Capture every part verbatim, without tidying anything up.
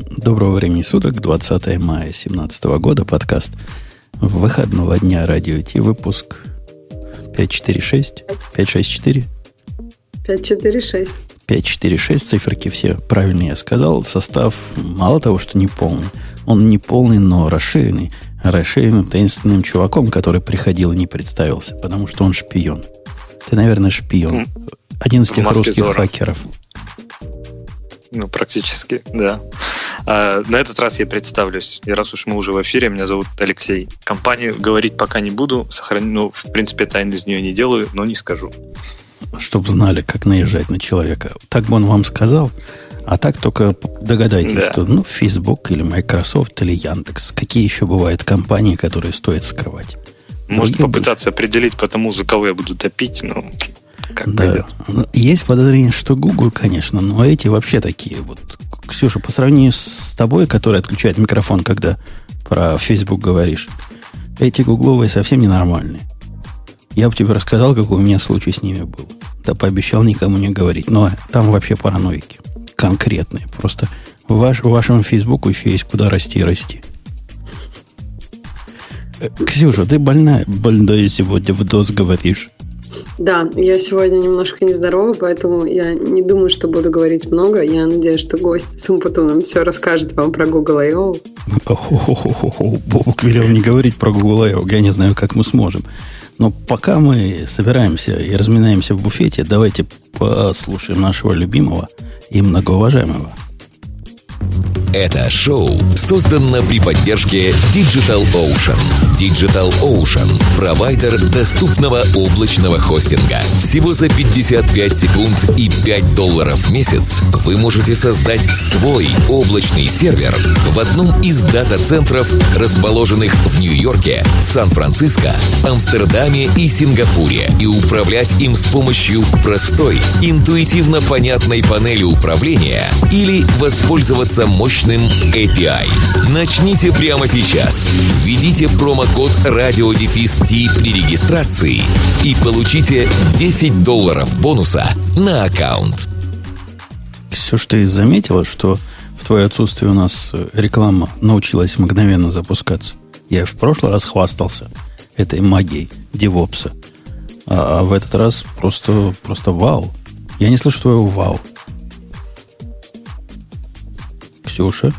Доброго времени суток, двадцатое мая две тысячи семнадцатого года, подкаст выходного дня Радио Ти, выпуск пятьсот четыре шесть, пятьсот шестьдесят четыре. пятьсот четыре шесть. пятьсот четыре шесть, циферки все правильно я сказал. Состав мало того, что не полный, он не полный, но расширенный. Расширенным таинственным чуваком, который приходил и не представился, потому что он шпион. Ты, наверное, шпион. Один из тех русских Зора. хакеров. Ну, практически, да. А, на этот раз я представлюсь. И раз уж мы уже в эфире, меня зовут Алексей. Компанию говорить пока не буду. Сохраню, ну, в принципе, тайн из нее не делаю, но не скажу. Чтоб знали, как наезжать на человека. Так бы он вам сказал. А так только догадайтесь, да. что ну, Facebook или Microsoft или Яндекс. Какие еще бывают компании, которые стоит скрывать? Может Другие попытаться будут... определить по тому, за кого я буду топить, но как да. пойдет. Есть подозрение, что Google, конечно, но эти вообще такие. Вот, Ксюша, по сравнению с тобой, который отключает микрофон, когда про Facebook говоришь, эти гугловые совсем ненормальные. Я бы тебе рассказал, какой у меня случай с ними был. Да пообещал никому не говорить. Но там вообще параноики. Конкретные. Просто в, ваш, в вашем Фейсбуку еще есть куда расти и расти. Ксюша, ты больная? Больная сегодня в ДОС говоришь. Да, я сегодня немножко нездорова, поэтому я не думаю, что буду говорить много. Я надеюсь, что гость с Умпутуном все расскажет вам про Google ай о. Бобук велел не говорить про Google ай о. Я не знаю, как мы сможем. Но пока мы собираемся и разминаемся в буфете, давайте послушаем нашего любимого и многоуважаемого. Это шоу создано при поддержке DigitalOcean. DigitalOcean – провайдер доступного облачного хостинга. Всего за пятьдесят пять секунд и пять долларов в месяц вы можете создать свой облачный сервер в одном из дата-центров, расположенных в Нью-Йорке, Сан-Франциско, Амстердаме и Сингапуре, и управлять им с помощью простой, интуитивно понятной панели управления или воспользоваться мощным эй пи ай. Начните прямо сейчас. Введите промокод радиодефис-ти при регистрации и получите десять долларов бонуса на аккаунт. Ксюш, ты заметила, что в твое отсутствие у нас реклама научилась мгновенно запускаться? Я в прошлый раз хвастался этой магией девопса. А, а в этот раз просто, просто вау. Я не слышу твоего вау. Ксюша?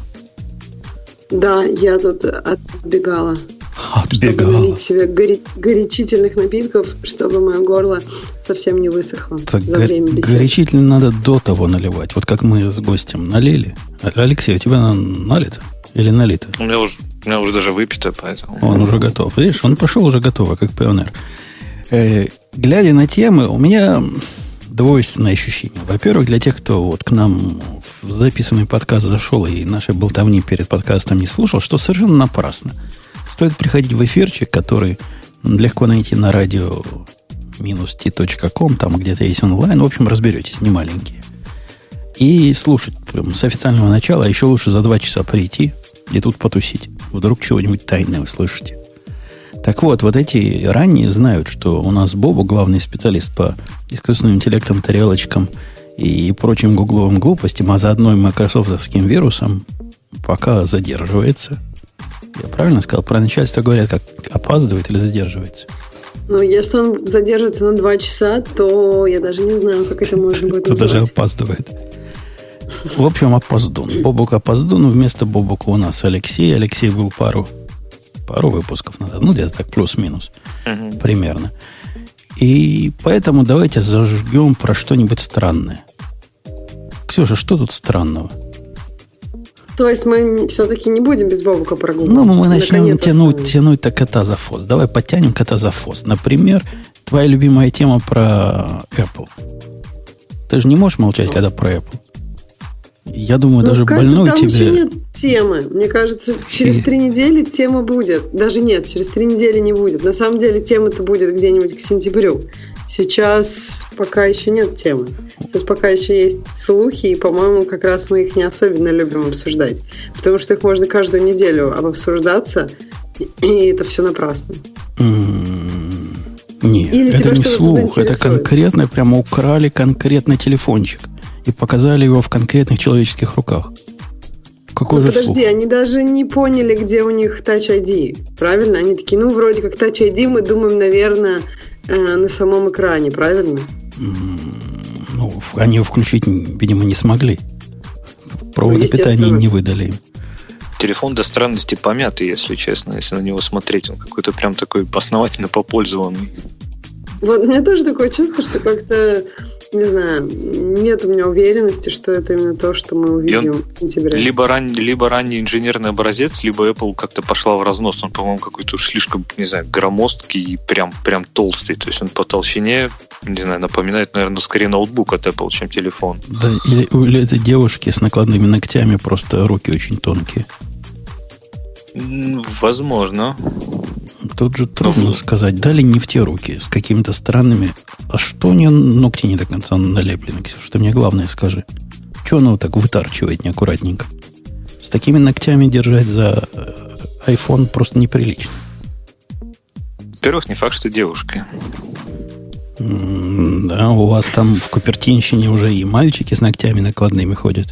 Да, я тут отбегала. Отбегала. Чтобы налить себе горе- горячительных напитков, чтобы мое горло совсем не высохло так за го- время беседы. Горячительно надо до того наливать. Вот как мы с гостем налили. Алексей, у тебя налито? Или налито? У меня уже, у меня уже даже выпито, поэтому... Он уже готов. Видишь, он пошел уже готово, как пионер. Э, глядя на темы, у меня... двойственное ощущение. Во-первых, для тех, кто вот к нам в записанный подкаст зашел и нашей болтовни перед подкастом не слушал, что совершенно напрасно. Стоит приходить в эфирчик, который легко найти на радио минус ти точка ком, там где-то есть онлайн. В общем, разберетесь, не маленькие. И слушать прям с официального начала, а еще лучше за два часа прийти и тут потусить. Вдруг чего-нибудь тайное услышите. Так вот, вот эти ранние знают, что у нас Бобу, главный специалист по искусственным интеллектам, тарелочкам и прочим гугловым глупостям, а заодно и майкрософтовским вирусам, пока задерживается. Я правильно сказал? Про начальство говорят, как опаздывает или задерживается? Ну, если он задержится на два часа, то я даже не знаю, как это можно будет называть. Это даже опаздывает. В общем, опоздун. Бобук опоздун. Вместо Бобука у нас Алексей. Алексей был пару Пару выпусков назад. Ну, где-то так, плюс-минус. Uh-huh. Примерно. И поэтому давайте зажгем про что-нибудь странное. Ксюша, что тут странного? То есть мы все-таки не будем без Бобука прогуливать? Ну, мы начнем тянуть, тянуть-то кота за хвост. Давай подтянем кота за хвост. Например, твоя любимая тема про Apple. Ты же не можешь молчать, когда про Apple. Я думаю, ну, даже больной там тебе... еще нет темы. Мне кажется, через три недели тема будет. Даже нет, через три недели не будет. На самом деле тема-то будет где-нибудь к сентябрю. Сейчас пока еще нет темы. Сейчас пока еще есть слухи, и, по-моему, как раз мы их не особенно любим обсуждать. Потому что их можно каждую неделю обсуждаться, и это все напрасно. Mm-hmm. Нет, Или это не слух, это конкретно, прямо украли конкретный телефончик и показали его в конкретных человеческих руках. Какой ну, же подожди, слух? Они даже не поняли, где у них Touch ай ди. Правильно? Они такие, ну, вроде как Touch ай ди, мы думаем, наверное, э, на самом экране, правильно? Ну, они его включить, видимо, не смогли. Провода ну, питания не выдали им. Телефон до странности помятый, если честно, если на него смотреть. Он какой-то прям такой основательно попользованный. Вот у меня тоже такое чувство, что как-то, не знаю, нет у меня уверенности, что это именно то, что мы увидим в сентябре. Либо, ран, либо ранний инженерный образец, либо Apple как-то пошла в разнос. Он, по-моему, какой-то уж слишком, не знаю, громоздкий и прям, прям толстый. То есть он по толщине, не знаю, напоминает, наверное, скорее ноутбук от Apple, чем телефон. Да, или у этой девушки с накладными ногтями просто руки очень тонкие. Возможно. Тут же трудно ну, сказать. Дали не в те руки, с какими-то странными. А что у нее ногти не до конца налеплены, Ксюша? Ты мне главное скажи. Чего она вот так вытарчивает неаккуратненько? С такими ногтями держать за iPhone просто неприлично. Во-первых, не факт, что девушка. М-м, да, у вас там в Купертинщине уже и мальчики с ногтями накладными ходят.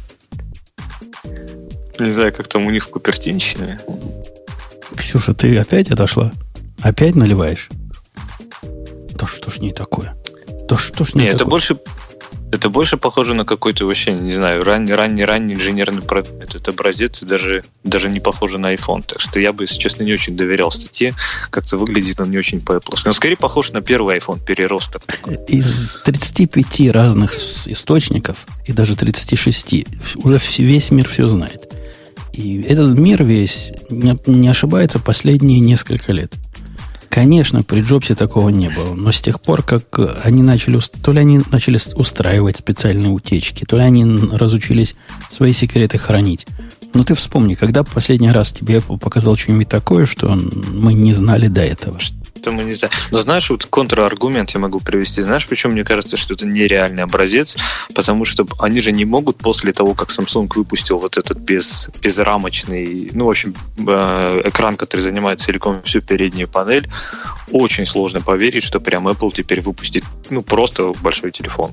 Не знаю, как там у них в Купертинщине. Ксюша, ты опять отошла? Опять наливаешь? Да что ж не такое? Да что ж не, не такое? Это больше, это больше похоже на какой-то вообще, не знаю, ранний, ранний, ранний инженерный этот образец, и даже, даже не похоже на iPhone. Так что я бы, если честно, не очень доверял статье. Как-то выглядит он не очень по-Apple. Но скорее похож на первый iPhone, переросток такой. Из тридцати пяти разных источников, и даже тридцати шести, уже весь мир все знает. И этот мир весь не, не ошибается последние несколько лет. Конечно, при Джобсе такого не было, но с тех пор, как они начали, то ли они начали устраивать специальные утечки, то ли они разучились свои секреты хранить. Но ты вспомни, когда последний раз тебе Apple показал что-нибудь такое, что мы не знали до этого. Что мы не знаем. Но знаешь, вот контраргумент я могу привести. Знаешь, почему мне кажется, что это нереальный образец? Потому что они же не могут после того, как Samsung выпустил вот этот без, безрамочный, ну, в общем, экран, который занимает целиком всю переднюю панель, очень сложно поверить, что прям Apple теперь выпустит, ну, просто большой телефон.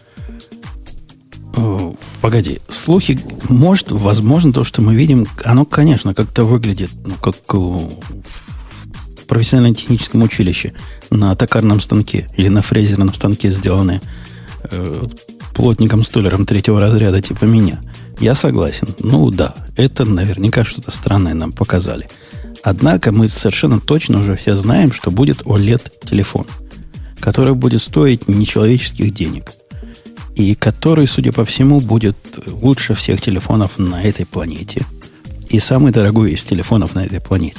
Погоди, слухи, может, возможно, то, что мы видим, оно, конечно, как-то выглядит, ну, как в профессионально-техническом училище на токарном станке или на фрезерном станке сделанное э, плотником-столером третьего разряда типа меня. Я согласен. Ну да, это наверняка что-то странное нам показали. Однако мы совершенно точно уже все знаем, что будет о лед-телефон, который будет стоить нечеловеческих денег. И который, судя по всему, будет лучше всех телефонов на этой планете. И самый дорогой из телефонов на этой планете.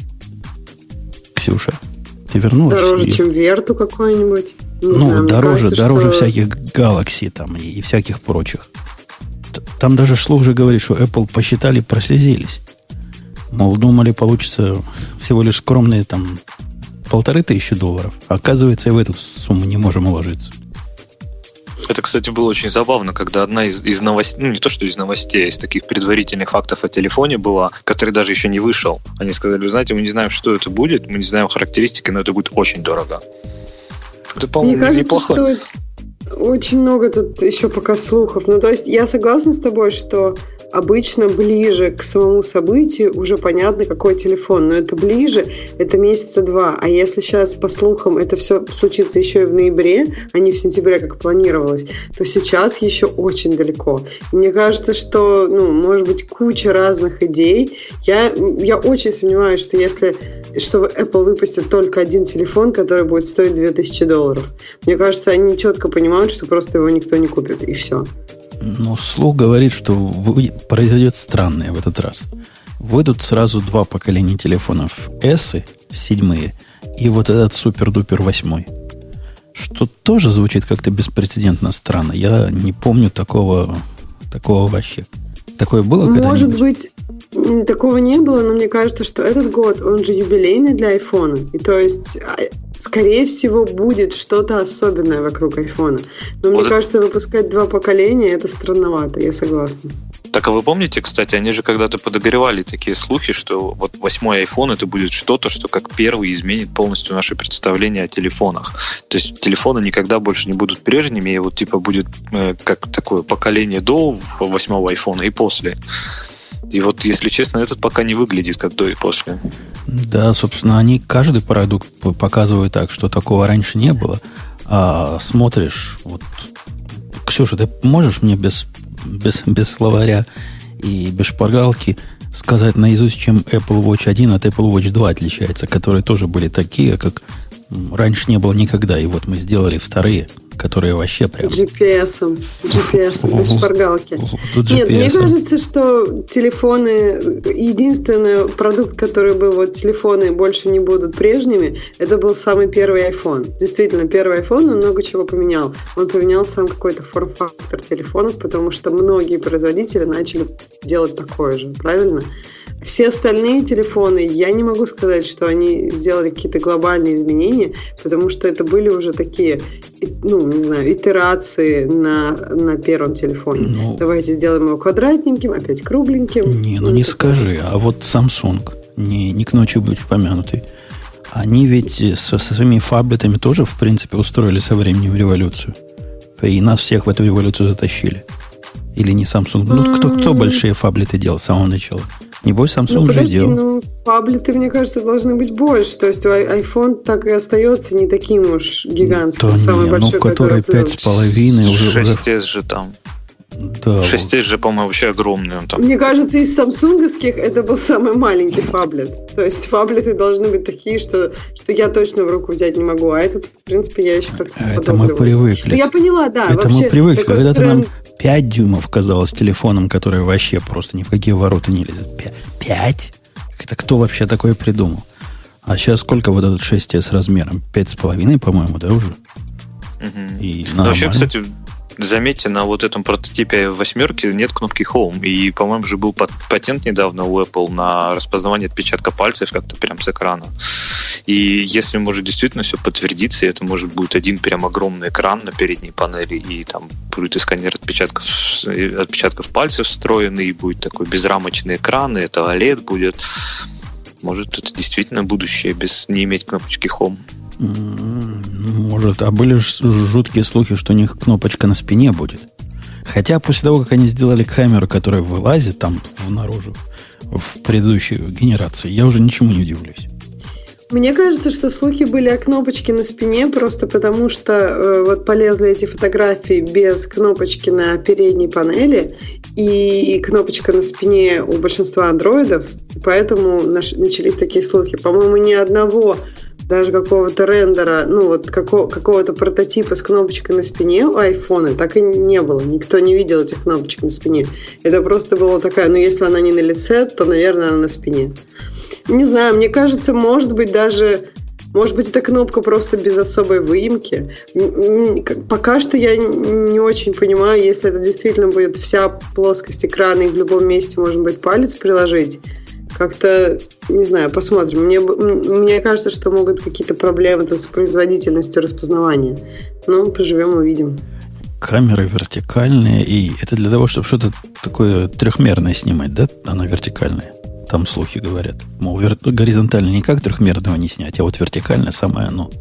Ксюша, ты вернулась? Дороже, и... чем Верту какой-нибудь. Не ну, знаю, дороже, кажется, дороже что... всяких Galaxy там и, и всяких прочих. Там даже слух же говорит, что Apple посчитали, прослезились. Мол, думали, получится всего лишь скромные там полторы тысячи долларов. Оказывается, и в эту сумму не можем уложиться. Это, кстати, было очень забавно, когда одна из, из новостей, ну не то, что из новостей, а из таких предварительных фактов о телефоне была, который даже еще не вышел. Они сказали, вы знаете, мы не знаем, что это будет, мы не знаем характеристики, но это будет очень дорого. Это, по-моему, Мне кажется, неплохо. Что очень много тут еще пока слухов. Ну, то есть я согласна с тобой, что обычно ближе к самому событию уже понятно, какой телефон. Но это ближе, это месяца два. А если сейчас, по слухам, это все случится еще и в ноябре, а не в сентябре, как планировалось, то сейчас еще очень далеко. И мне кажется, что, ну, может быть, куча разных идей. Я, я очень сомневаюсь, что если что Apple выпустит только один телефон, который будет стоить две тысячи долларов. Мне кажется, они четко понимают, что просто его никто не купит, и все. Ну, слух говорит, что произойдет странное в этот раз. Выйдут сразу два поколения телефонов. S, седьмые, и вот этот супер-дупер восьмой. Что тоже звучит как-то беспрецедентно странно. Я не помню такого, такого вообще. Такое было когда-нибудь? Может быть, такого не было, но мне кажется, что этот год, он же юбилейный для айфона. И то есть... Скорее всего, будет что-то особенное вокруг айфона. Но вот мне это... кажется, выпускать два поколения – это странновато, я согласна. Так, а вы помните, кстати, они же когда-то подогревали такие слухи, что вот восьмой iPhone это будет что-то, что как первый изменит полностью наше представление о телефонах. То есть телефоны никогда больше не будут прежними, и вот типа будет э, как такое поколение до восьмого iPhone и после. И вот, если честно, этот пока не выглядит как до и после. Да, собственно, они каждый продукт показывают так, что такого раньше не было. А смотришь, вот, Ксюша, ты можешь мне без, без, без словаря и без шпаргалки сказать наизусть, чем Apple Watch один от Apple Watch два отличается, которые тоже были такие, как раньше не было никогда. И вот мы сделали вторые, которые вообще прям... джи пи эс, джи пи эс, без шпаргалки. Нет, мне кажется, что телефоны... Единственный продукт, который был, вот телефоны больше не будут прежними, это был самый первый iPhone. Действительно, первый iPhone, он много чего поменял. Он поменял сам какой-то форм-фактор телефонов, потому что многие производители начали делать такое же, правильно? Все остальные телефоны, я не могу сказать, что они сделали какие-то глобальные изменения, потому что это были уже такие, ну, не знаю, итерации на, на первом телефоне. Ну, давайте сделаем его квадратненьким, опять кругленьким. Не, ну не скажи, а вот Samsung, не, не к ночи быть помянутый, они ведь со, со своими фаблетами тоже, в принципе, устроили со временем революцию. И нас всех в эту революцию затащили. Или не Samsung? Ну, кто, кто большие фаблеты делал с самого начала? Небось, Samsung ну, подожди, же делал. Ну, фаблеты, мне кажется, должны быть больше. То есть iPhone так и остается не таким уж гигантским. Да самый не, большой, ну, который пять с половиной уже... шесть эс же там. Да, шесть эс же, по-моему, вообще огромный. Он там. Мне кажется, из самсунговских это был самый маленький фаблет. То есть фаблеты должны быть такие, что, что я точно в руку взять не могу. А этот, в принципе, я еще как-то сподобилась. Это мы привыкли. Но я поняла, да. Это вообще, мы привыкли. Когда-то тренд... нам пять дюймов казалось телефоном, который вообще просто ни в какие ворота не лезет. пять? Это кто вообще такое придумал? А сейчас сколько вот этот шесть эс размером? пять с половиной, по-моему, да, уже? Угу. И ну, вообще, кстати... Заметьте, на вот этом прототипе восьмерки нет кнопки Home. И, по-моему, же был патент недавно у Apple на распознавание отпечатка пальцев как-то прям с экрана. И если может действительно все подтвердиться, это может будет один прям огромный экран на передней панели, и там будет и сканер отпечатков, отпечатков пальцев встроенный, и будет такой безрамочный экран, и это о лед будет. Может, это действительно будущее без не иметь кнопочки Home. Может, а были жуткие слухи, что у них кнопочка на спине будет. Хотя после того, как они сделали камеру, которая вылазит там наружу в предыдущей генерации, я уже ничему не удивлюсь. Мне кажется, что слухи были о кнопочке на спине, просто потому что э, вот полезли эти фотографии без кнопочки на передней панели и кнопочка на спине у большинства андроидов, поэтому наш, начались такие слухи. По-моему, ни одного даже какого-то рендера, ну вот какого, какого-то прототипа с кнопочкой на спине у айфона так и не было. Никто не видел этих кнопочек на спине. Это просто была такая, ну если она не на лице, то, наверное, она на спине. Не знаю, мне кажется, может быть даже... Может быть, эта кнопка просто без особой выемки. Пока что я не очень понимаю, если это действительно будет вся плоскость экрана, и в любом месте можно будет палец приложить. Как-то, не знаю, посмотрим. Мне, мне кажется, что могут какие-то проблемы с производительностью распознавания. Ну, поживем, увидим. Камеры вертикальные, и это для того, чтобы что-то такое трехмерное снимать, да? Она вертикальная. Там слухи говорят. Мол, вер... горизонтально никак трехмерного не снять, а вот вертикально самое оно.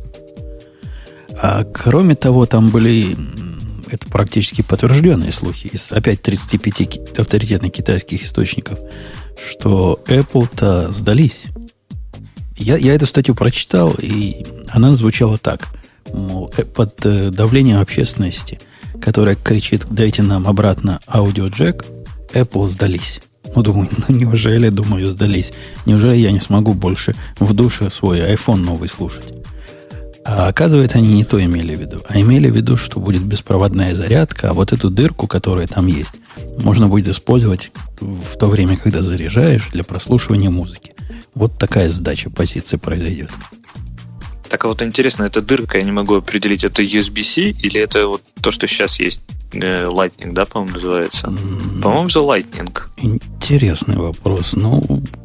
А кроме того, там были... Это практически подтвержденные слухи из опять тридцати пяти авторитетных китайских источников, что Apple-то сдались. Я, я эту статью прочитал, и она звучала так. Мол, под давлением общественности, которая кричит, дайте нам обратно аудиоджек, Apple сдались. Ну, думаю, ну неужели, думаю, сдались? Неужели я не смогу больше в душе свой iPhone новый слушать? А оказывается, они не то имели в виду. А имели в виду, что будет беспроводная зарядка, а вот эту дырку, которая там есть, можно будет использовать в то время, когда заряжаешь, для прослушивания музыки. Вот такая сдача позиции произойдет. Так, а вот интересно, эта дырка, я не могу определить, это ю эс би-C или это вот то, что сейчас есть? Lightning, да, по-моему, называется? Mm-hmm. По-моему, за Lightning. Интересный вопрос. Ну,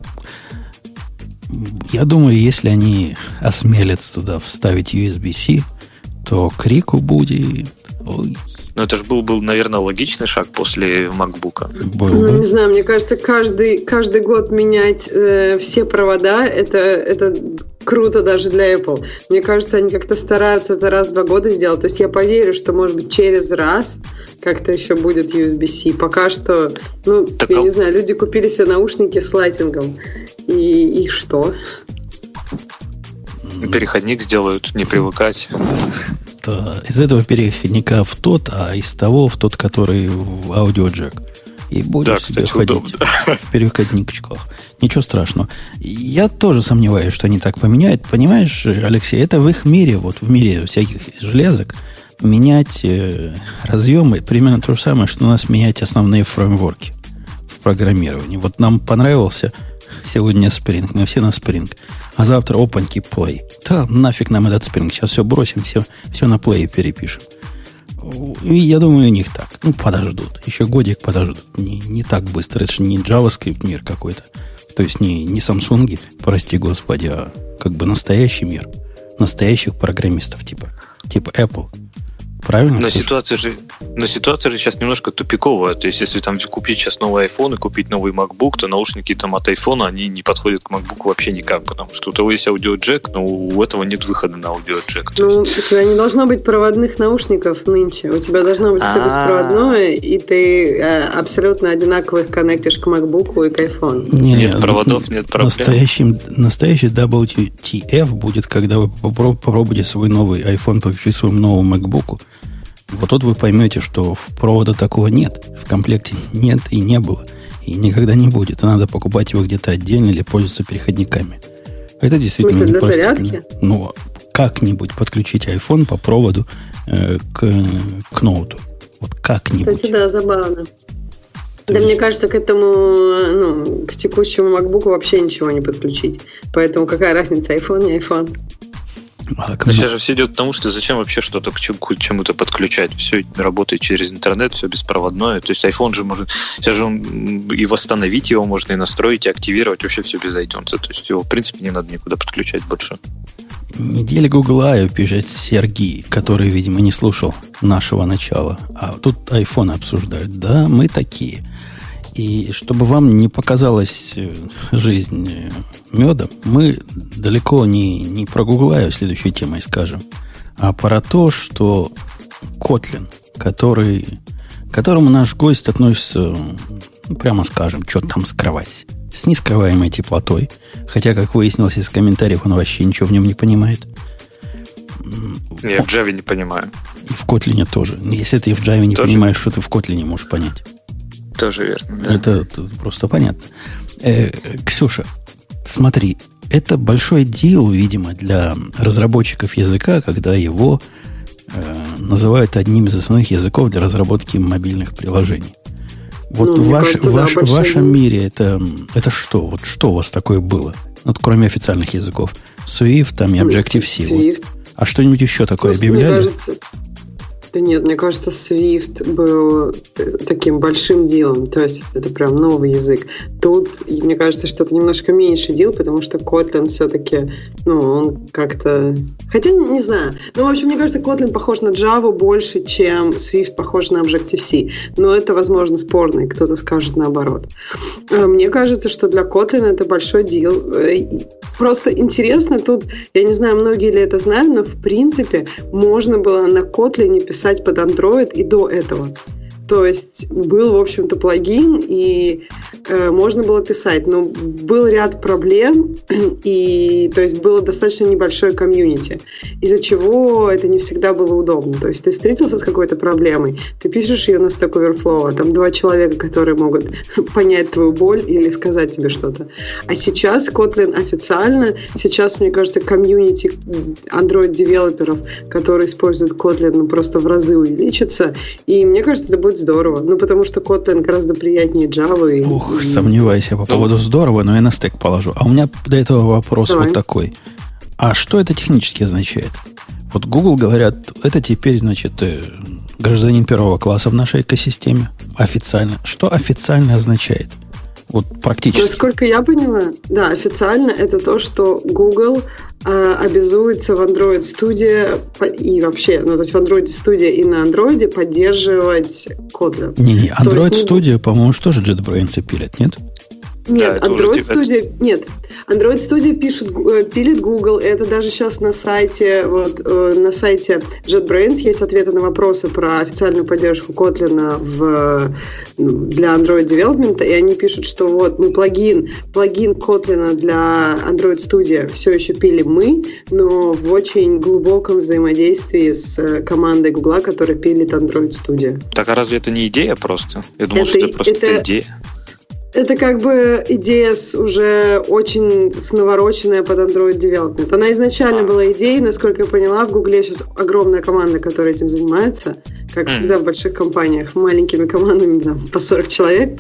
я думаю, если они осмелятся туда вставить ю эс би-C, то крику будет... Ой. Ну, это же был, был, наверное, логичный шаг после MacBook. Ну, не знаю, мне кажется, каждый, каждый год менять э, все провода, это, это круто даже для Apple. Мне кажется, они как-то стараются это раз в два года сделать. То есть я поверю, что, может быть, через раз как-то еще будет ю эс би-C. Пока что, ну, так я а... не знаю, люди купили себе наушники с лайтингом. И, и что? Переходник сделают, не привыкать. Из этого переходника в тот, а из того в тот, который в аудиоджек. И будешь да, себе ходить удобно. В переходничках. Ничего страшного. Я тоже сомневаюсь, что они так поменяют. Понимаешь, Алексей, это в их мире, вот в мире всяких железок, менять э, разъемы примерно то же самое, что у нас менять основные фреймворки в программировании. Вот нам понравился сегодня Spring, мы все на Spring, а завтра опаньки Play. Да, нафиг нам этот Spring, сейчас все бросим, все, все на Play перепишем. И я думаю, у них так. Ну, подождут. Еще годик подождут. Не, не так быстро. Это же не JavaScript мир какой-то. То есть не, не Samsung, прости господи, а как бы настоящий мир. Настоящих программистов типа, типа Apple. Правильно? Но ситуация, же, но ситуация же сейчас немножко тупиковая. То есть, если там купить сейчас новый iPhone и купить новый MacBook, то наушники там от iPhone, они не подходят к MacBook вообще никак, потому что у того есть аудиоджек, но у этого нет выхода на аудиоджек. Ну, есть... у тебя не должно быть проводных наушников нынче. У тебя должно быть все беспроводное, и ты абсолютно одинаково их коннектишь к MacBook и к iPhone. Не, нет проводов, нет проблем. Настоящий, настоящий дабл ю ти эф будет, когда вы попробуете свой новый iPhone подключить к своему новому MacBook. Вот тут вы поймете, что в провода такого нет. В комплекте нет и не было. И никогда не будет. И надо покупать его где-то отдельно или пользоваться переходниками. Это действительно не простительно. Ну, как-нибудь подключить iPhone по проводу э, к, к ноуту. Вот как-нибудь. Кстати, да, забавно. Да, есть... мне кажется, к этому, ну, к текущему MacBook вообще ничего не подключить. Поэтому какая разница, iPhone, не iPhone? А, Но сейчас же все идет к тому, что зачем вообще что-то к чему-то подключать. Все работает через интернет, все беспроводное. То есть iPhone же может... Сейчас же он и восстановить его можно, и настроить, и активировать. Вообще все без iTunes. То есть его, в принципе, не надо никуда подключать больше. Неделя Google I O, пишет Сергей, который, видимо, не слушал нашего начала. А тут iPhone обсуждают. Да, мы такие. И чтобы вам не показалась жизнь медом, мы далеко не, не про Google I O следующей темой скажем, а про то, что Kotlin, который, к которому наш гость относится, ну, прямо скажем, что там скрывать, с нескрываемой теплотой, хотя, как выяснилось из комментариев, он вообще ничего в нем не понимает. Я в Java не понимаю. И в Kotlin тоже. Если ты в Java не тоже? Понимаешь, что ты в Kotlin можешь понять. Тоже верно. Да. Это, это просто понятно. Э, Ксюша, смотри, это большой дел, видимо, для разработчиков языка, когда его э, называют одним из основных языков для разработки мобильных приложений. Вот ну, в, ваш, кажется, ваш, да, в вашем мире это, это что? Вот что у вас такое было? Вот кроме официальных языков. Swift там и Objective-C. Вот. А что-нибудь еще такое Просто, объявляли? Мне кажется... Да нет, мне кажется, Swift был таким большим делом. То есть это прям новый язык. Тут, мне кажется, что это немножко меньше дел, потому что Kotlin все-таки, ну, он как-то... Хотя, не знаю. Ну, в общем, мне кажется, Kotlin похож на Java больше, чем Swift похож на Objective-C. Но это, возможно, спорно, и кто-то скажет наоборот. Мне кажется, что для Kotlin это большой дел. Просто интересно тут, я не знаю, многие ли это знают, но в принципе можно было на Kotlin писать под Android и до этого. То есть был, в общем-то, плагин, и э, можно было писать, но был ряд проблем, и то есть было достаточно небольшое комьюнити, из-за чего это не всегда было удобно. То есть ты встретился с какой-то проблемой, ты пишешь ее на Stack Overflow, а там два человека, которые могут понять твою боль или сказать тебе что-то. А сейчас Kotlin официально, сейчас, мне кажется, комьюнити Android-девелоперов, которые используют Kotlin, ну, просто в разы увеличится, и мне кажется, это будет здорово. Ну, потому что Kotlin гораздо приятнее Java. И, Ух, и... сомневаюсь я по поводу здорово, но я на стек положу. А у меня до этого вопрос Давай. вот такой. А что это технически означает? Вот Google говорят, это теперь, значит, гражданин первого класса в нашей экосистеме. Официально. Что официально означает? Вот практически. Насколько я поняла, да, официально это то, что Google э, обязуется в Android Studio и вообще, ну, то есть в Android Studio и на Android поддерживать Kotlin. Не-не, Android есть, Studio, ну, по-моему, тоже JetBrains пилят, нет? Нет, да, Android Studio, нет, Android Studio пишет, пилит Google, это даже сейчас на сайте, вот, на сайте JetBrains есть ответы на вопросы про официальную поддержку Kotlin в, для Android Development, и они пишут, что вот мы плагин, плагин Kotlin для Android Studio все еще пилим мы, но в очень глубоком взаимодействии с командой Google, которая пилит Android Studio. Так, а разве это не идея просто? Я думал, это, что это просто это... идея. Это как бы идея с уже очень навороченная под Android Development. Она изначально была идеей, насколько я поняла, в Гугле сейчас огромная команда, которая этим занимается, как всегда в больших компаниях, маленькими командами, там, по сорок человек.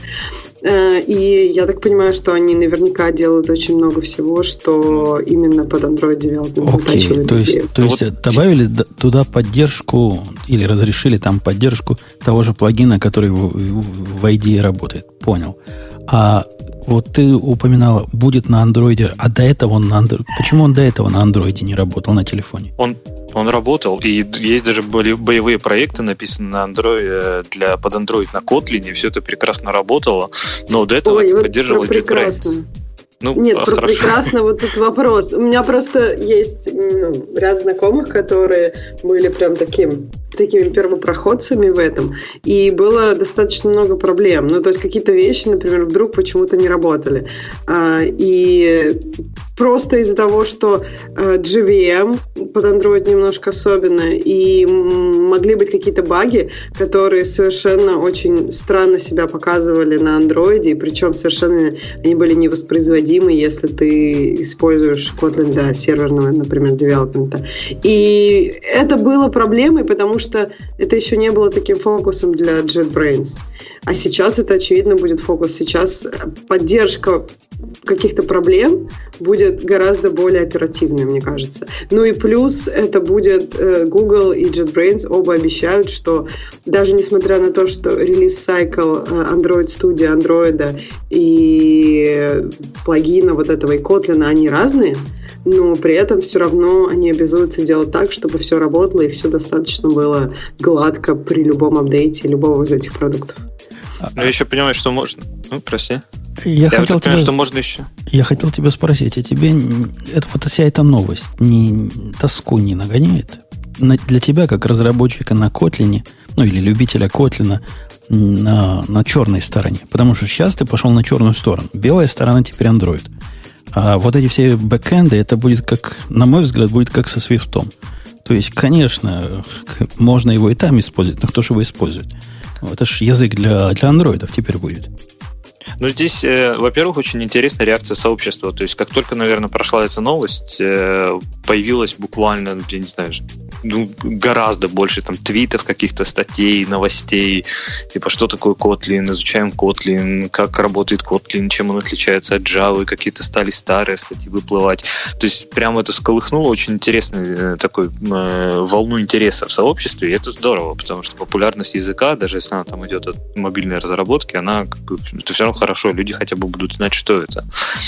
И я так понимаю, что они наверняка делают очень много всего, что именно под Android Development затачивают. То есть, то есть добавили туда поддержку или разрешили там поддержку того же плагина, который в, в, в ай ди и работает. Понял. А вот ты упоминала, будет на андроиде, а до этого он на андроиде. Почему он до этого на андроиде не работал, на телефоне? Он, он работал, и есть даже боевые проекты, написаны на Android, для, под Android на Kotlin, и все это прекрасно работало, но до этого Ой, это вот поддерживал JetBrains. Ну, Нет, а про хорошо. Прекрасно, вот тут вопрос. У меня просто есть ну, ряд знакомых, которые были прям таким, такими первопроходцами в этом, и было достаточно много проблем. Ну, то есть какие-то вещи, например, вдруг почему-то не работали. И просто из-за того, что джи ви эм под Android немножко особенно, и могли быть какие-то баги, которые совершенно очень странно себя показывали на Android, и причем совершенно они были невоспроизводимы, если ты используешь Kotlin для серверного, например, девелопмента. И это было проблемой, потому что это еще не было таким фокусом для JetBrains. А сейчас это, очевидно, будет фокус. Сейчас поддержка каких-то проблем будет гораздо более оперативной, мне кажется. Ну и плюс это будет Google и JetBrains оба обещают, что даже несмотря на то, что релиз-сайкл Android Studio, Android и плагина вот этого и Kotlin, они разные, но при этом все равно они обязуются сделать так, чтобы все работало и все достаточно было гладко при любом апдейте любого из этих продуктов. Ну, я еще понимаю, что можно. Ну, прости. Я, я хотел понимаю, тебя, что можно еще. Я хотел тебя спросить, а тебе это, вот вся эта новость не, тоску не нагоняет? На, для тебя, как разработчика на Kotlin, ну или любителя Kotlin, на, на черной стороне. Потому что сейчас ты пошел на черную сторону. Белая сторона теперь Android. А вот эти все бэкэнды, это будет как, на мой взгляд, будет как со Свифтом. То есть, конечно, можно его и там использовать, но кто же его использует? Это же язык для, для андроидов теперь будет. Ну, здесь, э, во-первых, очень интересная реакция сообщества. То есть, как только, наверное, прошла эта новость, э, появилось буквально, я не знаю, ну, гораздо больше там твитов, каких-то статей, новостей. Типа, что такое Kotlin, изучаем Kotlin, как работает Kotlin, чем он отличается от Java, какие-то стали старые статьи выплывать. То есть, прямо это сколыхнуло очень интересную такой э, волну интереса в сообществе, и это здорово, потому что популярность языка, даже если она там идет от мобильной разработки, она как бы, это все равно хорошо, люди хотя бы будут знать, что это.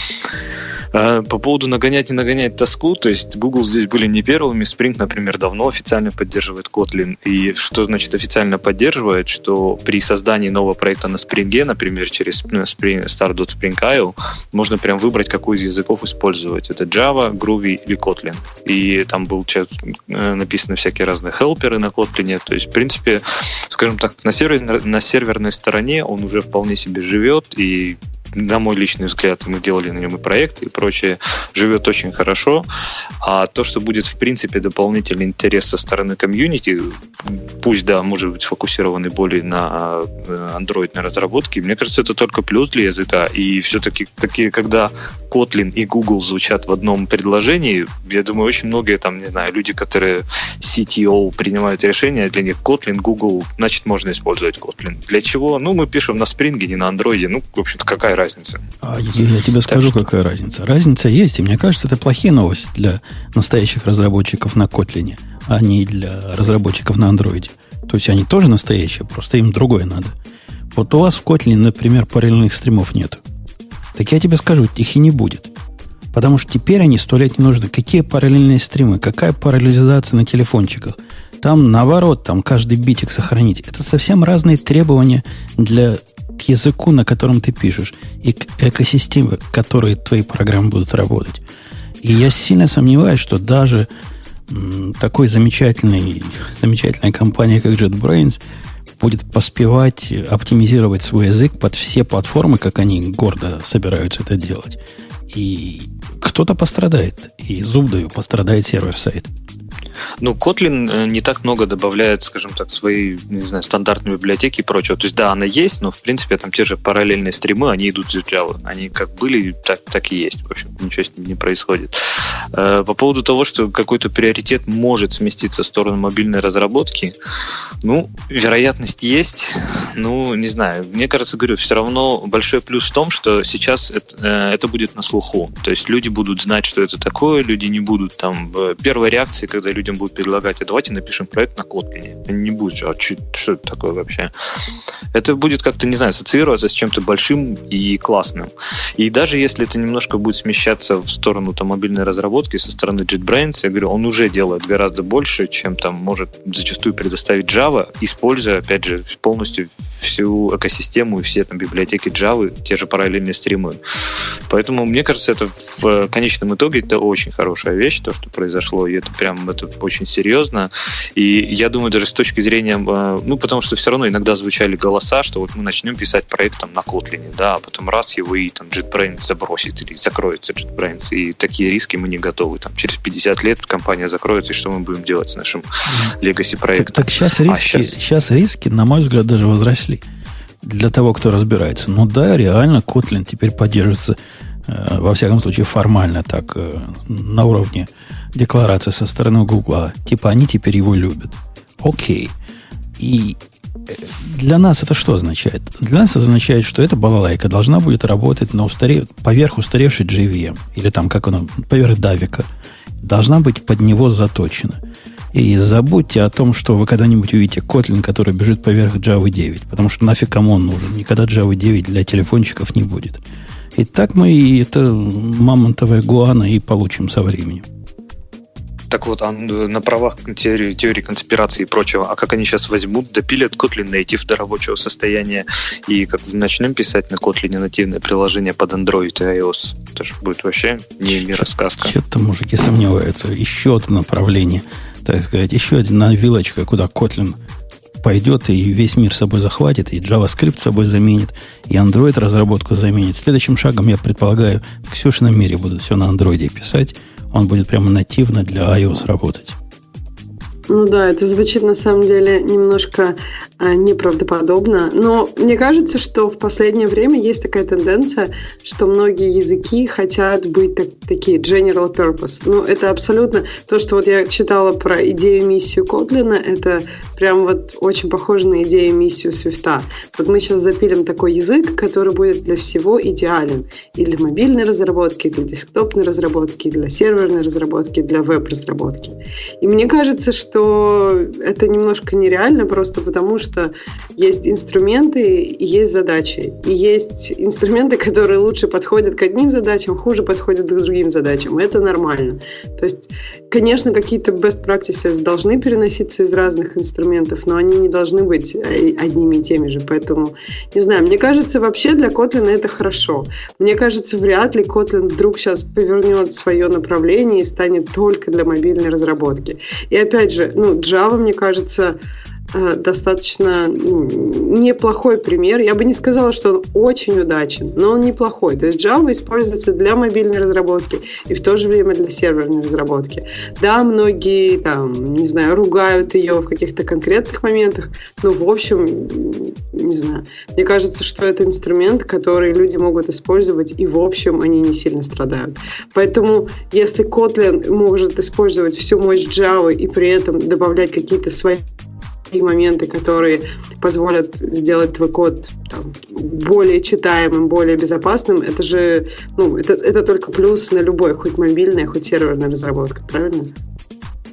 По поводу нагонять, не нагонять тоску, то есть Google здесь были не первыми, Spring, например, давно официально поддерживает Kotlin, и что значит официально поддерживает, что при создании нового проекта на Spring, например, через Spring, start.spring.io, можно прям выбрать, какой из языков использовать. Это Java, Groovy или Kotlin. И там был написаны всякие разные хелперы на Kotlin, то есть, в принципе, скажем так, на, сервер, на серверной стороне он уже вполне себе живет, и на мой личный взгляд, мы делали на нем и проекты, и прочее, живет очень хорошо. А то, что будет, в принципе, дополнительный интерес со стороны комьюнити, пусть, да, может быть, сфокусированный более на Android, на разработке, мне кажется, это только плюс для языка. И все-таки, такие, когда Kotlin и Google звучат в одном предложении, я думаю, очень многие, там, не знаю, люди, которые си ти о принимают решения, для них Kotlin, Google, значит, можно использовать Kotlin. Для чего? Ну, мы пишем на Spring, не на Android. Ну, в общем-то, какая разница? А я, я тебе скажу, что... какая разница. Разница есть, и мне кажется, это плохие новости для настоящих разработчиков на Kotlin, а не для разработчиков на Android. То есть они тоже настоящие, просто им другое надо. Вот у вас в Kotlin, например, параллельных стримов нет. Так я тебе скажу, их и не будет. Потому что теперь они сто лет не нужны. Какие параллельные стримы? Какая параллелизация на телефончиках? Там, наоборот, там каждый битик сохранить. Это совсем разные требования для к языку, на котором ты пишешь, и к экосистеме, в которой твои программы будут работать. И я сильно сомневаюсь, что даже м, такой замечательный, замечательная компания, как JetBrains, будет поспевать оптимизировать свой язык под все платформы, как они гордо собираются это делать. И кто-то пострадает. И зуб даю, пострадает сервер-сайт. Ну, Kotlin не так много добавляет, скажем так, свои, не знаю, стандартные библиотеки и прочего. То есть, да, она есть, но, в принципе, там те же параллельные стримы, они идут из Java. Они как были, так, так и есть. В общем, ничего с ним не происходит. По поводу того, что какой-то приоритет может сместиться в сторону мобильной разработки, ну, вероятность есть. Ну, не знаю. Мне кажется, говорю, все равно большой плюс в том, что сейчас это, это будет на слуху. То есть, люди будут знать, что это такое, люди не будут там... Первой реакции, когда люди людям будут предлагать, а давайте напишем проект на Kotlin. Они не будут, а что, что это такое вообще? Это будет как-то, не знаю, ассоциироваться с чем-то большим и классным. И даже если это немножко будет смещаться в сторону там, мобильной разработки со стороны JetBrains, я говорю, он уже делает гораздо больше, чем там может зачастую предоставить Java, используя, опять же, полностью всю экосистему и все там библиотеки Java, те же параллельные стримы. Поэтому, мне кажется, это в конечном итоге это очень хорошая вещь, то, что произошло, и это прям это очень серьезно. И я думаю, даже с точки зрения, ну, потому что все равно иногда звучали голоса, что вот мы начнем писать проект там на Kotlin, да, а потом раз его и там JetBrains забросит или закроется JetBrains, и такие риски мы не готовы. Там через пятьдесят лет компания закроется, и что мы будем делать с нашим legacy проектом? Так, так сейчас, риски, а сейчас... сейчас риски, на мой взгляд, даже возросли для того, кто разбирается. Ну да, реально Kotlin теперь поддерживается, э, во всяком случае, формально так, э, на уровне декларация со стороны Гугла. Типа, они теперь его любят. Окей. И для нас это что означает? Для нас это означает, что эта балалайка должна будет работать на устаре... поверх устаревшей джей ви эм. Или там, как оно, поверх Давика. Должна быть под него заточена. И забудьте о том, что вы когда-нибудь увидите Kotlin, который бежит поверх Java девять. Потому что нафиг кому он нужен. Никогда Java девять для телефончиков не будет. И так мы и это мамонтовая гуана и получим со временем. Так вот, на правах теории, теории конспирации и прочего, а как они сейчас возьмут, допилят Kotlin Native до рабочего состояния и как начнем писать на Kotlin нативное приложение под Android и iOS, это же будет вообще не миросказка. Что-то мужики сомневаются. Еще одно направление, так сказать, еще одна вилочка, куда Kotlin пойдет и весь мир собой захватит, и JavaScript собой заменит, и Android разработку заменит. Следующим шагом, я предполагаю, в Ксюшином мире будут все на Android писать. Он будет прямо нативно для iOS работать. Ну да, это звучит на самом деле немножко а, неправдоподобно, но мне кажется, что в последнее время есть такая тенденция, что многие языки хотят быть так, такие general purpose. Ну, это абсолютно то, что вот я читала про идею-миссию Kotlin, это прям вот очень похоже на идею-миссию Swift. Вот мы сейчас запилим такой язык, который будет для всего идеален. И для мобильной разработки, и для десктопной разработки, и для серверной разработки, и для веб-разработки. И мне кажется, что что это немножко нереально, просто потому что есть инструменты и есть задачи. И есть инструменты, которые лучше подходят к одним задачам, хуже подходят к другим задачам. И это нормально. То есть, конечно, какие-то best practices должны переноситься из разных инструментов, но они не должны быть одними и теми же. Поэтому, не знаю, мне кажется, вообще для Kotlin это хорошо. Мне кажется, вряд ли Kotlin вдруг сейчас повернет свое направление и станет только для мобильной разработки. И опять же, ну, Java, мне кажется, достаточно ну, неплохой пример. Я бы не сказала, что он очень удачен, но он неплохой. То есть Java используется для мобильной разработки и в то же время для серверной разработки. Да, многие, там, не знаю, ругают ее в каких-то конкретных моментах, но в общем, не знаю. Мне кажется, что это инструмент, который люди могут использовать, и в общем они не сильно страдают. Поэтому, если Kotlin может использовать всю мощь Java и при этом добавлять какие-то свои моменты, которые позволят сделать твой код там, более читаемым, более безопасным, это же, ну, это, это только плюс на любой, хоть мобильная, хоть серверная разработка, правильно?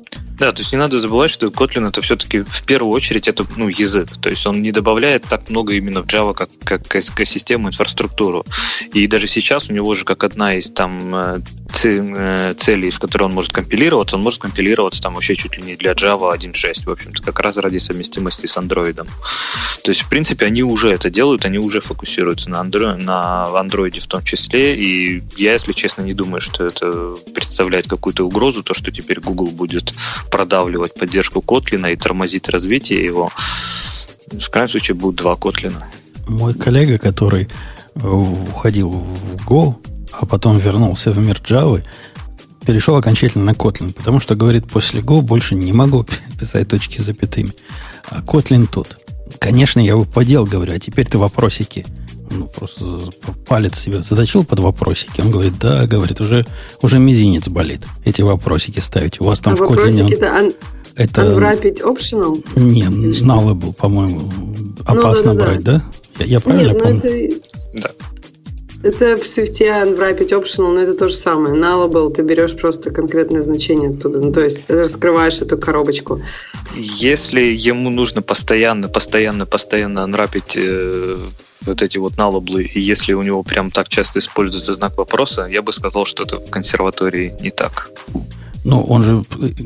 Да, то есть не надо забывать, что Kotlin это все-таки в первую очередь это ну, язык. То есть он не добавляет так много именно в Java, как, как экосистему, инфраструктуру. И даже сейчас у него же как одна из там целей, в которой он может компилироваться, он может компилироваться там вообще чуть ли не для Java один точка шесть, в общем-то, как раз ради совместимости с Android. То есть, в принципе, они уже это делают, они уже фокусируются на Android, на Android в том числе. И я, если честно, не думаю, что это представляет какую-то угрозу, то, что теперь Google будет продавливать поддержку Kotlin и тормозить развитие его. В крайнем случае будут два Kotlin. Мой коллега, который уходил в Go, а потом вернулся в мир Java, перешел окончательно на Kotlin, потому что, говорит, после Go больше не могу писать точки с запятыми. А Kotlin тут. Конечно, я его подел, говорю, а теперь ты вопросики. Ну, просто палец себе заточил под вопросики. Он говорит, да, говорит, уже, уже мизинец болит. Эти вопросики ставить. У вас там а в Kotlin... Вопросики это, un... это... unwrapped optional? Не, nullable, по-моему, опасно ну, да, да, брать, да? да? Я, я правильно Нет, помню? Это... Да. Это в свифте unwrapped optional, но это то же самое. Nullable, ты берешь просто конкретное значение оттуда. Ну, то есть ты раскрываешь эту коробочку. Если ему нужно постоянно, постоянно, постоянно unwrappить э, вот эти вот nullable, и если у него прям так часто используется знак вопроса, я бы сказал, что это в консерватории не так. Ну, он же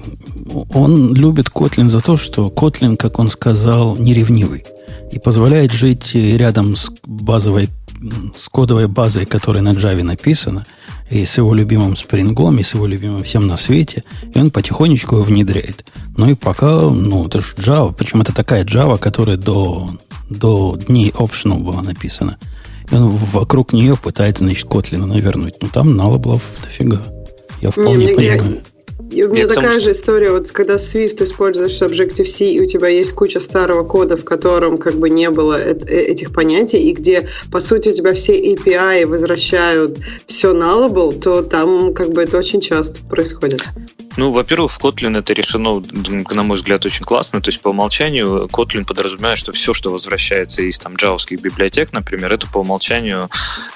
он любит Kotlin за то, что Kotlin, как он сказал, неревнивый. И позволяет жить рядом с базовой с кодовой базой, которая на Java написана, и с его любимым Spring, и с его любимым всем на свете, и он потихонечку его внедряет. Ну и пока, ну, это же Java, причем это такая Java, которая до, до дней optional была написана. И он вокруг нее пытается, значит, Kotlin навернуть. Ну, там nullable дофига. Я вполне не, понимаю. И у меня Нет, такая потому, же история, вот когда Swift используешь Objective-C, и у тебя есть куча старого кода, в котором как бы не было этих понятий, и где, по сути, у тебя все эй пи ай возвращают все nullable, то там как бы это очень часто происходит. Ну, во-первых, в Kotlin это решено, на мой взгляд, очень классно. То есть по умолчанию Kotlin подразумевает, что все, что возвращается из там джавовских библиотек, например, это по умолчанию,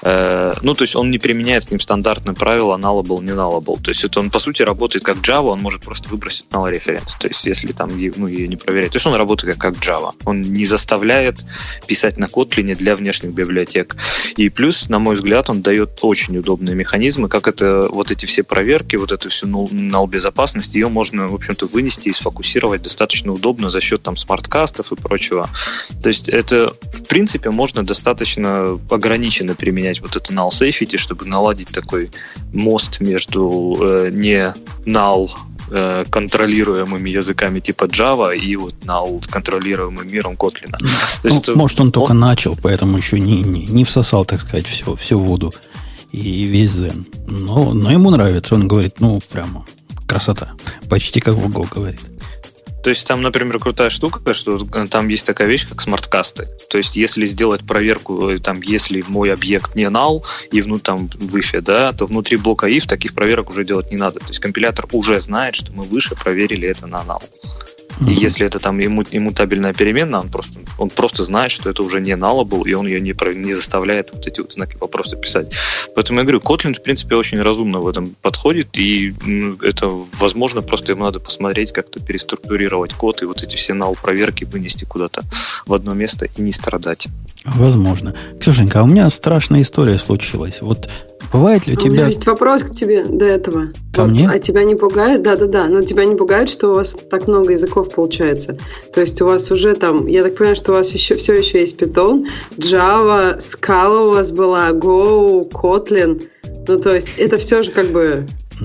э, ну, то есть он не применяет с ним стандартное правило nullable, не nullable. То есть это он, по сути, работает как Java, он может просто выбросить null reference. То есть если там ну, ее не проверять. То есть он работает как, как Java. Он не заставляет писать на Kotlin для внешних библиотек. И плюс, на мой взгляд, он дает очень удобные механизмы, как это вот эти все проверки, вот эту всю null безопасность, ее можно, в общем-то, вынести и сфокусировать достаточно удобно за счет там смарткастов и прочего. То есть это, в принципе, можно достаточно ограниченно применять вот это null safety, чтобы наладить такой мост между э, не null э, контролируемыми языками типа Java и вот null контролируемым миром Kotlin. Ну, это, может, он только он... начал, поэтому еще не, не, не всосал, так сказать, всю, всю воду и весь Zen. Но, но ему нравится, он говорит, ну, прямо красота. Почти как в Go говорит. То есть там, например, крутая штука, что там есть такая вещь, как смарткасты. То есть если сделать проверку, там, если мой объект не null, и внутри там в if, да, то внутри блока if таких проверок уже делать не надо. То есть компилятор уже знает, что мы выше проверили это на null. И mm-hmm. если это там иммутабельная переменная, он просто, он просто знает, что это уже не nullable, и он ее не, не заставляет вот эти вот знаки вопроса писать. Поэтому я говорю, Kotlin, в принципе, очень разумно в этом подходит, и ну, это, возможно, просто ему надо посмотреть, как-то переструктурировать код, и вот эти все null-проверки вынести куда-то в одно место и не страдать. Возможно. Ксюшенька, а у меня страшная история случилась. Вот бывает ли у, у тебя... У меня есть вопрос к тебе до этого. Ко вот, мне? А тебя не пугает? Да-да-да. Но тебя не пугает, что у вас так много языков получается? То есть у вас уже там... Я так понимаю, что у вас еще, все еще есть Python, Java, Scala у вас была, Go, Kotlin. Ну, то есть это все же как бы...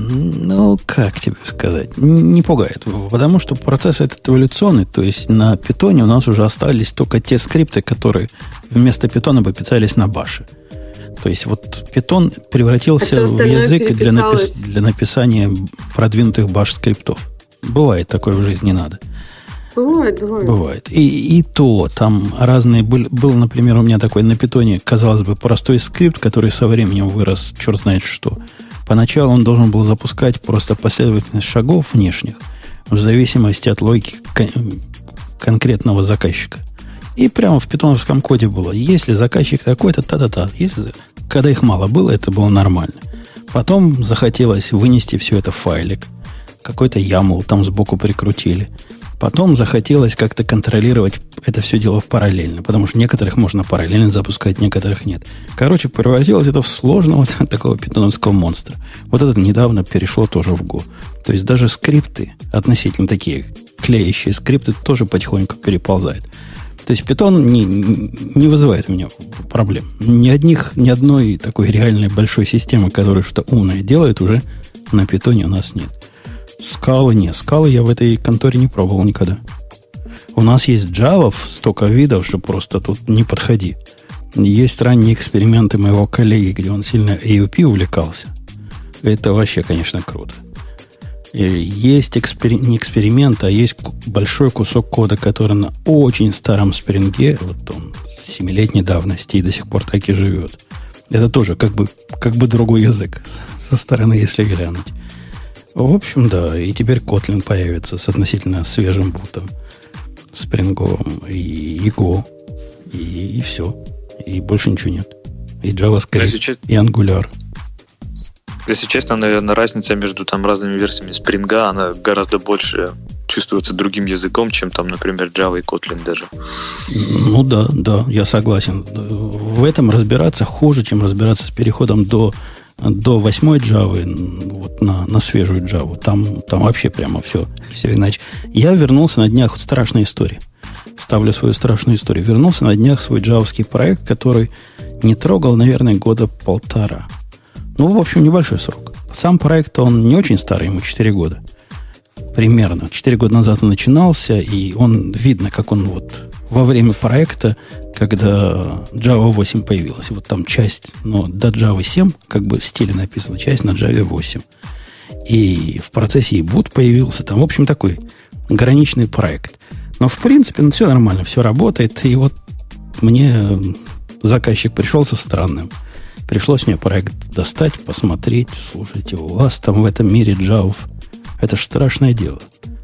Ну, как тебе сказать? Не пугает. Потому что процесс этот эволюционный. То есть на Python у нас уже остались только те скрипты, которые вместо Python бы писались на баше. То есть вот Python превратился а в язык для, напис... для написания продвинутых баш-скриптов. Бывает такое в жизни, надо. Бывает, бывает. Бывает. И, и то там разные были. Был, например, у меня такой на Python, казалось бы, простой скрипт, который со временем вырос, черт знает что. Поначалу он должен был запускать просто последовательность шагов внешних в зависимости от логики кон- конкретного заказчика. И прямо в питоновском коде было, если заказчик такой-то, та-та-та. Если, когда их мало было, это было нормально. Потом захотелось вынести все это в файлик. какой-то ямл там сбоку прикрутили. Потом захотелось как-то контролировать это все дело параллельно, потому что некоторых можно параллельно запускать, некоторых нет. Короче, превратилось это в сложного такого питоновского монстра. Вот это недавно перешло тоже в Go. То есть даже скрипты, относительно такие клеящие скрипты, тоже потихоньку переползают. То есть Python не, не вызывает у меня проблем. Ни одних, ни одной такой реальной большой системы, которая что-то умное делает, уже на Python у нас нет. Скалы нет. Скалы я в этой конторе не пробовал никогда. У нас есть Java столько видов, что просто тут не подходи. Есть ранние эксперименты моего коллеги, где он сильно эй ю пи увлекался. Это вообще, конечно, круто. И есть экспери... не эксперимент, а есть большой кусок кода, который на очень старом спринге, вот он семилетней давности и до сих пор так и живет. Это тоже как бы, как бы другой язык со стороны, если глянуть. В общем, да, и теперь Kotlin появится с относительно свежим бутом, спринговым, и, и Go, и, и все. И больше ничего нет. И JavaScript, честно, и Angular. Если честно, наверное, разница между там разными версиями спринга, она гораздо больше чувствуется другим языком, чем там, например, Java и Kotlin даже. Ну да, да, я согласен. В этом разбираться хуже, чем разбираться с переходом до до восьмой Java, вот на, на свежую Java. Там, там вообще прямо все, все иначе. Я вернулся на днях, вот страшная история. Ставлю свою страшную историю. Вернулся на днях в свой джавовский проект, который не трогал, наверное, года полтора. Ну, в общем, небольшой срок. Сам проект, он не очень старый, ему четыре года. Примерно. четыре года назад он начинался, и он, видно, как он вот во время проекта, когда Java восемь появилась. Вот там часть, но до Java семь, как бы в стиле написано, часть на Java восемь. И в процессе и boot появился. Там, в общем, такой граничный проект. Но, в принципе, ну, все нормально, все работает. И вот мне заказчик пришел со странным. Пришлось мне проект достать, посмотреть. Слушайте, у вас там в этом мире Java. Это ж страшное дело.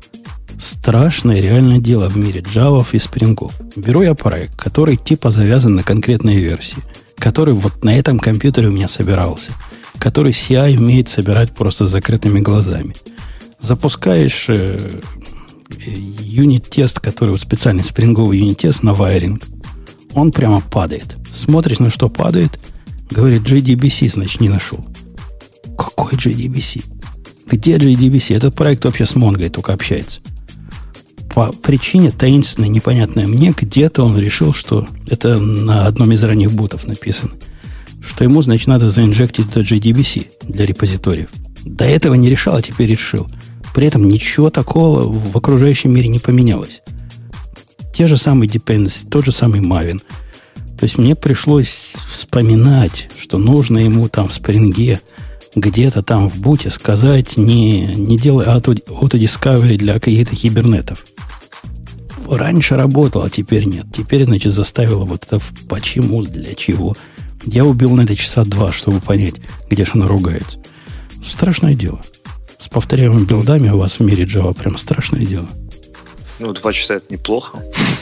Страшное реальное дело в мире Java и спрингов. Беру я проект, который типа завязан на конкретные версии, который вот на этом компьютере у меня собирался, который си ай умеет собирать просто с закрытыми глазами. Запускаешь э, юнит-тест, который вот специальный спринговый юнит-тест на вайринг, он прямо падает. Смотришь, на что падает, говорит, джей ди би си, значит, не нашел. Какой джей ди би си? Где джей ди би си? Этот проект вообще с Mongo только общается. По причине таинственной, непонятной мне, где-то он решил, что это на одном из ранних бутов написано, что ему, значит, надо заинжектить до джей ди би си для репозиториев. До этого не решал, а теперь решил. При этом ничего такого в окружающем мире не поменялось. Те же самые dependencies, тот же самый Maven. То есть мне пришлось вспоминать, что нужно ему там в спринге где-то там в буте сказать, не, не делай auto-discovery для каких-то хибернетов. Раньше работало, а теперь нет. Теперь, значит, заставило вот это почему, для чего. Я убил на это часа два, чтобы понять, где же оно ругается. Страшное дело. С повторяемыми билдами у вас в мире Java прям страшное дело. Ну, два часа это неплохо.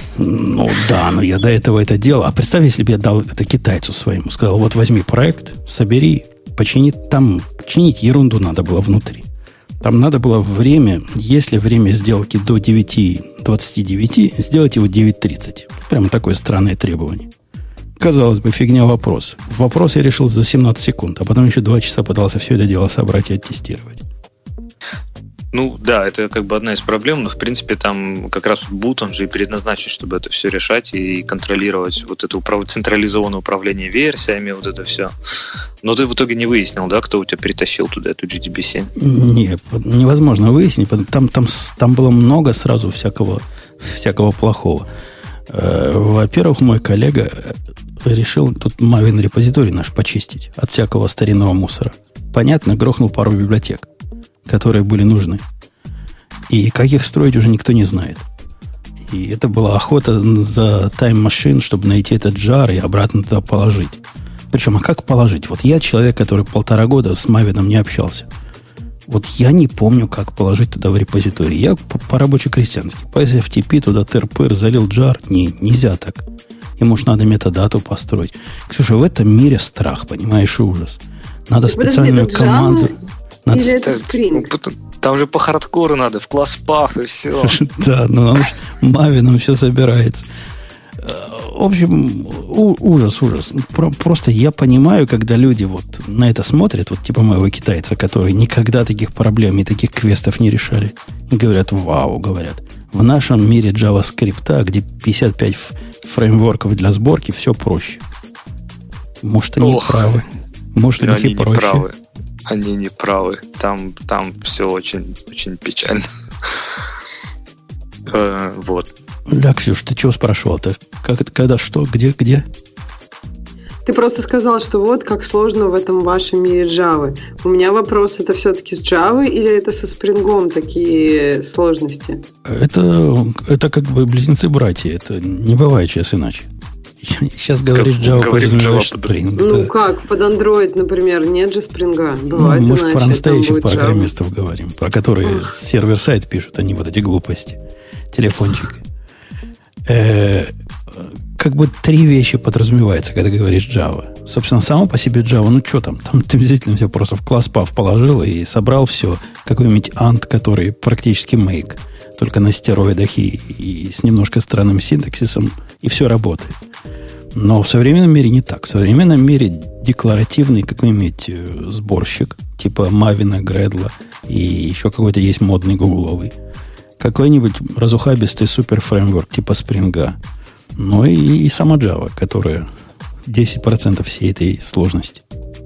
Ну да, но я до этого это делал. А представь, если бы я дал это китайцу своему. Сказал, вот возьми проект, собери, почини. Там чинить ерунду надо было внутри. Там надо было время, если время сделки до девять двадцать девять, сделать его девять тридцать. Прямо такое странное требование. Казалось бы, фигня вопрос. Вопрос я решил за семнадцать секунд, а потом еще два часа пытался все это дело собрать и оттестировать. Ну, да, это как бы одна из проблем, но, в принципе, там как раз boot, он же и предназначен, чтобы это все решать и контролировать вот это управ... централизованное управление версиями, вот это все. Но ты в итоге не выяснил, да, кто у тебя перетащил туда эту джей ди би си? Нет, невозможно выяснить. Там, там, там было много сразу всякого, всякого плохого. Во-первых, мой коллега решил тут Maven репозиторий наш почистить от всякого старинного мусора. Понятно, грохнул пару библиотек, которые были нужны. И как их строить, уже никто не знает. И это была охота за Time Machine, чтобы найти этот джар и обратно туда положить. Причем, а как положить? Вот я человек, который полтора года с Maven не общался. Вот я не помню, как положить туда в репозиторий. Я по-рабоче-крестьянски. По эс эф ти пи туда тыр-пыр, залил джар. Не, нельзя так. Ему ж надо метадату построить. Ксюша, в этом мире страх, понимаешь, и ужас. Надо так специальную подожди, команду... Java, Надо... Или это Spring? Там же по хардкору надо, в класс паф и все. Да, но Мавином все собирается. В общем, ужас, ужас. Просто я понимаю, когда люди вот на это смотрят, вот типа моего китайца, которые никогда таких проблем и таких квестов не решали, и говорят, вау, говорят, в нашем мире JavaScript, где пятьдесят пять фреймворков для сборки, все проще. Может, они Ох, правы. Может, у них и проще. Правы. Они не правы. Там, там все очень, очень печально. Вот. Да, Ксюш, ты чего спрашивал-то? Как это, когда, что, где, где? Ты просто сказал, что вот как сложно в этом вашем мире Java. У меня вопрос, это все-таки с Java или это со Spring такие сложности? Это, это как бы близнецы-братья. Это не бывает сейчас иначе. Сейчас говоришь Java, подразумеваешь Spring. Ну да. Как, под Android, например, нет же Spring. Бывает, ну, может, иначе, про настоящих программистов Java. Говорим, про которые Ах. сервер-сайт пишут, а не вот эти глупости. Телефончик. Э, как бы три вещи подразумевается, когда говоришь Java. Собственно, само по себе Java, ну что там? Там ты действительно все просто в класс паф положил и собрал все. Какой-нибудь Ant, который практически make, только на стероидах и, и с немножко странным синтаксисом, и все работает. Но в современном мире не так. В современном мире декларативный какой-нибудь сборщик, типа Мавина, Гредла, и еще какой-то есть модный гугловый. Какой-нибудь разухабистый суперфреймворк типа Spring. Ну и, и сама Java, которая десять процентов всей этой сложности.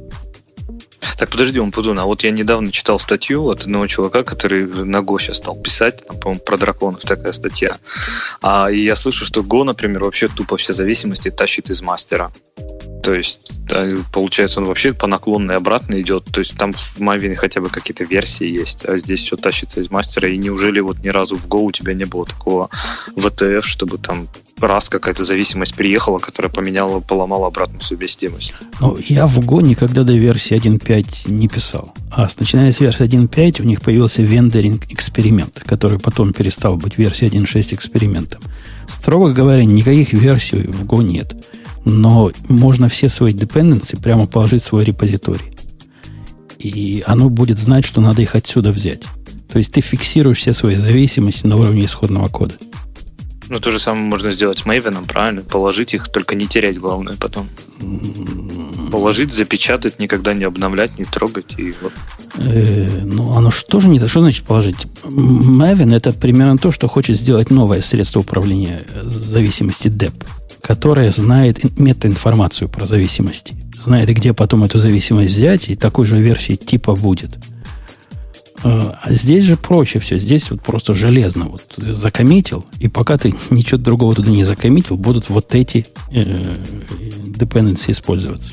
Так, подожди, Умпудун, а вот я недавно читал статью от одного чувака, который на Go сейчас стал писать, там, по-моему, про драконов такая статья. А, и я слышу, что Go, например, вообще тупо все зависимости тащит из мастера. То есть, получается, он вообще по наклонной обратно идет. То есть, там в Maven хотя бы какие-то версии есть, а здесь все тащится из мастера. И неужели вот ни разу в Go у тебя не было такого ви ти эф, чтобы там раз какая-то зависимость приехала, которая поменяла, поломала обратную совместимость? Ну, я в Go никогда до версии один точка пять не писал. А начиная с версии один точка пять у них появился вендоринг-эксперимент, который потом перестал быть версией один точка шесть экспериментом. Строго говоря, никаких версий в Go нет. Но можно все свои dependency прямо положить в свой репозиторий. И оно будет знать, что надо их отсюда взять. То есть ты фиксируешь все свои зависимости на уровне исходного кода. Ну, то же самое можно сделать с Maven, правильно? Положить их, только не терять, главное, потом. Mm-hmm. Положить, запечатать, никогда не обновлять, не трогать. И вот. э, ну, оно что же не то? Что значит положить? Maven — это примерно то, что хочет сделать новое средство управления зависимости деп, которая знает метаинформацию про зависимости. Знает, где потом эту зависимость взять, и такой же версии типа будет. А здесь же проще все. Здесь вот просто железно. Вот ты закоммитил, и пока ты ничего другого туда не закоммитил, будут вот эти э, dependency использоваться.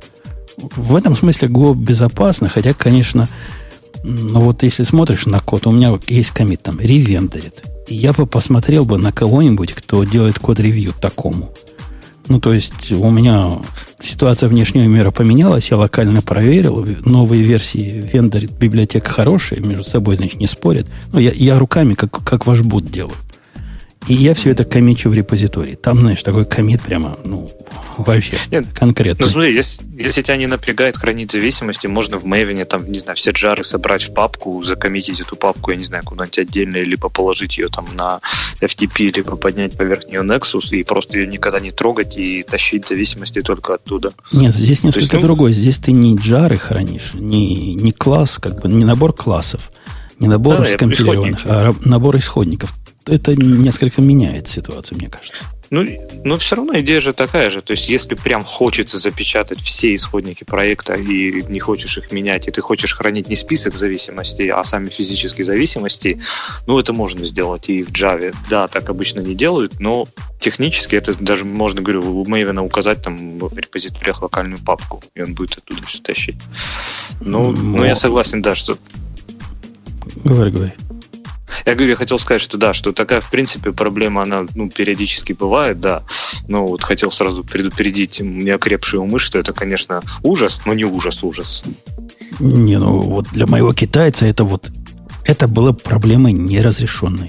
В этом смысле Go безопасно, хотя, конечно, ну вот если смотришь на код, у меня есть коммит там, ревендорит. И я бы посмотрел бы на кого-нибудь, кто делает код-ревью такому. Ну, то есть, у меня ситуация внешнего мира поменялась, я локально проверил, новые версии вендорит, библиотека хорошие, между собой, значит, не спорят. Ну, я, я руками, как, как ваш бут делаю. И я все это коммичу в репозитории. Там, знаешь, такой коммит прямо, ну, вообще Нет, конкретно. Ну, смотри, если, если тебя не напрягает хранить зависимости, можно в Maven, там, не знаю, все джары собрать в папку, закоммитить эту папку, я не знаю, куда-нибудь отдельно, либо положить ее там на эф ти пи, либо поднять поверх нее Nexus, и просто ее никогда не трогать и тащить зависимости только оттуда. Нет, здесь несколько есть, ну... другое. Здесь ты не джары хранишь, не, не класс, как бы, не набор классов, не набор да, скомпилированных, а набор исходников. Это несколько меняет ситуацию, мне кажется. Ну, но все равно идея же такая же. То есть, если прям хочется запечатать все исходники проекта и не хочешь их менять, и ты хочешь хранить не список зависимостей, а сами физические зависимости, ну, это можно сделать и в Java. Да, так обычно не делают, но технически это даже можно, говорю, у Maven указать там в репозиториях локальную папку, и он будет оттуда все тащить. Ну, но... ну я согласен, да, что... Говори, говори. Я говорю, я хотел сказать, что да, что такая, в принципе, проблема, она, ну, периодически бывает, да, но вот хотел сразу предупредить неокрепшие умы, что это, конечно, ужас, но не ужас, ужас. Не, ну, вот для моего китайца это вот, это было проблемой неразрешенной.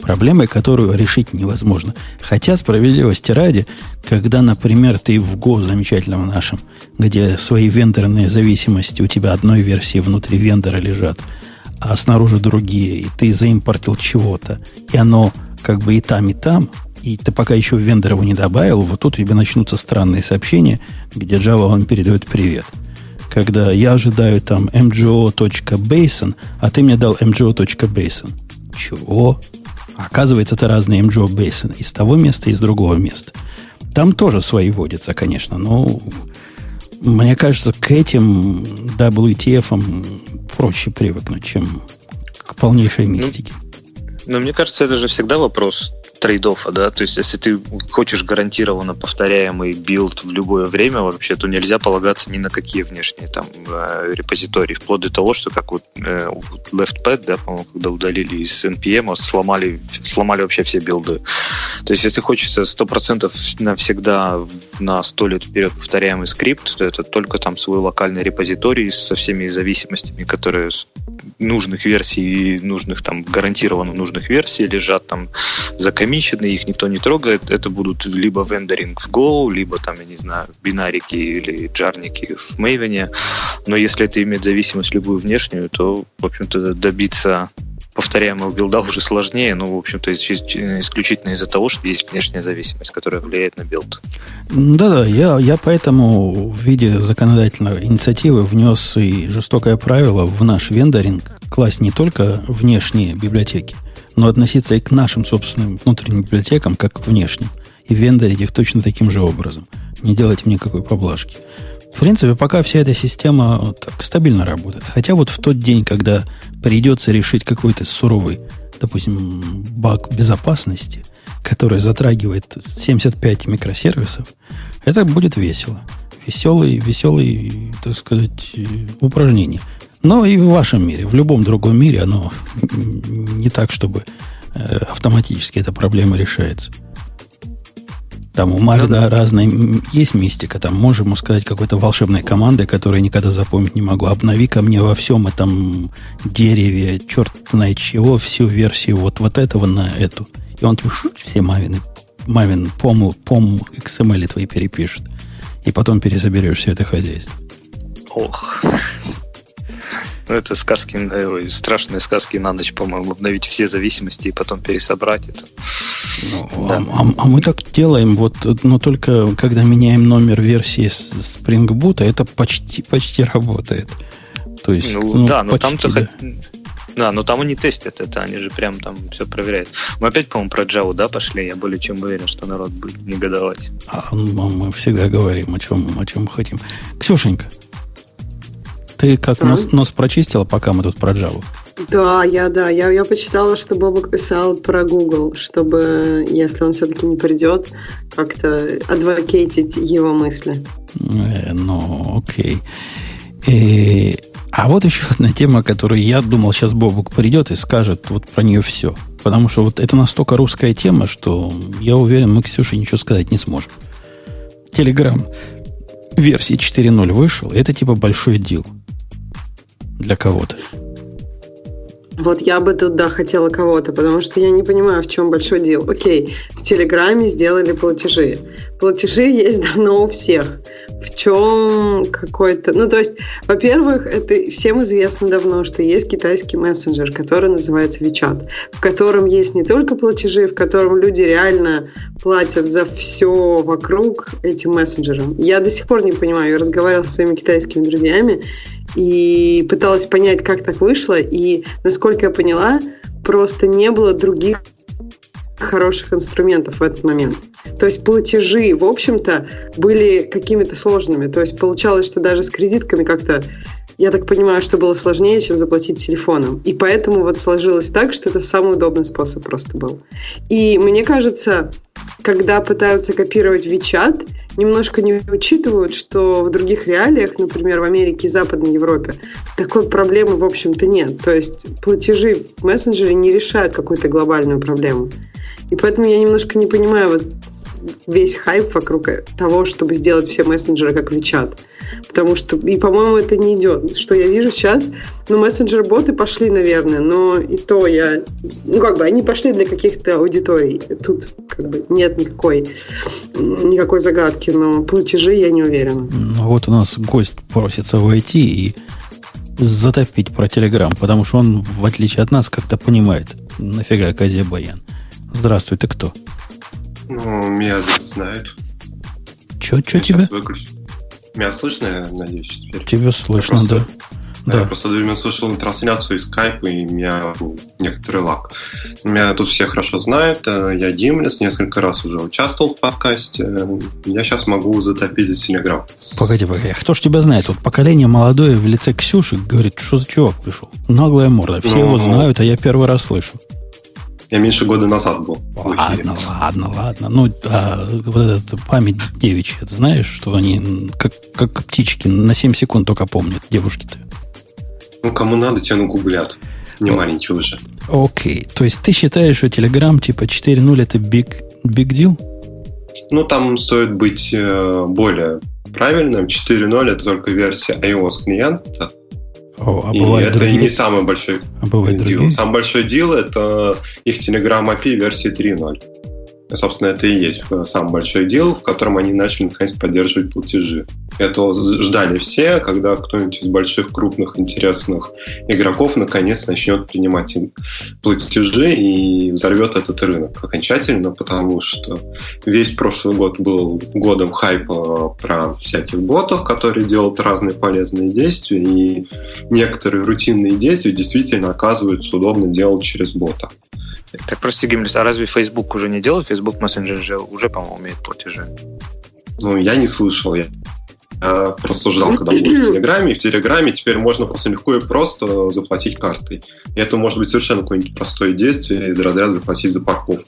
Проблемой, которую решить невозможно. Хотя, справедливости ради, когда, например, ты в Go замечательном нашем, где свои вендорные зависимости у тебя одной версии внутри вендора лежат, а снаружи другие, и ты заимпортил чего-то, и оно как бы и там, и там, и ты пока еще в вендор его не добавил, вот тут у тебя начнутся странные сообщения, где Java вам передает привет. Когда я ожидаю там эм джи о.basin, а ты мне дал эм джи о.basin. Чего? Оказывается, это разные эм джи о.basin из того места, и из другого места. Там тоже свои водятся, конечно, но мне кажется, к этим дабл ю ти эф-ам проще привыкнуть, чем к полнейшей мистике. Ну, но мне кажется, это же всегда вопрос трейд-оффа, да, то есть если ты хочешь гарантированно повторяемый билд в любое время вообще, то нельзя полагаться ни на какие внешние там репозитории, вплоть до того, что как вот э, LeftPad, да, по-моему, когда удалили из эн пи эм, сломали, сломали вообще все билды. То есть если хочется сто процентов навсегда на сто лет вперед повторяемый скрипт, то это только там свой локальный репозиторий со всеми зависимостями, которые нужных версий и нужных там гарантированно нужных версий лежат там закоммичены, их никто не трогает. Это будут либо вендоринг в Go, либо там, я не знаю, бинарики или джарники в Maven. Но если это имеет зависимость любую внешнюю, то, в общем-то, добиться повторяемого билда уже сложнее, но, в общем-то, исключительно из-за того, что есть внешняя зависимость, которая влияет на билд. Да-да, я, я поэтому в виде законодательной инициативы внес и жестокое правило в наш вендоринг класть не только внешние библиотеки, но относиться и к нашим собственным внутренним библиотекам, как к внешним, и вендорить их точно таким же образом. Не делайте мне никакой поблажки. В принципе, пока вся эта система так стабильно работает. Хотя вот в тот день, когда придется решить какой-то суровый, допустим, баг безопасности, который затрагивает семьдесят пять микросервисов, это будет весело. Веселый, веселый, так сказать, упражнение. Но и в вашем мире, в любом другом мире оно не так, чтобы автоматически эта проблема решается. Там у Марина ну, да. разная есть мистика. Там можем ему сказать какой-то волшебной командой, которую я никогда запомнить не могу. Обнови ко мне во всем этом дереве, черт знает чего, всю версию вот, вот этого на эту. И он тебе все Мавины, Мавин пом, пом икс эм эль твои перепишет. И потом пересоберешь все это хозяйство. Ох. Ну, это сказки, ой, страшные сказки на ночь, по-моему, обновить все зависимости и потом пересобрать это. Ну, да. а, а, а мы так делаем, вот, но только когда меняем номер версии с Spring Boot, это почти, почти работает. То есть, ну, ну, да, но там-то да. Да, но там они тестят это, они же прям там все проверяют. Мы опять, по-моему, про Java, да, пошли? Я более чем уверен, что народ будет негодовать. А, мы всегда говорим, о чем, о чем мы хотим. Ксюшенька, ты как а? нос, нос прочистила, пока мы тут про Java? Да, я, да, я, я почитала, что Бобок писал про Google, чтобы, если он все-таки не придет, как-то адвокейтить его мысли. Э, ну, окей. И, а вот еще одна тема, которую я думал, сейчас Бобок придет и скажет вот про нее все. Потому что вот это настолько русская тема, что я уверен, мы Ксюше ничего сказать не сможем. Telegram версии четыре ноль вышел, и это типа большой дел для кого-то. Вот я бы тут, да, хотела кого-то, потому что я не понимаю, в чем большой дел. Окей, в Телеграме сделали платежи. Платежи есть давно у всех. В чем какой-то... Ну, то есть, во-первых, это всем известно давно, что есть китайский мессенджер, который называется WeChat, в котором есть не только платежи, в котором люди реально платят за все вокруг этим мессенджером. Я до сих пор не понимаю. Я разговаривала со своими китайскими друзьями и пыталась понять, как так вышло, и, насколько я поняла, просто не было других хороших инструментов в этот момент. То есть платежи, в общем-то, были какими-то сложными. То есть получалось, что даже с кредитками как-то, я так понимаю, что было сложнее, чем заплатить телефоном. И поэтому вот сложилось так, что это самый удобный способ просто был. И мне кажется, когда пытаются копировать WeChat, немножко не учитывают, что в других реалиях, например, в Америке и Западной Европе, такой проблемы, в общем-то, нет. То есть платежи в мессенджере не решают какую-то глобальную проблему. И поэтому я немножко не понимаю вот весь хайп вокруг того, чтобы сделать все мессенджеры как WeChat. Потому что, и, по-моему, это не идет. Что я вижу сейчас, ну, мессенджер-боты пошли, наверное, но и то я... Ну, как бы, они пошли для каких-то аудиторий. Тут, как бы, нет никакой, никакой загадки, но платежи я не уверена. Ну, вот у нас гость просится войти и затопить про Telegram, потому что он, в отличие от нас, как-то понимает, нафига козе баян. Здравствуй, ты кто? Ну, меня знают. Че, че тебя? Меня слышно, я надеюсь, теперь? Тебя слышно, просто, да. Да, да. Я просто одновременно слышал трансляцию из скайпа, и у меня был некоторый лаг. Меня тут все хорошо знают. Я Димлес, несколько раз уже участвовал в подкасте. Я сейчас могу затопить за Telegram. Погоди, погоди. Кто ж тебя знает? Вот поколение молодое в лице Ксюши говорит, что за чувак пришел? Наглая морда. Все ну, его знают, а я первый раз слышу. Я меньше года назад был. Ладно, ладно, ладно. Ну, а вот эта память девичья, ты знаешь, что они как, как птички на семь секунд только помнят, девушки-то? Ну, кому надо, те нагуглят. Не О. маленькие уже. Окей. То есть ты считаешь, что Telegram типа четыре ноль это big, big deal? Ну, там стоит быть э, более правильным. четыре ноль это только версия iOS клиента. О, а и это другие? Не самый большой а дил. Самый большой дил это их Telegram эй пи ай версии три ноль. И, собственно, это и есть самый большой дел, в котором они начали наконец поддерживать платежи. Это ждали все, когда кто-нибудь из больших, крупных, интересных игроков наконец начнет принимать платежи и взорвет этот рынок окончательно, потому что весь прошлый год был годом хайпа про всяких ботов, которые делают разные полезные действия, и некоторые рутинные действия действительно оказываются удобно делать через бота. Так, прости, Гимлис, а разве Facebook уже не делает? Facebook Messenger же уже, по-моему, умеет платежи. Ну, я не слышал. Я, я просто ждал, когда будет в Телеграме. И в Телеграме теперь можно просто легко и просто заплатить картой. И это может быть совершенно какое-нибудь простое действие из разряда заплатить за парковку.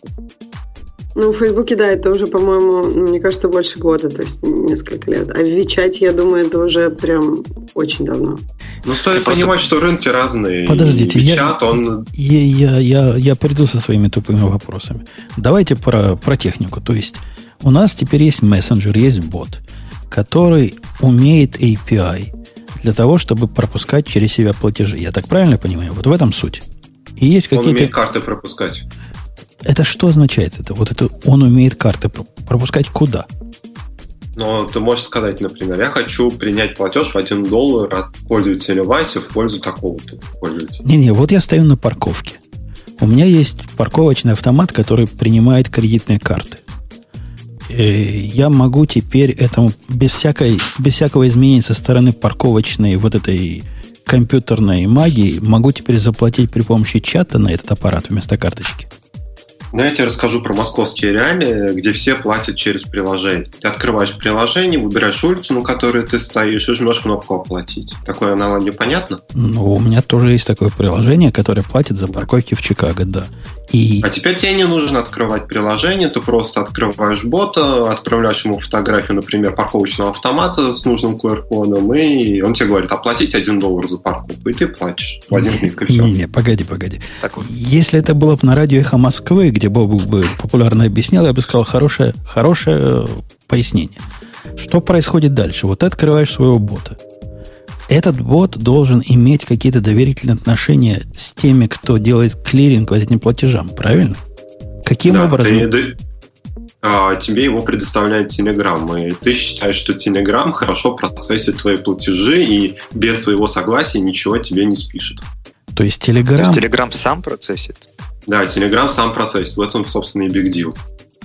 Ну, в Фейсбуке, да, это уже, по-моему, мне кажется, больше года, то есть несколько лет. А в Вичате, я думаю, это уже прям очень давно. Ну, стоит просто понимать, что рынки разные. Подождите, Вичат, я, он... я, я, я, я приду со своими тупыми вопросами. Давайте про, про технику. То есть у нас теперь есть мессенджер, есть бот, который умеет эй пи ай для того, чтобы пропускать через себя платежи. Я так правильно понимаю? Вот в этом суть. И есть какие-то... Он умеет карты пропускать. Это что означает? Это вот это он умеет карты пропускать куда? Но ты можешь сказать, например, я хочу принять платеж в один доллар от пользователя Васи в пользу такого-то пользователя. Не-не, вот я стою на парковке. У меня есть парковочный автомат, который принимает кредитные карты. И я могу теперь этому без, всякой, без всякого изменения со стороны парковочной вот этой компьютерной магии могу теперь заплатить при помощи чата на этот аппарат вместо карточки. Ну, я тебе расскажу про московские реалии, где все платят через приложение. Ты открываешь приложение, выбираешь улицу, на которой ты стоишь, и жмешь кнопку «Оплатить». Такое аналогия понятно? Ну, у меня тоже есть такое приложение, которое платит за парковки в Чикаго, да. И... А теперь тебе не нужно открывать приложение, ты просто открываешь бота, отправляешь ему фотографию, например, парковочного автомата с нужным ку ар кодом, и он тебе говорит, оплатить один доллар за парковку, и ты платишь в один клик, и все. Не-не, погоди, погоди. Вот. Если это было бы на радио «Эхо Москвы», где Боб бы популярно объяснял, я бы сказал, хорошее, хорошее пояснение. Что происходит дальше? Вот ты открываешь своего бота. Этот бот должен иметь какие-то доверительные отношения с теми, кто делает клиринг по этим платежам, правильно? Каким да, образом? Ты, а, тебе его предоставляет Telegram, и ты считаешь, что Telegram хорошо процессит твои платежи и без твоего согласия ничего тебе не спишет. То есть Telegram... То есть Telegram сам процессит? Да, Telegram сам процессит. В этом, собственно, и big deal.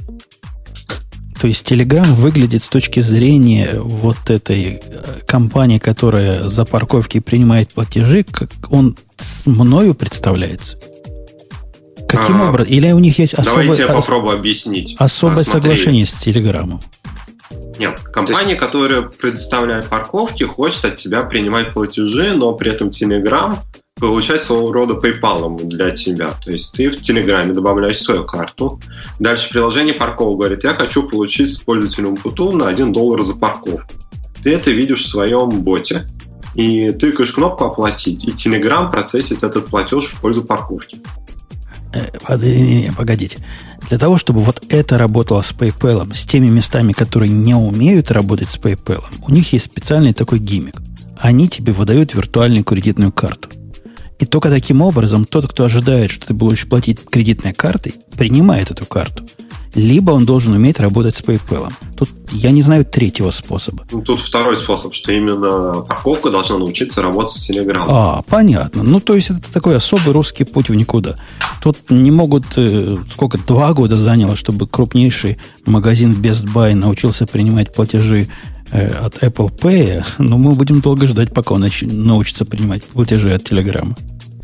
То есть Telegram выглядит с точки зрения вот этой компании, которая за парковки принимает платежи, как он с мною представляется? Каким а, образом? Или у них есть особое, давайте я попробую объяснить. особое а, соглашение с Telegram? Нет, компания, есть... которая предоставляет парковки, хочет от тебя принимать платежи, но при этом Telegram получать своего рода PayPal для тебя. То есть ты в Телеграме добавляешь свою карту. Дальше приложение парковок говорит, я хочу получить с пользователем путу на один доллар за парковку. Ты это видишь в своем боте и тыкаешь кнопку «Оплатить», и Telegram процессит этот платеж в пользу парковки. Погодите. Для того, чтобы вот это работало с PayPal, с теми местами, которые не умеют работать с PayPal, у них есть специальный такой гиммик. Они тебе выдают виртуальную кредитную карту. И только таким образом тот, кто ожидает, что ты будешь платить кредитной картой, принимает эту карту. Либо он должен уметь работать с PayPal. Тут я не знаю третьего способа. Ну, тут второй способ, что именно парковка должна научиться работать с Telegram. А, понятно. Ну, то есть это такой особый русский путь в никуда. Тут не могут... Э, сколько? Два года заняло, чтобы крупнейший магазин Best Buy научился принимать платежи э, от Apple Pay. Но мы будем долго ждать, пока он нач- научится принимать платежи от Telegram.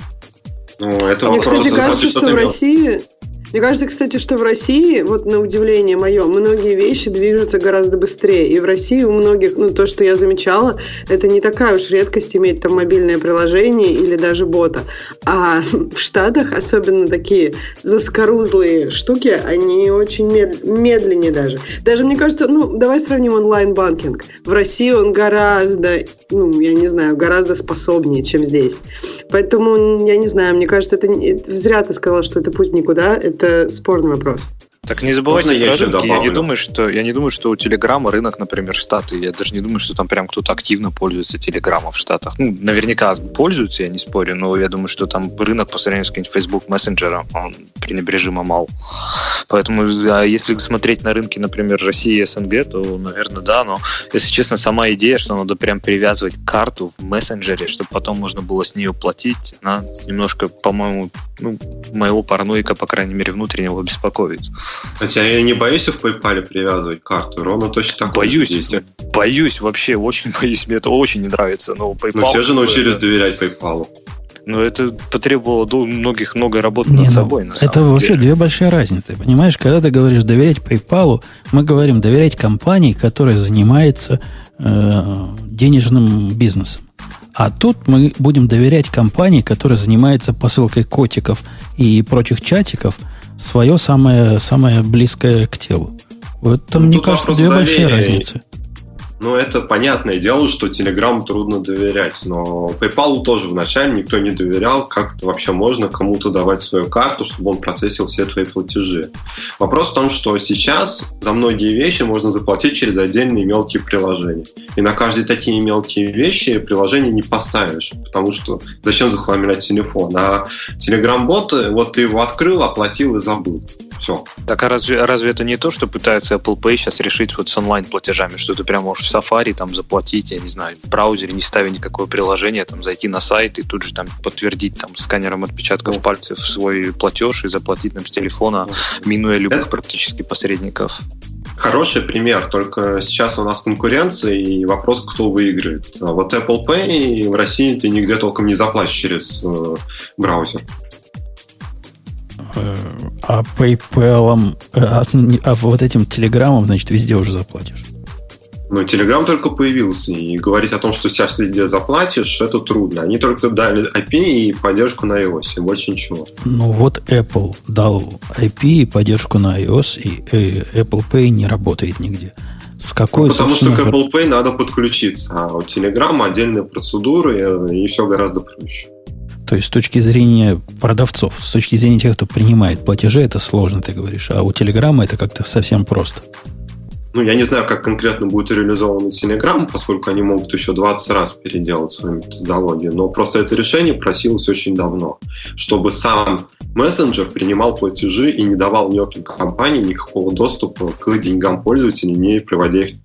Ну, это Мне, вопрос, кстати, кажется, что в России... Мне кажется, кстати, что в России, вот на удивление мое, многие вещи движутся гораздо быстрее. И в России у многих, ну, то, что я замечала, это не такая уж редкость иметь там мобильное приложение или даже бота. А в Штатах особенно такие заскорузлые штуки, они очень мед... медленнее даже. Даже, мне кажется, ну, давай сравним онлайн-банкинг. В России он гораздо, ну, я не знаю, гораздо способнее, чем здесь. Поэтому, я не знаю, мне кажется, это не... зря ты сказал, что это путь никуда. Это спорный вопрос. Так не забывайте Можно про я рынки. Я не, добавлю? думаю, что, я не думаю, что у Телеграма рынок, например, Штаты. Я даже не думаю, что там прям кто-то активно пользуется Телеграмом в Штатах. Ну, наверняка пользуются, я не спорю, но я думаю, что там рынок по сравнению с каким-нибудь Facebook Messenger, он пренебрежимо мал. Поэтому, а если смотреть на рынки, например, России и СНГ, то, наверное, да, но, если честно, сама идея, что надо прям привязывать карту в мессенджере, чтобы потом можно было с нее платить, она немножко, по-моему, ну, моего параноика, по крайней мере, внутреннего беспокоит. Хотя я не боюсь в PayPal привязывать карту. Ровно точно так. Боюсь, боюсь вообще, очень боюсь. Мне это очень не нравится. Но PayPal... Ну, все же научились это... доверять PayPal. Но это потребовало у многих много работы не, над ну, собой. На это самом вообще деле. две большие разницы. Понимаешь, когда ты говоришь доверять PayPal, мы говорим доверять компании, которая занимается э, денежным бизнесом. А тут мы будем доверять компании, которая занимается посылкой котиков и прочих чатиков, свое самое, самое близкое к телу. Вот там, ну, мне кажется, две доверия. Большие разницы. Ну, это понятное дело, что Telegram трудно доверять, но PayPal тоже вначале никто не доверял, как это вообще можно кому-то давать свою карту, чтобы он процессил все твои платежи. Вопрос в том, что сейчас за многие вещи можно заплатить через отдельные мелкие приложения. И на каждые такие мелкие вещи приложение не поставишь, потому что зачем захламлять телефон? А Telegram-бот, вот ты его открыл, оплатил и забыл. Все. Так а разве, разве это не то, что пытается Apple Pay сейчас решить вот с онлайн-платежами, что ты прям можешь в Safari там заплатить, я не знаю, в браузере, не ставя никакое приложение, там зайти на сайт и тут же там подтвердить там сканером отпечатков ну. пальцев свой платеж и заплатить там с телефона, минуя любых это... практически посредников. Хороший пример, только сейчас у нас конкуренция и вопрос, кто выиграет. Вот Apple Pay в России ты нигде толком не заплатишь через э, браузер. А PayPal, а, а вот этим Телеграмом, значит, везде уже заплатишь. Ну, Telegram только появился, и говорить о том, что сейчас везде заплатишь, это трудно. Они только дали ай пи и поддержку на iOS, и больше ничего. Ну, вот Apple дал ай пи и поддержку на iOS, и э, Apple Pay не работает нигде. С какой, ну, потому что собственно... к Apple Pay надо подключиться, а у Telegram отдельные процедуры, и, и все гораздо проще. То есть с точки зрения продавцов, с точки зрения тех, кто принимает платежи, это сложно, ты говоришь. А у Телеграма это как-то совсем просто. Ну, я не знаю, как конкретно будет реализован Telegram, поскольку они могут еще двадцать раз переделать свою методологию. Но просто это решение просилось очень давно, чтобы сам мессенджер принимал платежи и не давал мелким компаниям никакого доступа к деньгам пользователей, не приводя их.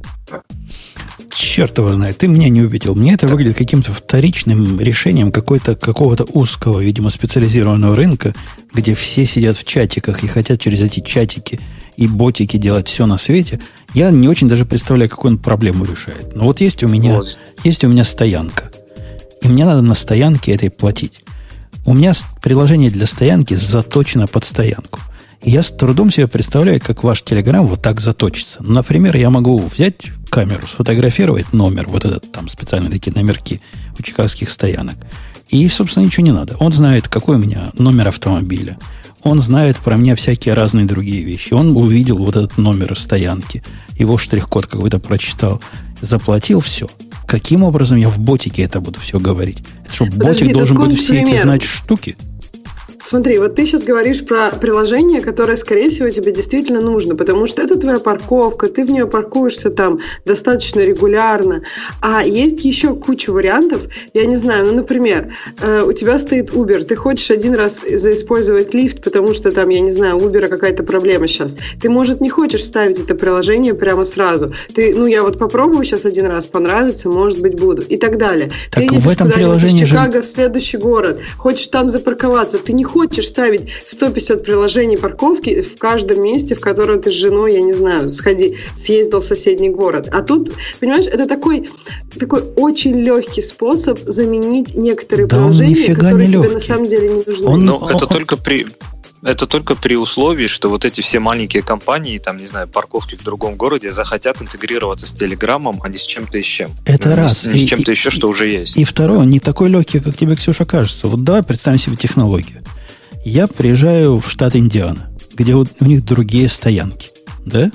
Черт его знает, ты меня не убедил. Мне это выглядит каким-то вторичным решением какой-то, какого-то узкого, видимо, специализированного рынка, где все сидят в чатиках и хотят через эти чатики и ботики делать все на свете. Я не очень даже представляю, какую он проблему решает. Но вот есть у меня, вот. есть у меня стоянка. И мне надо на стоянке этой платить. У меня приложение для стоянки заточено под стоянку. И я с трудом себе представляю, как ваш Telegram вот так заточится. Например, я могу взять камеру, сфотографировать номер, вот этот там специальные такие номерки у чикагских стоянок. И, собственно, ничего не надо. Он знает, какой у меня номер автомобиля. Он знает про меня всякие разные другие вещи. Он увидел вот этот номер стоянки. Его штрих-код какой-то прочитал. Заплатил, все. Каким образом я в ботике это буду все говорить? Это что, Подожди, ботик должен будет все пример. эти знать штуки? смотри, вот ты сейчас говоришь про приложение, которое, скорее всего, тебе действительно нужно, потому что это твоя парковка, ты в нее паркуешься там достаточно регулярно. А есть еще куча вариантов. Я не знаю, ну, например, э, у тебя стоит Uber, ты хочешь один раз заиспользовать лифт, потому что там, я не знаю, у Uber какая-то проблема сейчас. Ты, может, не хочешь ставить это приложение прямо сразу. Ты, ну, я вот попробую сейчас один раз, понравится, может быть, буду. И так далее. Так ты едешь в этом приложении в Чикаго, же... в следующий город, хочешь там запарковаться. Ты не хочешь ставить сто пятьдесят приложений парковки в каждом месте, в котором ты с женой, я не знаю, сходи, съездил в соседний город. А тут, понимаешь, это такой, такой очень легкий способ заменить некоторые да приложения, которые не тебе легкий. на самом деле не нужны. Он, Но он, это он... только при... Это только при условии, что вот эти все маленькие компании, там, не знаю, парковки в другом городе, захотят интегрироваться с Телеграмом, а не с чем-то и с чем. Это ну, раз. Не, не и, с чем-то и, еще, что уже есть. И второе, он не такой легкий, как тебе, Ксюша, кажется. Вот давай представим себе технологию. Я приезжаю в штат Индиана, где вот у них другие стоянки, да?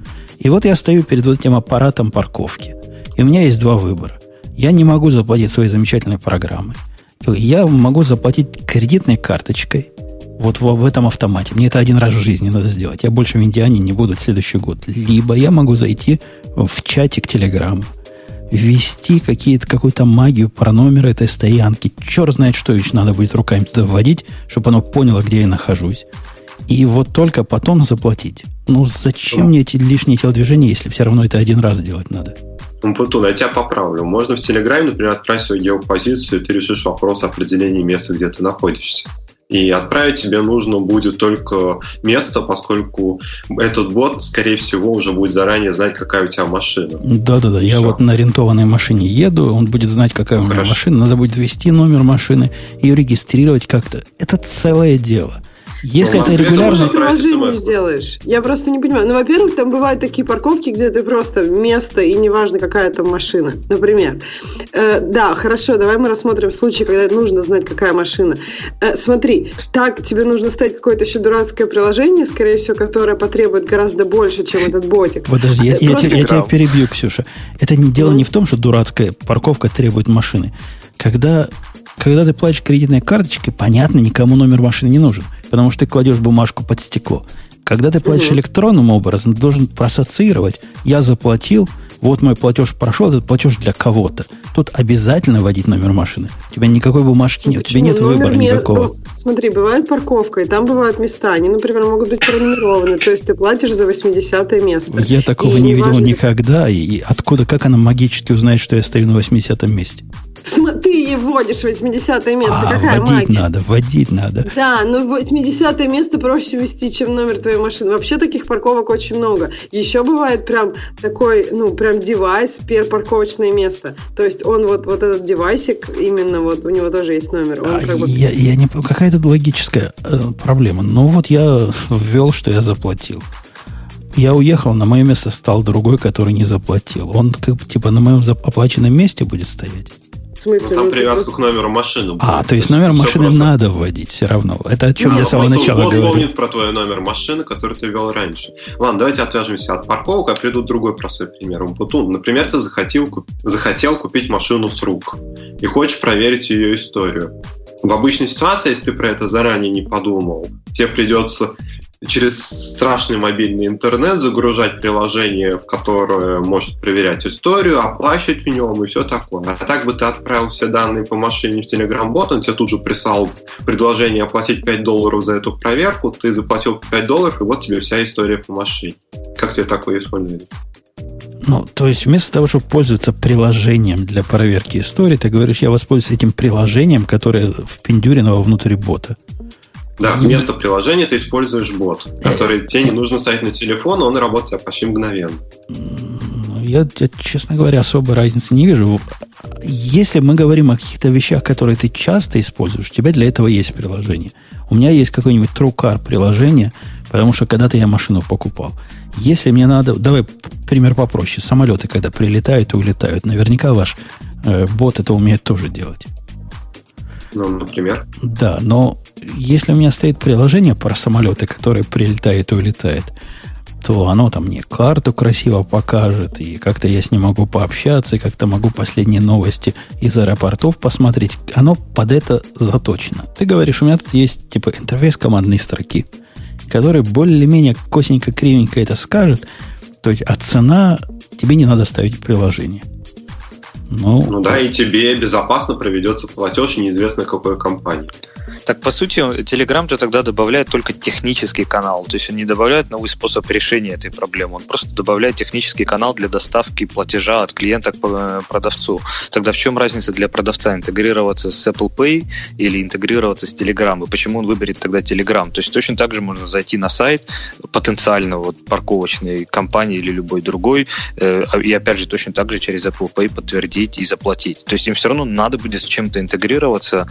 И вот я стою перед вот этим аппаратом парковки. И у меня есть два выбора. Я не могу заплатить своей замечательной программой. Я могу заплатить кредитной карточкой, вот в, в этом автомате. Мне это один раз в жизни надо сделать. Я больше в Индиане не буду в следующий год. Либо я могу зайти в чатик Telegram, ввести какие-то, какую-то магию про номер этой стоянки. Черт знает, что еще надо будет руками туда вводить, чтобы оно поняло, где я нахожусь. И вот только потом заплатить. Ну, зачем ну, мне эти лишние телодвижения, если все равно это один раз делать надо? Ну, Путун, я тебя поправлю. Можно в Телеграме, например, отправить свою геопозицию, и ты решишь вопрос определения места, где ты находишься. И отправить тебе нужно будет только место, поскольку этот бот, скорее всего, уже будет заранее знать, какая у тебя машина. Да-да-да, я вот на арендованной машине еду, он будет знать, какая ну, у меня хорошо. машина. Надо будет ввести номер машины, ее регистрировать как-то. Это целое дело. Если это регулярно... Ты приложение сделаешь. Я просто не понимаю. Ну, во-первых, там бывают такие парковки, где ты просто место, и неважно, какая там машина. Например. Э, да, хорошо, давай мы рассмотрим случай, когда нужно знать, какая машина. Э, смотри, так тебе нужно ставить какое-то еще дурацкое приложение, скорее всего, которое потребует гораздо больше, чем этот ботик. Подожди, я, я, тебя, я тебя перебью, Ксюша. Это не, дело mm-hmm. не в том, что дурацкая парковка требует машины. Когда... Когда ты платишь кредитной карточкой, понятно, никому номер машины не нужен, потому что ты кладешь бумажку под стекло. Когда ты платишь угу. электронным образом, ты должен проассоциировать. Я заплатил, вот мой платеж прошел, этот платеж для кого-то. Тут обязательно вводить номер машины. У тебя никакой бумажки нет, Почему? у тебя нет номер выбора мест... никакого. Смотри, бывает парковка, и там бывают места. Они, например, могут быть пронумерованы. То есть ты платишь за восьмидесятое место. Я такого и не не видел важно... никогда. И откуда, как она магически узнает, что я стою на восьмидесятом месте? Ты вводишь восьмидесятое место. А, Какая вводить магия? надо, вводить надо. Да, но восьмидесятое место проще ввести, чем номер твоей машины. Вообще таких парковок очень много. Еще бывает прям такой, ну, прям девайс, парковочное место. То есть он вот, вот этот девайсик, именно вот у него тоже есть номер. Он а как бы... я, я не понимаю, какая-то логическая э, проблема. Ну вот я ввел, что я заплатил. Я уехал, на мое место стал другой, который не заплатил. Он как бы типа на моем оплаченном месте будет стоять. В смысле? Ну, там ну, привязку ты... к номеру машины будет. А, то есть номер машины просто... надо вводить все равно. Это о чем да, я с самого начала вот говорил. Он помнит про твой номер машины, который ты ввел раньше. Ладно, давайте отвяжемся от парковок, а приду другой простой пример. Например, ты захотел, захотел купить машину с рук и хочешь проверить ее историю. В обычной ситуации, если ты про это заранее не подумал, тебе придется через страшный мобильный интернет загружать приложение, в которое может проверять историю, оплачивать в нем и все такое. А так бы ты отправил все данные по машине в Telegram-бот, он тебе тут же прислал предложение оплатить пять долларов за эту проверку, ты заплатил пять долларов, и вот тебе вся история по машине. Как тебе такое использовать? Ну, то есть вместо того, чтобы пользоваться приложением для проверки истории, ты говоришь, я воспользуюсь этим приложением, которое впендюрено внутри бота. Да, вместо приложения ты используешь бот, который тебе не нужно ставить на телефон, он работает почти мгновенно. Я, я, честно говоря, особой разницы не вижу. Если мы говорим о каких-то вещах, которые ты часто используешь, у тебя для этого есть приложение. У меня есть какое-нибудь TrueCar приложение, потому что когда-то я машину покупал. Если мне надо... Давай пример попроще. Самолеты, когда прилетают и улетают, наверняка ваш э, бот это умеет тоже делать. Ну, например? Да, но если у меня стоит приложение про самолеты, которое прилетает и улетает, то оно там мне карту красиво покажет, и как-то я с ним могу пообщаться, и как-то могу последние новости из аэропортов посмотреть. Оно под это заточено. Ты говоришь, у меня тут есть типа интерфейс командной строки, который более-менее косенько-кривенько это скажет. То есть, а цена, тебе не надо ставить приложение. Ну, ну да, и тебе безопасно проведется платеж неизвестно какой компании. Так, по сути, Telegram же тогда добавляет только технический канал. То есть он не добавляет новый способ решения этой проблемы. Он просто добавляет технический канал для доставки платежа от клиента к продавцу. Тогда в чем разница для продавца? Интегрироваться с Apple Pay или интегрироваться с Telegram? И почему он выберет тогда Telegram? То есть точно так же можно зайти на сайт потенциально вот, парковочной компании или любой другой, и опять же точно так же через Apple Pay подтвердить и заплатить. То есть им все равно надо будет с чем-то интегрироваться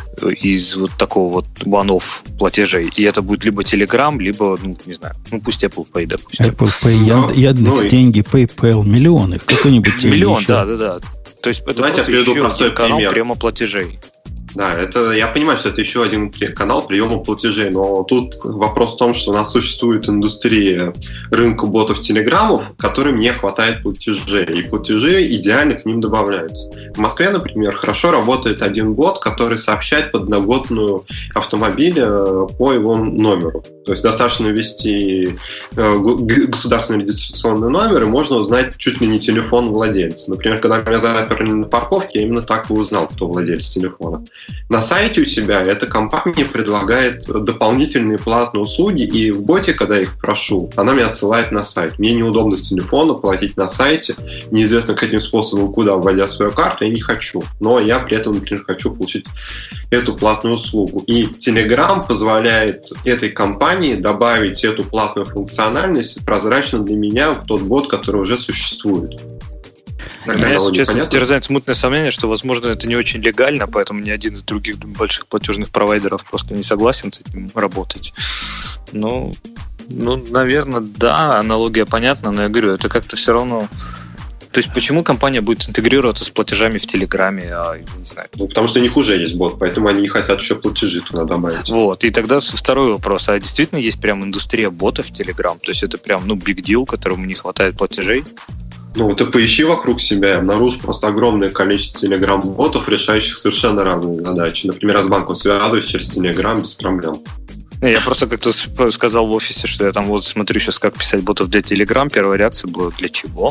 из вот такого вот one-off платежей. И это будет либо Telegram, либо, ну, не знаю, ну пусть Apple Pay, допустим. Apple Pay, но, Яндекс ну, деньги, PayPal, миллионы. Какой-нибудь миллион, да, да, да. То есть это Знаете, просто я приведу еще простой один канал пример. прямо платежей. Да, это, я понимаю, что это еще один канал приема платежей, но тут вопрос в том, что у нас существует индустрия рынка ботов-телеграммов, которым не хватает платежей, и платежи идеально к ним добавляются. В Москве, например, хорошо работает один бот, который сообщает подноготную автомобиля по его номеру. То есть достаточно ввести государственный регистрационный номер, и можно узнать чуть ли не телефон владельца. Например, когда меня заперли на парковке, я именно так и узнал, кто владелец телефона. На сайте у себя эта компания предлагает дополнительные платные услуги, и в боте, когда я их прошу, она меня отсылает на сайт. Мне неудобно с телефона платить на сайте, неизвестно каким способом, куда вводя свою карту, я не хочу. Но я при этом, например, хочу получить эту платную услугу. И Telegram позволяет этой компании добавить эту платную функциональность прозрачно для меня в тот бот, который уже существует. Меня, если честно, терзает смутное сомнение, что, возможно, это не очень легально, поэтому ни один из других больших платежных провайдеров просто не согласен с этим работать. Ну, ну, наверное, да, аналогия понятна, но я говорю, это как-то все равно... То есть почему компания будет интегрироваться с платежами в Телеграме, а не знаю? Ну, потому что у них уже есть бот, поэтому они не хотят еще платежи туда добавить. Вот, и тогда второй вопрос. А действительно есть прям индустрия ботов в Телеграм? То есть это прям, ну, big deal, которому не хватает платежей? Ну, ты поищи вокруг себя и обнаружь просто огромное количество Telegram-ботов, решающих совершенно разные задачи. Например, с банком связываюсь через Telegram без проблем. Я просто как-то сказал в офисе, что я там вот смотрю сейчас, как писать ботов для Telegram. Первая реакция была: для чего?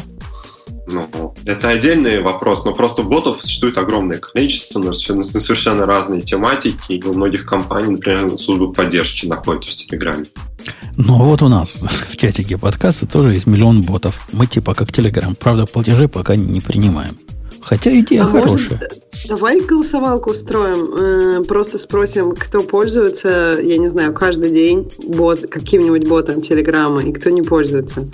Ну, это отдельный вопрос, но просто ботов существует огромное количество на совершенно, на совершенно разные тематики, и у многих компаний, например, службы поддержки находятся в Телеграме. Ну, вот у нас в чатике подкаста тоже есть миллион ботов. Мы типа как Телеграм. Правда, платежи пока не принимаем. Хотя идея а хорошая. Может, давай голосовалку устроим. Просто спросим, кто пользуется, я не знаю, каждый день бот, каким-нибудь ботом Телеграма, и кто не пользуется.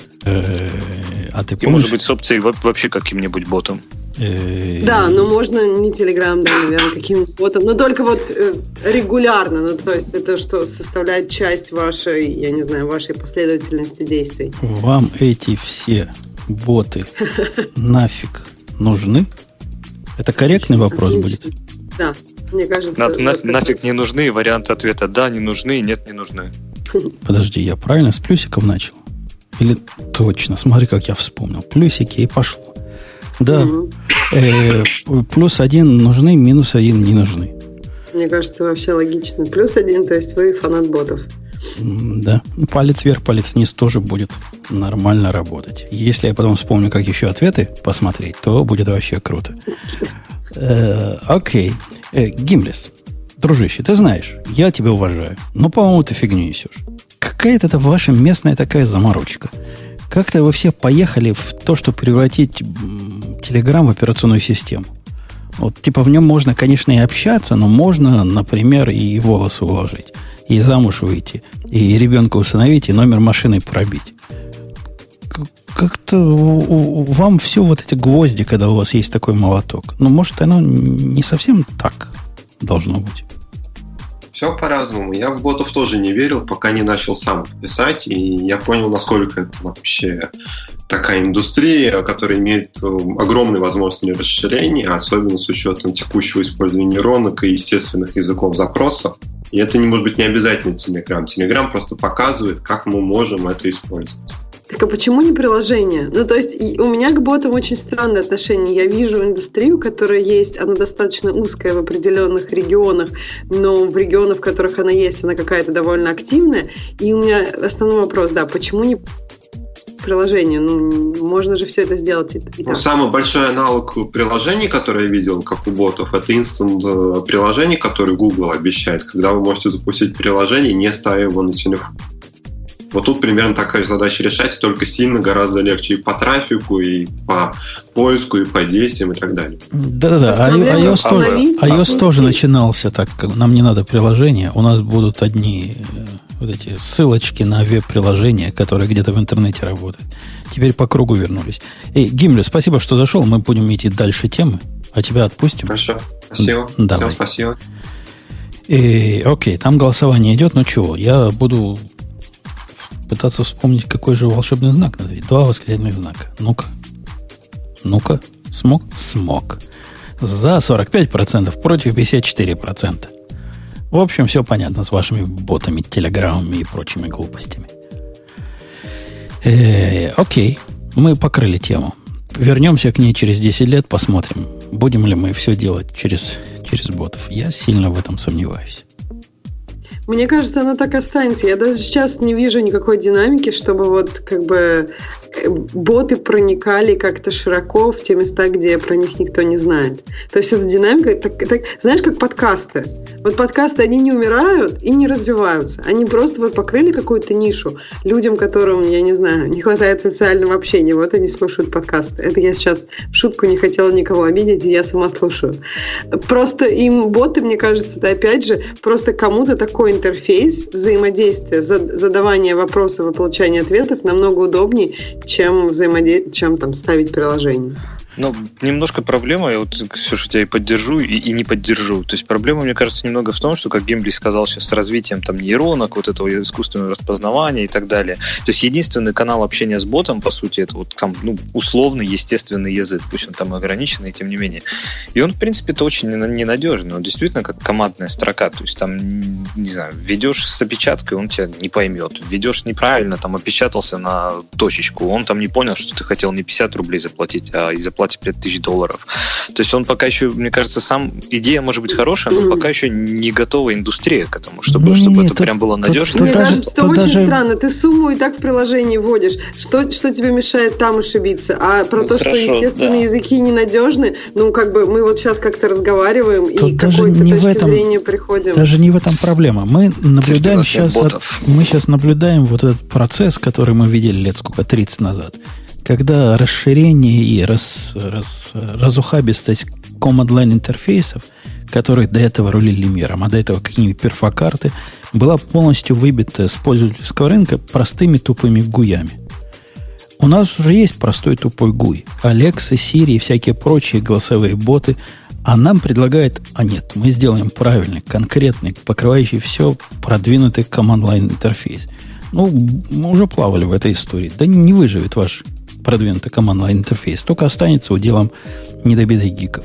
А ты помнишь? И может быть с опцией вообще каким-нибудь ботом. Да, но можно не Телеграм, да, наверное, каким-нибудь ботом. Но только вот регулярно. Ну, то есть это что составляет часть вашей, я не знаю, вашей последовательности действий. Вам эти все боты нафиг нужны? Это корректный вопрос Отлично. Будет? Да, мне кажется... На, на, нафиг не нужны, вариант ответа да, не нужны, нет, не нужны. Подожди, я правильно с плюсиков начал? Или точно, смотри, как я вспомнил. Плюсики и пошло. Да, угу. э, плюс один нужны, минус один не нужны. Мне кажется, вообще логично. Плюс один, то есть вы фанат ботов. Да, палец вверх, палец вниз тоже будет нормально работать. Если я потом вспомню, как еще ответы посмотреть, то будет вообще круто. Окей. Гимлес, дружище, ты знаешь, я тебя уважаю, но, по-моему, ты фигню несешь. Какая-то это ваша местная такая заморочка. Как-то вы все поехали в то, чтобы превратить Telegram в операционную систему. Вот, типа, в нем можно, конечно, и общаться, но можно, например, и волосы уложить, и замуж выйти, и ребенка усыновить, и номер машины пробить. Как-то вам все вот эти гвозди, когда у вас есть такой молоток. Ну, может, оно не совсем так должно быть. Все по-разному. Я в ботов тоже не верил, пока не начал сам писать, и я понял, насколько это вообще такая индустрия, которая имеет огромные возможности для расширения, особенно с учетом текущего использования нейронок и естественных языков запроса. И это не может быть не обязательно Telegram. Telegram просто показывает, как мы можем это использовать. Так а почему не приложение? Ну, то есть у меня к ботам очень странное отношение. Я вижу индустрию, которая есть, она достаточно узкая в определенных регионах, но в регионах, в которых она есть, она какая-то довольно активная. И у меня основной вопрос, да, почему не приложение? Ну, можно же все это сделать и, и ну, так. Самый большой аналог приложений, который я видел, как у ботов, это инстант приложений, которые Google обещает, когда вы можете запустить приложение, не ставя его на телефон. Вот тут примерно такая же задача решать, только сильно гораздо легче и по трафику, и по поиску, и по действиям, и так далее. Да-да-да, а iOS, тоже, iOS тоже начинался так, как нам не надо приложения, у нас будут одни вот эти ссылочки на веб-приложения, которые где-то в интернете работают. Теперь по кругу вернулись. Эй, Гимли, спасибо, что зашел, мы будем идти дальше темы, а тебя отпустим. Хорошо, спасибо. Давай. Всем спасибо. И, окей, там голосование идет, ну чего, я буду пытаться вспомнить, какой же волшебный знак надо. Два восклицательных знака. Ну-ка. Ну-ка. Смог? Смог. За сорок пять процентов против пятьдесят четыре процента. В общем, все понятно с вашими ботами, телеграммами и прочими глупостями. Э-э, окей. Мы покрыли тему. Вернемся к ней через десять лет, посмотрим, будем ли мы все делать через, через ботов. Я сильно в этом сомневаюсь. Мне кажется, она так останется. Я даже сейчас не вижу никакой динамики, чтобы вот как бы боты проникали как-то широко в те места, где про них никто не знает. То есть эта динамика, так, так, знаешь, как подкасты. Вот подкасты, они не умирают и не развиваются. Они просто вот покрыли какую-то нишу людям, которым, я не знаю, не хватает социального общения. Вот они слушают подкасты. Это я сейчас в шутку не хотела никого обидеть, и я сама слушаю. Просто им боты, мне кажется, это опять же просто кому-то такой интерфейс взаимодействия, задавание вопросов и получания ответов намного удобнее, чем взаимодействие, чем там ставить приложение. Ну, немножко проблема, я вот, Ксюша, тебя и поддержу, и, и не поддержу. То есть проблема, мне кажется, немного в том, что, как Гимли сказал сейчас, с развитием там нейронок, вот этого искусственного распознавания и так далее. То есть единственный канал общения с ботом, по сути, это вот там, ну, условный, естественный язык, пусть он там ограниченный, тем не менее. И он, в принципе, это очень ненадежный. Он действительно как командная строка. То есть там, не знаю, введешь с опечаткой, он тебя не поймет. Введешь неправильно, там, опечатался на точечку, он там не понял, что ты хотел не пятьдесят рублей заплатить, а и заплатить пять тысяч долларов. То есть он пока еще, мне кажется, сам идея может быть хорошая, но пока еще не готова индустрия к этому, чтобы, не, чтобы не, это тут, прям было надежно. Тут, Мне даже, кажется, это очень даже... странно. Ты сумму и так в приложении вводишь. Что, что тебе мешает там ошибиться? А про ну, то, хорошо, что естественные да. языки ненадежны, ну, как бы мы вот сейчас как-то разговариваем тут и к какой-то точке этом, зрения приходим. Даже не в этом проблема. Мы наблюдаем сейчас, от, мы сейчас наблюдаем вот этот процесс, который мы видели лет сколько, тридцать назад. Когда расширение и раз, раз, разухабистость command-line интерфейсов, которые до этого рулили миром, а до этого какие-нибудь перфокарты, была полностью выбита с пользовательского рынка простыми тупыми гуями. У нас уже есть простой тупой гуй. Alexa, Siri и всякие прочие голосовые боты. А нам предлагают, а нет, мы сделаем правильный, конкретный, покрывающий все продвинутый command-line интерфейс. Ну, мы уже плавали в этой истории. Да не выживет ваш продвинутый command-line интерфейс. Только останется уделом недобитых гиков.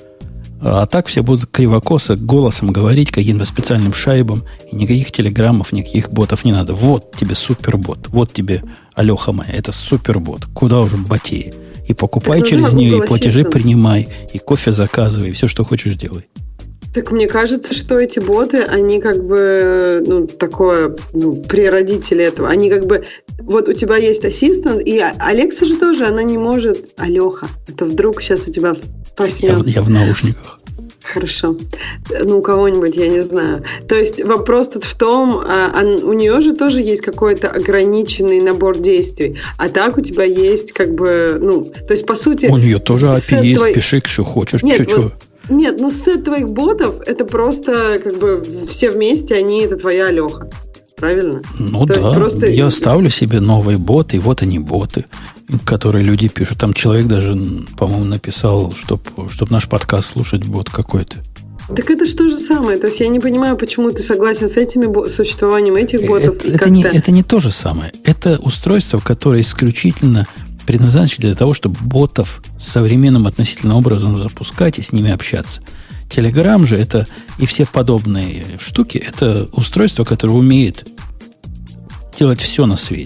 А так все будут кривокосо голосом говорить каким-то специальным шайбом. И никаких телеграммов, никаких ботов не надо. Вот тебе супербот. Вот тебе, Алеха моя, это супербот. Куда уже ботеи. И покупай так, через нее, и платежи принимай, и кофе заказывай, и все, что хочешь, делай. Так мне кажется, что эти боты, они как бы, ну, такое, ну, прародители этого. Они как бы, вот у тебя есть ассистент, и Алекса же тоже, она не может, Алеха, это вдруг сейчас у тебя проснется. Я, я в наушниках. Хорошо. Ну, у кого-нибудь, я не знаю. То есть вопрос тут в том, а, а, у нее же тоже есть какой-то ограниченный набор действий. А так у тебя есть как бы, ну, то есть по сути... У нее тоже эй пи ай есть, твой... пиши, что хочешь. Нет, чё, вот, нет, ну сет твоих ботов, это просто как бы все вместе, они, это твоя Алеха. Правильно? Ну То да, просто... я ставлю себе новые боты, и вот они боты, которые люди пишут. Там человек даже, по-моему, написал, чтобы чтоб наш подкаст слушать, бот какой-то. Так это же то же самое. То есть я не понимаю, почему ты согласен с этими бо- существованием этих ботов. Это, и это, не, это не то же самое. Это устройство, которое исключительно предназначено для того, чтобы ботов современным относительным образом запускать и с ними общаться. Telegram же это и все подобные штуки, это устройство, которое умеет делать все на свете.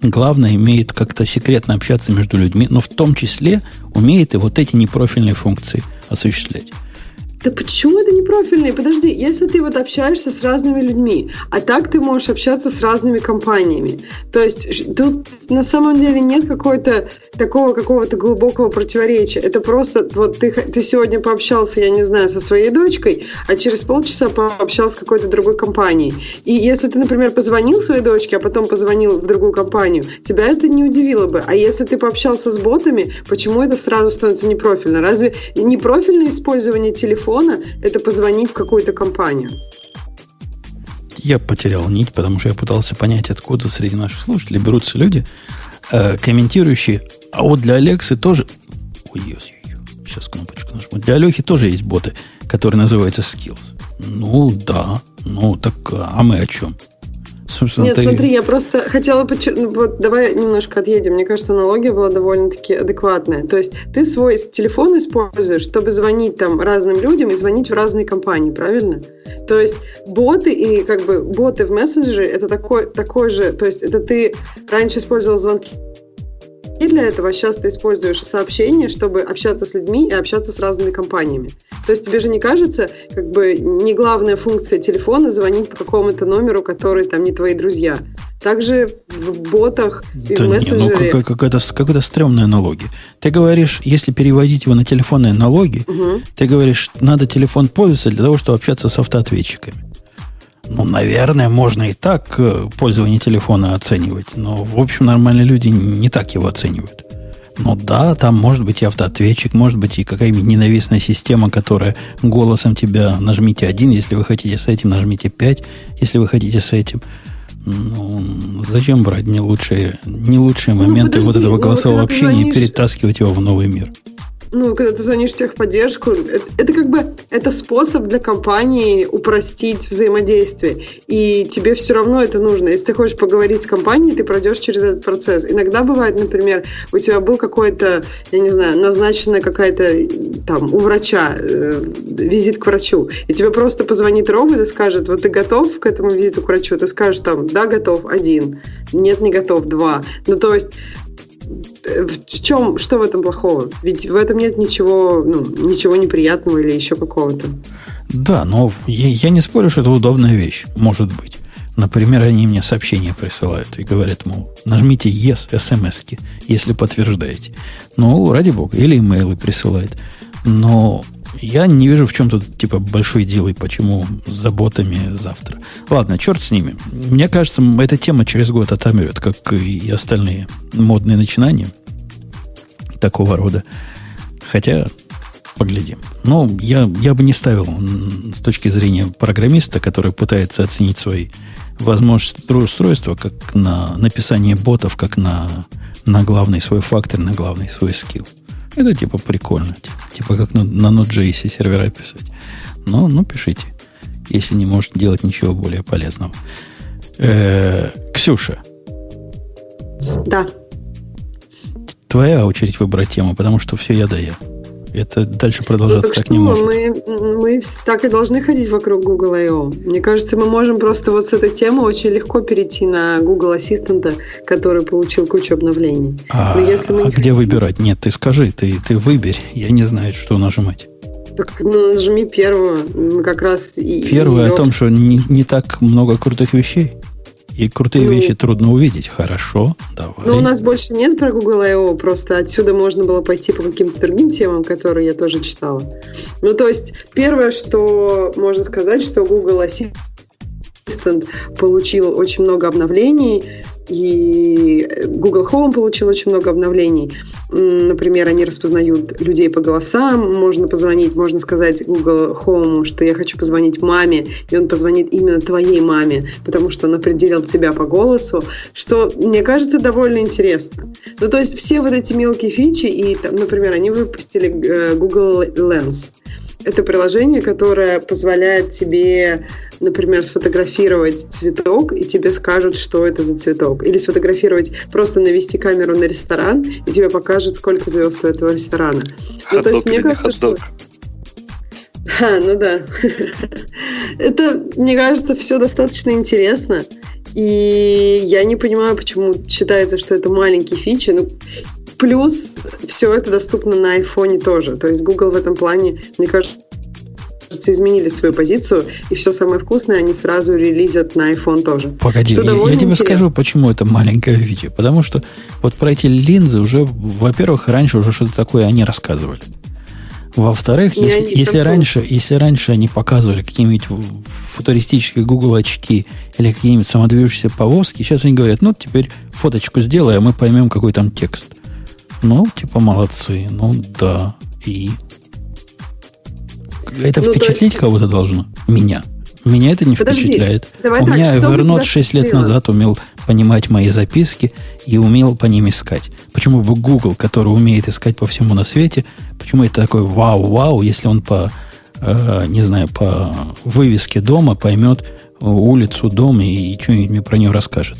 главное, умеет как-то секретно общаться между людьми, но в том числе умеет и вот эти непрофильные функции осуществлять. Да почему это не профильные? Подожди, если ты вот общаешься с разными людьми, а так ты можешь общаться с разными компаниями. То есть тут на самом деле нет какой-то такого какого-то глубокого противоречия. Это просто вот ты, ты сегодня пообщался, я не знаю, со своей дочкой, а через полчаса пообщался с какой-то другой компанией. И если ты, например, позвонил своей дочке, а потом позвонил в другую компанию, тебя это не удивило бы. А если ты пообщался с ботами, почему это сразу становится непрофильно? Разве непрофильное использование телефона это позвонить в какую-то компанию? Я потерял нить, потому что я пытался понять, откуда среди наших слушателей берутся люди, э, комментирующие, а вот для Алексы тоже... Ой, ой, ой, сейчас кнопочку нажму. Для Алехи тоже есть боты, которые называются Skills. Ну, да. Ну, так, а мы о чем? Собственно, Нет, ты... смотри, я просто хотела подчеркнуть, вот давай немножко отъедем. Мне кажется, аналогия была довольно-таки адекватная. То есть ты свой телефон используешь, чтобы звонить там разным людям и звонить в разные компании, правильно? То есть боты и как бы боты в мессенджере это такой, такой же, то есть это ты раньше использовал звонки для этого, а сейчас ты используешь сообщения, чтобы общаться с людьми и общаться с разными компаниями. То есть тебе же не кажется, как бы не главная функция телефона звонить по какому-то номеру, который там не твои друзья. Также в ботах и да в мессенджере... Не, ну какая-то, какая-то стрёмная аналогия. Ты говоришь, если переводить его на телефонные аналоги, угу. ты говоришь, надо телефон пользоваться для того, чтобы общаться с автоответчиками. Ну, наверное, можно и так пользование телефона оценивать, но, в общем, нормальные люди не так его оценивают. Ну да, там может быть и автоответчик, может быть и какая-нибудь ненавистная система, которая голосом тебя нажмите один, если вы хотите с этим, нажмите пять, если вы хотите с этим. Ну, зачем брать не лучшие, не лучшие ну, моменты подожди, вот этого голосового ну, общения звонишь... и перетаскивать его в новый мир? Ну, когда ты звонишь в техподдержку, это, это как бы это способ для компании упростить взаимодействие. И тебе все равно это нужно. Если ты хочешь поговорить с компанией, ты пройдешь через этот процесс. Иногда бывает, например, у тебя был какой-то, я не знаю, назначенная какая-то там у врача э, визит к врачу. И тебе просто позвонит робот и скажет, вот ты готов к этому визиту к врачу? Ты скажешь там, да, готов, один. Нет, не готов, два. Ну, то есть в чем, что в этом плохого? Ведь в этом нет ничего, ну, ничего неприятного или еще какого-то. Да, но я, я не спорю, что это удобная вещь. Может быть. Например, они мне сообщения присылают и говорят, мол, нажмите yes, смс-ки, если подтверждаете. Ну, ради бога. Или имейлы присылают. Но я не вижу, в чем тут типа большой дел и почему с заботами завтра. Ладно, черт с ними. Мне кажется, эта тема через год отомрет, как и остальные модные начинания такого рода. Хотя, поглядим. Но я, я бы не ставил с точки зрения программиста, который пытается оценить свои возможности устройства, как на написание ботов, как на, на главный свой фактор, на главный свой скилл. Это типа прикольно. Типа как на, на Node.js сервера писать. Но, ну, пишите, если не можете делать ничего более полезного. Э-э, Ксюша. Да. Твоя очередь выбрать тему, потому что все я да я. Это дальше продолжаться ну, так, так не может. Мы, мы так и должны ходить вокруг Google ай о. Мне кажется, мы можем просто вот с этой темы очень легко перейти на Google Ассистента, который получил кучу обновлений. А, Но если мы а не где хотим... выбирать? Нет, ты скажи, ты, ты выберь. Я не знаю, что нажимать. Так, ну, нажми первую. Мы как раз и, Первую и о том, что не, не так много крутых вещей. И крутые ну, вещи трудно увидеть. Хорошо, давай. Но у нас больше нет про Google ай о, просто отсюда можно было пойти по каким-то другим темам, которые я тоже читала. Ну, то есть, первое, что можно сказать, что Google Assistant получил очень много обновлений, и Google Home получил очень много обновлений. Например, они распознают людей по голосам, можно позвонить, можно сказать Google Home, что я хочу позвонить маме, и он позвонит именно твоей маме, потому что он определил тебя по голосу, что, мне кажется, довольно интересно. Ну, то есть все вот эти мелкие фичи, и, там, например, они выпустили Google Lens. Это приложение, которое позволяет тебе, например, сфотографировать цветок, и тебе скажут, что это за цветок. Или сфотографировать, просто навести камеру на ресторан, и тебе покажут, сколько звезд у этого ресторана. Ну, то есть, мне кажется, что... Да, ну да. Это, мне кажется, все достаточно интересно. И я не понимаю, почему считается, что это маленькие фичи. Ну, плюс все это доступно на айфоне тоже. То есть Google в этом плане, мне кажется, изменили свою позицию, и все самое вкусное они сразу релизят на iPhone тоже. Погоди, я, я тебе интересно. скажу, почему это маленькая фича. Потому что вот про эти линзы уже, во-первых, раньше уже что-то такое они рассказывали. Во-вторых, если, если, раньше, если раньше они показывали какие-нибудь футуристические Google очки или какие-нибудь самодвижущиеся повозки, сейчас они говорят, ну, теперь фоточку сделай, а мы поймем, какой там текст. Ну, типа, молодцы. Ну, да. И... Это ну, впечатлить есть... кого-то должно? Меня. Меня это не Подожди, впечатляет. У так, меня Evernote шесть лет назад умел понимать мои записки и умел по ним искать. Почему бы Google, который умеет искать по всему на свете, почему это такой вау-вау, если он по, э, не знаю, по вывеске дома поймет улицу, дом и, и что-нибудь мне про нее расскажет?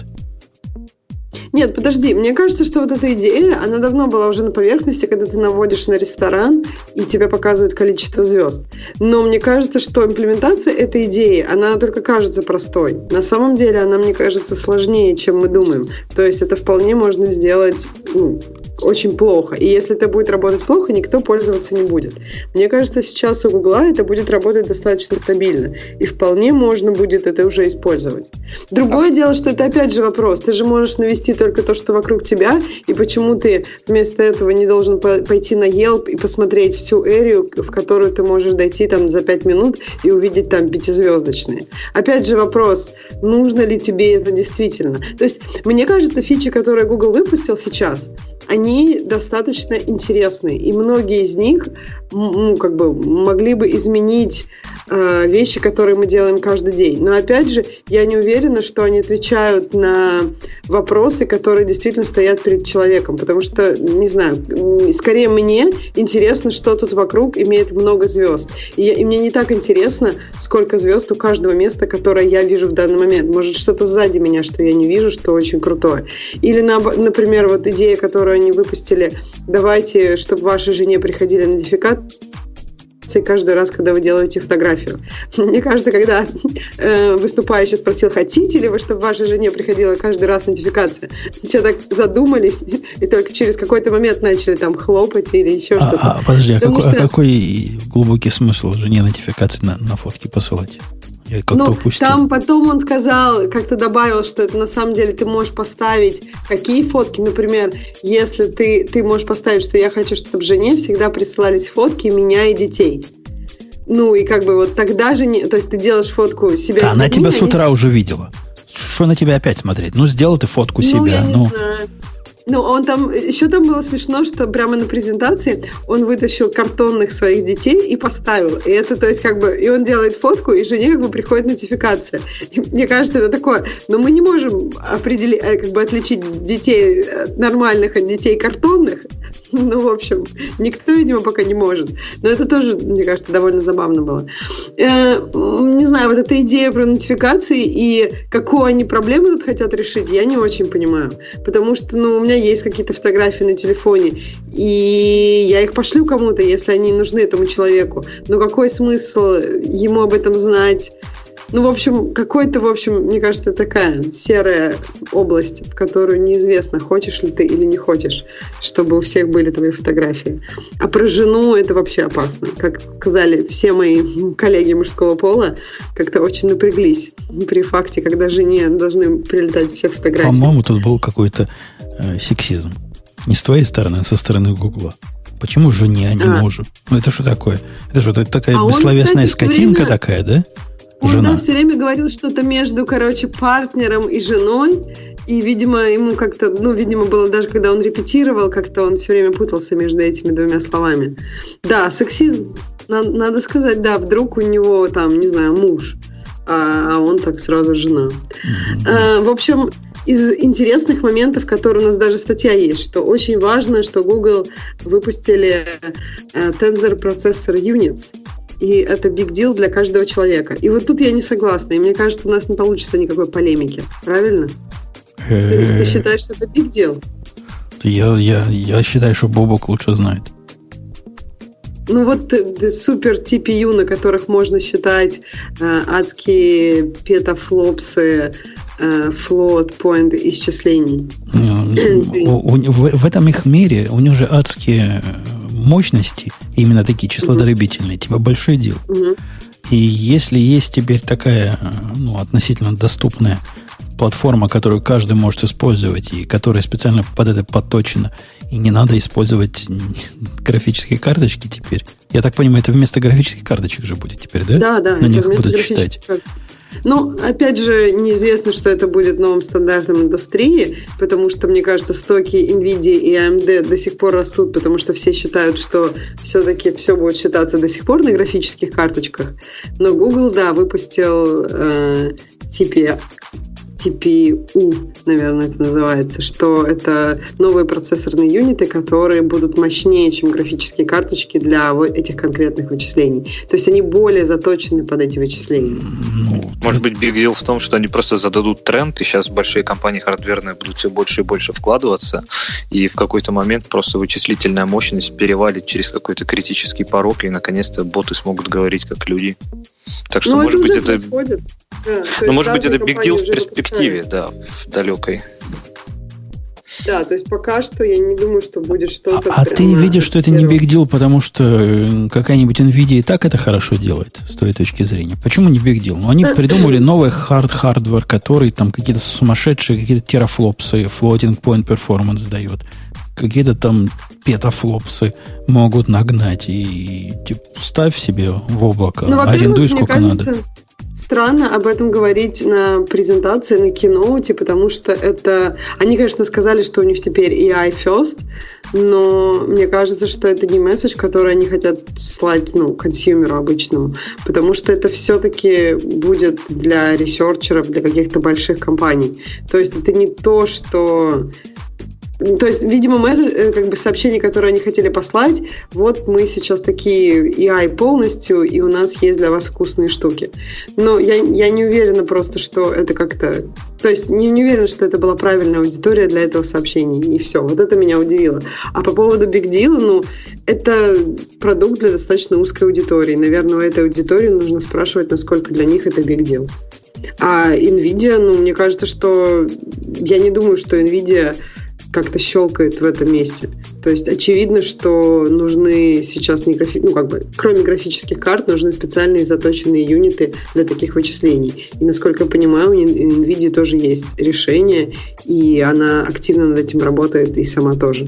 Нет, подожди, мне кажется, что вот эта идея, она давно была уже на поверхности, когда ты наводишь на ресторан, и тебе показывают количество звезд. Но мне кажется, что имплементация этой идеи, она только кажется простой. На самом деле она, мне кажется, сложнее, чем мы думаем. То есть это вполне можно сделать... Ну, очень плохо. И если это будет работать плохо, никто пользоваться не будет. Мне кажется, сейчас у Гугла это будет работать достаточно стабильно. И вполне можно будет это уже использовать. Другое дело, что это опять же вопрос. Ты же можешь навести только то, что вокруг тебя, и почему ты вместо этого не должен пойти на Yelp и посмотреть всю эрию, в которую ты можешь дойти там за пять минут и увидеть там пятизвездочные. Опять же вопрос, нужно ли тебе это действительно. То есть, мне кажется, фичи, которые Google выпустил сейчас, они достаточно интересные, и многие из них ну, как бы могли бы изменить э, вещи, которые мы делаем каждый день. Но опять же, я не уверена, что они отвечают на вопросы, которые действительно стоят перед человеком, потому что, не знаю, скорее мне интересно, что тут вокруг имеет много звезд. И, я, и мне не так интересно, сколько звезд у каждого места, которое я вижу в данный момент. Может, что-то сзади меня, что я не вижу, что очень крутое. Или, например, вот идея, которую они выпустили, давайте, чтобы вашей жене приходили нотификации каждый раз, когда вы делаете фотографию. Мне кажется, когда э, выступающий спросил, хотите ли вы, чтобы вашей жене приходила каждый раз нотификация, все так задумались и только через какой-то момент начали там хлопать или еще а, что-то. А, подожди, а какой, что... а какой глубокий смысл жене нотификации на, на фотки посылать? Я как-то ну, упустил. Там потом он сказал, как-то добавил, что это на самом деле ты можешь поставить какие фотки, например, если ты, ты можешь поставить, что я хочу, чтобы жене всегда присылались фотки меня и детей. Ну, и как бы вот тогда же, не, то есть ты делаешь фотку себя. Да, она тебя с утра уже видела. Что на тебя опять смотреть? Ну, сделал ты фотку ну, себя. Я не ну, знаю. Ну, он там, еще там было смешно, что прямо на презентации он вытащил картонных своих детей и поставил. И это, то есть, как бы, и он делает фотку, и жене как бы приходит нотификация. И мне кажется, это такое, но мы не можем определить, как бы отличить детей нормальных от детей картонных. Ну, в общем, никто, видимо, пока не может. Но это тоже, мне кажется, довольно забавно было. Э, не знаю, вот эта идея про нотификации и какую они проблему тут хотят решить, я не очень понимаю. Потому что, ну, у меня есть какие-то фотографии на телефоне, и я их пошлю кому-то, если они нужны этому человеку. Но какой смысл ему об этом знать? Ну, в общем, какой-то, в общем, мне кажется, такая серая область, в которую неизвестно, хочешь ли ты или не хочешь, чтобы у всех были твои фотографии. А про жену это вообще опасно. Как сказали все мои коллеги мужского пола, как-то очень напряглись при факте, когда жене должны прилетать все фотографии. По-моему, тут был какой-то э, сексизм. Не с твоей стороны, а со стороны Гугла. Почему жене, а не а. мужу? Ну, это что такое? Это что, это такая а бессловесная он, кстати, скотинка время... такая, да? Он Жена. да, все время говорил что-то между, короче, партнером и женой. И, видимо, ему как-то, ну, видимо, было даже, когда он репетировал, как-то он все время путался между этими двумя словами. Да, сексизм, надо, надо сказать, да, вдруг у него там, не знаю, муж, а он так сразу жена. Mm-hmm. А, в общем, из интересных моментов, которые у нас даже статья есть, что очень важно, что Google выпустили Tensor Processor Units. И это big deal для каждого человека. И вот тут я не согласна. И мне кажется, у нас не получится никакой полемики. Правильно? Ты, ты считаешь, что это big deal? Я, я, я считаю, что Бобок лучше знает. Ну вот супер ти пи ю, на которых можно считать э, адские петафлопсы, э, float point исчислений. В, в этом их мире у них же адские мощности, именно такие числодробительные, типа большой дел. Угу. И если есть теперь такая, ну, относительно доступная платформа, которую каждый может использовать, и которая специально под это подточена, и не надо использовать графические карточки теперь. Я так понимаю, это вместо графических карточек же будет теперь, да? Да, да. На них будут читать. Ну, опять же, неизвестно, что это будет новым стандартом индустрии, потому что, мне кажется, стоки NVIDIA и эй эм ди до сих пор растут, потому что все считают, что все-таки все будет считаться до сих пор на графических карточках. Но Google, да, выпустил э, ти пи ти пи ю, наверное, это называется, что это новые процессорные юниты, которые будут мощнее, чем графические карточки для этих конкретных вычислений. То есть они более заточены под эти вычисления. Может быть, big deal в том, что они просто зададут тренд, и сейчас большие компании хардверные будут все больше и больше вкладываться, и в какой-то момент просто вычислительная мощность перевалит через какой-то критический порог, и наконец-то боты смогут говорить как люди. Так что, ну, может это быть, это... происходит. Да, ну, может быть, это big deal в перспективе, да, в далекой. Да, то есть пока что я не думаю, что будет что-то... А, а ты видишь, что это не big deal, потому что какая-нибудь NVIDIA и так это хорошо делает, с твоей точки зрения. Почему не big deal? Ну, они придумали новый хард-хардвер, который там какие-то сумасшедшие, какие-то терафлопсы, floating point performance дает. Какие-то там петафлопсы могут нагнать. И, и типа, ставь себе в облако, ну, арендуй сколько кажется, надо. Странно об этом говорить на презентации, на Keynote, потому что это... Они, конечно, сказали, что у них теперь эй ай first, но мне кажется, что это не месседж, который они хотят слать, ну, консюмеру обычному, потому что это все-таки будет для ресерчеров, для каких-то больших компаний. То есть это не то, что... То есть, видимо, месседж, как бы сообщение, которое они хотели послать, вот мы сейчас такие эй ай полностью, и у нас есть для вас вкусные штуки. Но я, я не уверена просто, что это как-то... То есть, не, не уверена, что это была правильная аудитория для этого сообщения, и все. Вот это меня удивило. А по поводу Big Deal, ну, это продукт для достаточно узкой аудитории. Наверное, у этой аудитории нужно спрашивать, насколько для них это Big Deal. А NVIDIA, ну, мне кажется, что... Я не думаю, что NVIDIA... как-то щелкает в этом месте. То есть очевидно, что нужны сейчас не графи... ну, как бы, кроме графических карт, нужны специальные заточенные юниты для таких вычислений. И, насколько я понимаю, у NVIDIA тоже есть решение, и она активно над этим работает, и сама тоже.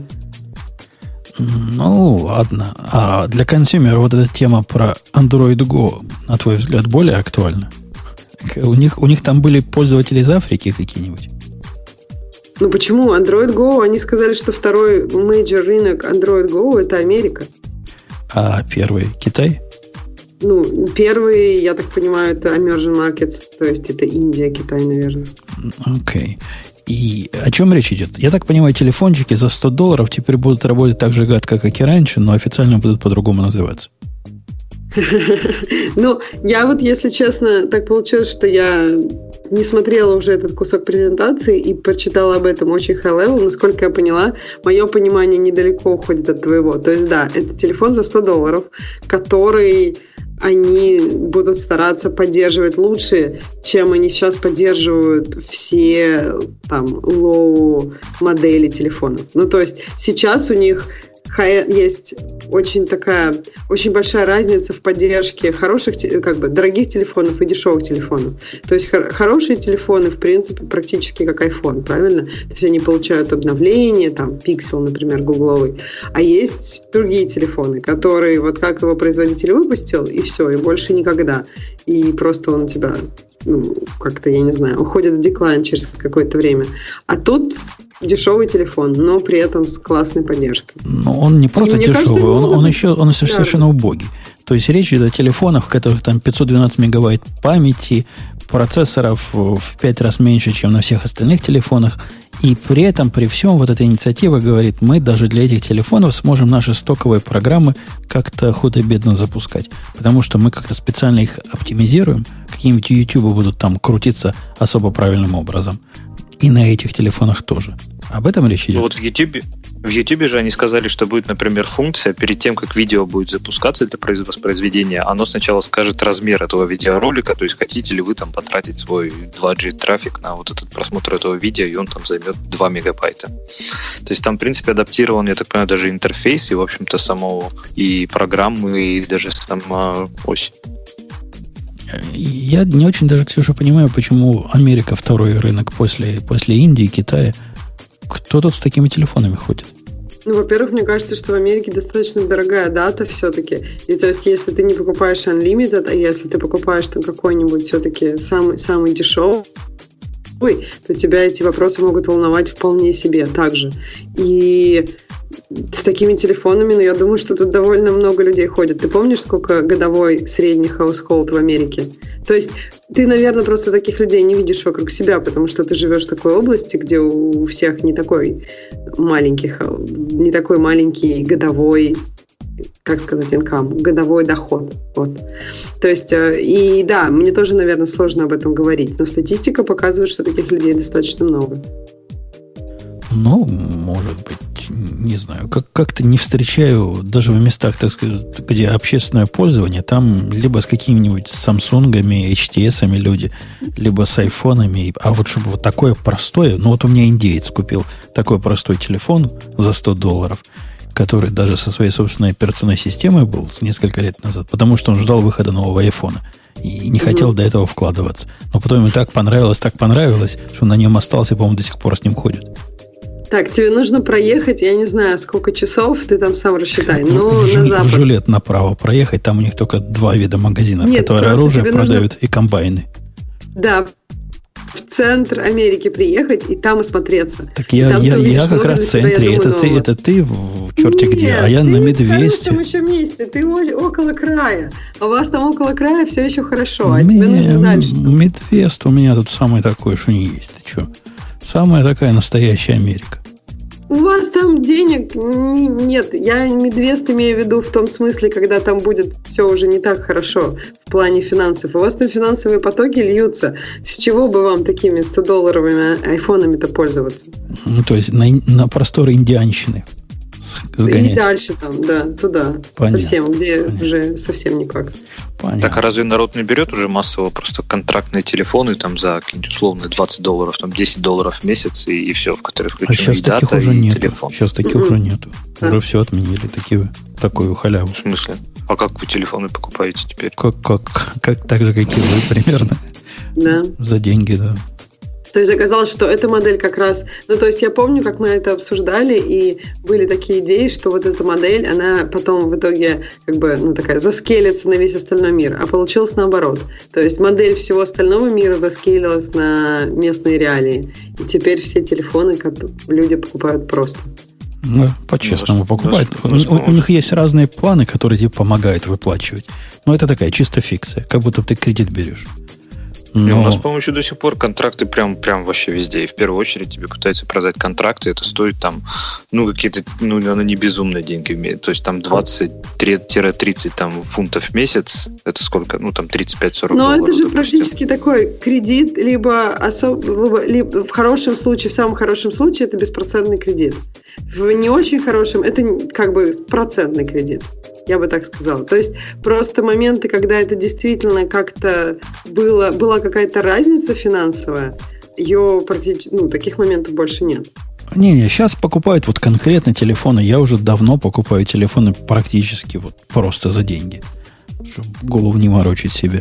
Ну, ладно. А для консюмера вот эта тема про Android Go, на твой взгляд, более актуальна? У них, у них там были пользователи из Африки какие-нибудь? Ну почему? Android Go, они сказали, что второй мейджор рынок Android Go – это Америка. А первый – Китай? Ну, первый, я так понимаю, это emerging markets, то есть это Индия, Китай, наверное. Окей. Okay. И о чем речь идет? Я так понимаю, телефончики за сто долларов теперь будут работать так же гадко, как и раньше, но официально будут по-другому называться. Ну, я вот, если честно, так получилось, что я не смотрела уже этот кусок презентации и прочитала об этом очень high-level. Насколько я поняла, мое понимание недалеко уходит от твоего. То есть, да, это телефон за сто долларов, который они будут стараться поддерживать лучше, чем они сейчас поддерживают все там low модели телефонов. Ну, то есть, сейчас у них есть очень такая, очень большая разница в поддержке хороших, как бы, дорогих телефонов и дешевых телефонов. То есть хор- хорошие телефоны, в принципе, практически как iPhone, правильно? То есть они получают обновления, там, Pixel, например, гугловый. А есть другие телефоны, которые, вот как его производитель выпустил, и все, и больше никогда. И просто он у тебя, ну, как-то, я не знаю, уходит в деклайн через какое-то время. А тут дешевый телефон, но при этом с классной поддержкой. Но он не просто дешевый, кажется, он, он еще он совершенно убогий. То есть речь идет о телефонах, в которых там пятьсот двенадцать мегабайт памяти, процессоров в пять раз меньше, чем на всех остальных телефонах. И при этом, при всем, вот эта инициатива говорит, мы даже для этих телефонов сможем наши стоковые программы как-то худо-бедно запускать. Потому что мы как-то специально их оптимизируем, какие-нибудь YouTube будут там крутиться особо правильным образом. И на этих телефонах тоже. Об этом речь идет. Вот в YouTube, в В YouTube же они сказали, что будет, например, функция, перед тем, как видео будет запускаться для воспроизведения, оно сначала скажет размер этого видеоролика, то есть хотите ли вы там потратить свой два джи трафик на вот этот просмотр этого видео, и он там займет два мегабайта. То есть там, в принципе, адаптирован, я так понимаю, даже интерфейс, и, в общем-то, само и программы, и даже сама ось. Я не очень даже, Ксюша, понимаю, почему Америка второй рынок после, после Индии, Китая. Кто тут с такими телефонами ходит? Ну, во-первых, мне кажется, что в Америке достаточно дорогая дата все-таки. И то есть, если ты не покупаешь Unlimited, а если ты покупаешь там какой-нибудь все-таки самый, самый дешевый, то тебя эти вопросы могут волновать вполне себе также. И с такими телефонами, ну, я думаю, что тут довольно много людей ходит. Ты помнишь, сколько годовой средний household в Америке? То есть ты, наверное, просто таких людей не видишь вокруг себя, потому что ты живешь в такой области, где у всех не такой маленький, не такой маленький годовой, как сказать, инкам, годовой доход. Вот. То есть, и да, мне тоже, наверное, сложно об этом говорить, но статистика показывает, что таких людей достаточно много. Ну, может быть, не знаю. Как- как-то не встречаю даже в местах, так сказать, где общественное пользование, там либо с какими-нибудь самсунгами, эйч ти эсами люди, либо с айфонами. А вот чтобы вот такое простое, ну вот у меня индеец купил такой простой телефон за сто долларов, который даже со своей собственной операционной системой был несколько лет назад, потому что он ждал выхода нового айфона и не хотел до этого вкладываться. Но потом ему так понравилось, так понравилось, что на нем остался, по-моему, до сих пор с ним ходит. Так, тебе нужно проехать, я не знаю, сколько часов, ты там сам рассчитай. Ну, в, на в, запад. в Жюлет направо проехать, там у них только два вида магазинов, Нет, которые просто оружие тебе продают нужно- и комбайны. Да, в центр Америки приехать и там осмотреться. Так И я, там я, ты увидишь я как много раз для в себя, я центре. думаю, Это ты, нового. это ты в в черте где, Нет, а я ты на в Медвесте. хорошем еще месте, ты о- около края. А у вас там около края все еще хорошо, а тебе Не, нужно дальше. Медвест у меня тут самый такой, что не есть. Ты что? Самая такая настоящая Америка. У вас там денег н- нет. Я Медвест имею в виду в том смысле, когда там будет все уже не так хорошо в плане финансов. У вас там финансовые потоки льются. С чего бы вам такими сто-долларовыми айфонами-то пользоваться? Ну, то есть на, на просторы индианщины с- сгонять. И дальше там, да, туда. Понятно, совсем, где понятно. уже совсем никак. Понятно. Так а разве народ не берет уже массово просто контрактные телефоны там за какие-нибудь условные двадцать долларов, там десять долларов в месяц и, и все, в которые А включена сейчас и таких дата, уже и нету. телефон? Сейчас таких Мгм. уже нету. Да. Уже все отменили, такие, такую халяву. В смысле? А как вы телефоны покупаете теперь? Как, как, как так же, как и вы примерно. Да. За деньги, да. То есть оказалось, что эта модель как раз... Ну, то есть я помню, как мы это обсуждали, и были такие идеи, что вот эта модель, она потом в итоге как бы, ну, такая заскейлится на весь остальной мир. А получилось наоборот. То есть модель всего остального мира заскейлилась на местные реалии. И теперь все телефоны как люди покупают просто. Ну, по-честному Ну, покупают. у У, нас, у- у по-моему, них есть разные планы, которые тебе помогают выплачивать. Но это такая чисто фикция, как будто ты кредит берешь. Не, Но у нас, по-моему, еще до сих пор контракты прям, прям вообще везде. И в первую очередь тебе пытаются продать контракты. Это стоит там, ну, какие-то, ну, оно не безумные деньги. имеет. То есть там двадцать-тридцать там, фунтов в месяц. Это сколько? Ну, там тридцать пять сорок Но долларов. это же допустим. практически такой кредит, либо, особ... либо, либо в хорошем случае, в самом хорошем случае это беспроцентный кредит. В не очень хорошем это как бы процентный кредит. Я бы так сказала. То есть просто моменты, когда это действительно как-то было, была какая-то разница финансовая, ее практически, ну, таких моментов больше нет. Не-не, сейчас покупают вот конкретно телефоны. Я уже давно покупаю телефоны практически вот просто за деньги. Чтобы голову не морочить себе.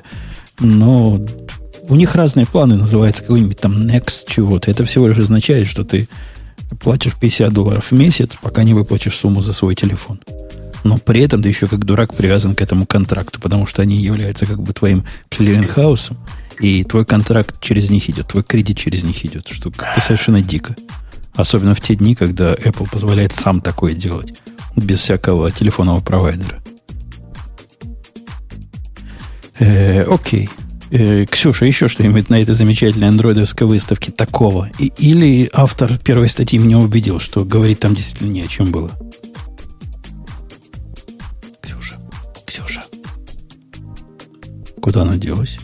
Но у них разные планы. Называется какой-нибудь там Next чего-то. Это всего лишь означает, что ты платишь пятьдесят долларов в месяц, пока не выплатишь сумму за свой телефон. Но при этом ты еще как дурак привязан к этому контракту, потому что они являются как бы твоим клиринг-хаусом, и твой контракт через них идет, твой кредит через них идет, что как-то совершенно дико. Особенно в те дни, когда Apple позволяет сам такое делать, без всякого телефонного провайдера. Э, окей. Э, Ксюша, еще что-нибудь на этой замечательной андроидовской выставке такого? И, или автор первой статьи меня убедил, что говорить там действительно не о чем было? Ксюша, Ксюша. Куда она делась?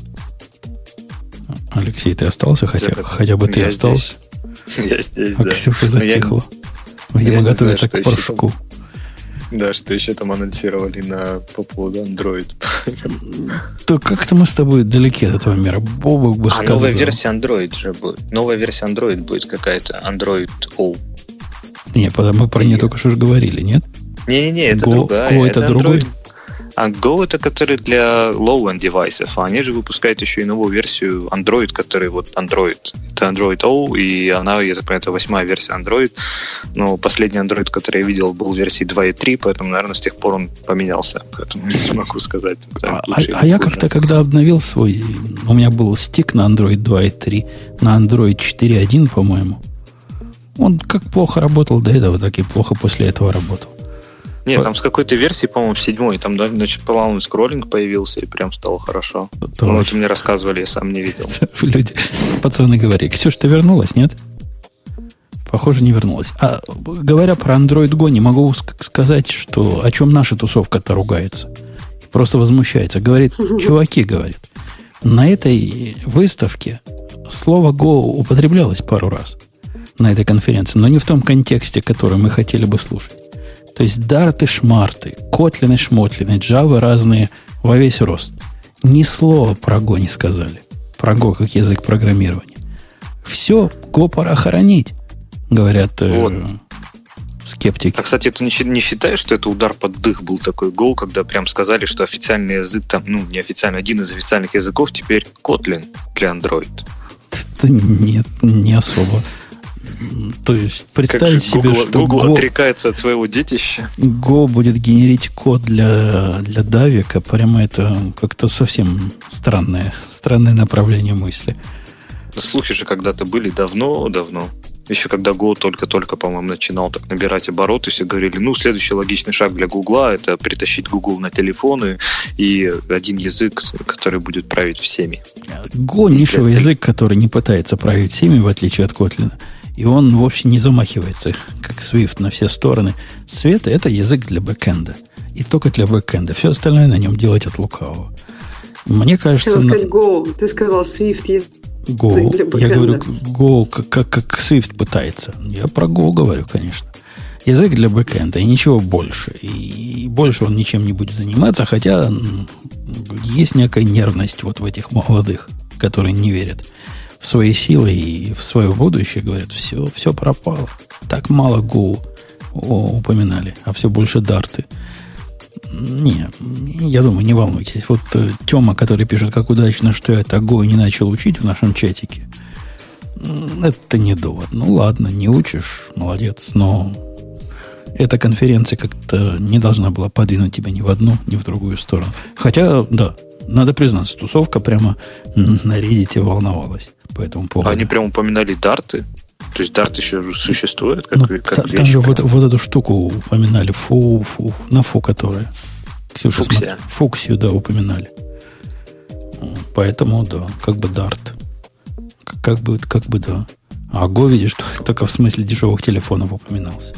Алексей, ты остался? Хотя, Я- хотя бы ты я остался? здесь. Я здесь, А да. Ксюша Но я- затихла. Видимо, готовится к порошку. Да, что еще там анонсировали на, по поводу Android. То как-то мы с тобой далеки от этого мира. Бобок бы сказал. А новая версия Android же будет. Новая версия Android будет какая-то. Android O. Не, мы про нее только что же говорили, нет? Не-не-не, это Go, другая. Go это, это другой? А Go это который для low-end девайсов. А они же выпускают еще и новую версию Android, который вот Android. Это Android O, и она, я так понимаю, это восьмая версия Android. Но последний Android, который я видел, был в версии два и три, поэтому, наверное, с тех пор он поменялся. Поэтому не могу сказать. А, а, а я как-то, когда обновил свой... У меня был стик на Android два и три, на Android четыре и один, по-моему. Он как плохо работал до этого, так и плохо после этого работал. Нет, там с какой-то версии, по-моему, в седьмой, там, да, значит, плавный скроллинг появился, и прям стало хорошо. Это ну, это мне рассказывали, я сам не видел. Люди, пацаны говорили, Ксюш, ты вернулась, нет? Похоже, не вернулась. А говоря про Android Go, не могу сказать, что о чем наша тусовка-то ругается. Просто возмущается. Говорит, чуваки, говорит, на этой выставке слово Go употреблялось пару раз на этой конференции, но не в том контексте, который мы хотели бы слушать. То есть дарты, шмарты, котлины, шмотлины, джавы разные во весь рост. Ни слова про Go не сказали. Про Go как язык программирования. Все, Go пора хоронить, говорят вот. э, скептики. А, кстати, ты не, не считаешь, что это удар под дых был такой Go, когда прям сказали, что официальный язык, там, ну, не официальный, один из официальных языков теперь Kotlin для Android? Нет, не особо. То есть представить себе, Google, что Google Go, отрекается от своего детища. Go будет генерить код для, для Давика, прямо это как-то совсем странное, странное направление мысли. Слухи же когда-то были давно-давно. Еще когда Go только-только, по-моему, начинал так набирать обороты, все говорили, ну, следующий логичный шаг для Гугла — это перетащить Google на телефоны и один язык, который будет править всеми. Go — нишевый язык, который не пытается править всеми, в отличие от Kotlin. И он вовсе не замахивается, как Swift, на все стороны. Свет — это язык для бэкэнда. И только для бэкэнда. Все остальное на нем делать от лукавого. Мне кажется... Ты сказать Go. Ты сказал Swift язык Go. для бэкэнда. Я говорю Go, как, как, как Swift пытается. Я про Go говорю, конечно. Язык для бэкэнда. И ничего больше. И больше он ничем не будет заниматься. Хотя есть некая нервность вот в этих молодых, которые не верят в свои силы и в свое будущее, говорят, все, все пропало. Так мало Go упоминали, а все больше дарты. Не, я думаю, не волнуйтесь. Вот э, Тема, который пишет, как удачно, что я это Go не начал учить в нашем чатике, это не довод. Ну ладно, не учишь, молодец, но эта конференция как-то не должна была подвинуть тебя ни в одну, ни в другую сторону. Хотя, да, надо признаться, тусовка прямо на Reddit волновалась по этому поводу. Они прямо упоминали дарты? То есть дарт еще существует? Как, ну, как там, там же вот, вот эту штуку упоминали, фу, фу, на фу, которая. Ксюша, Фуксия. Смотри, Фуксию, да, упоминали. Поэтому, да, как бы дарт. Как, как, бы, как бы, да. А Go, видишь, только в смысле дешевых телефонов упоминался.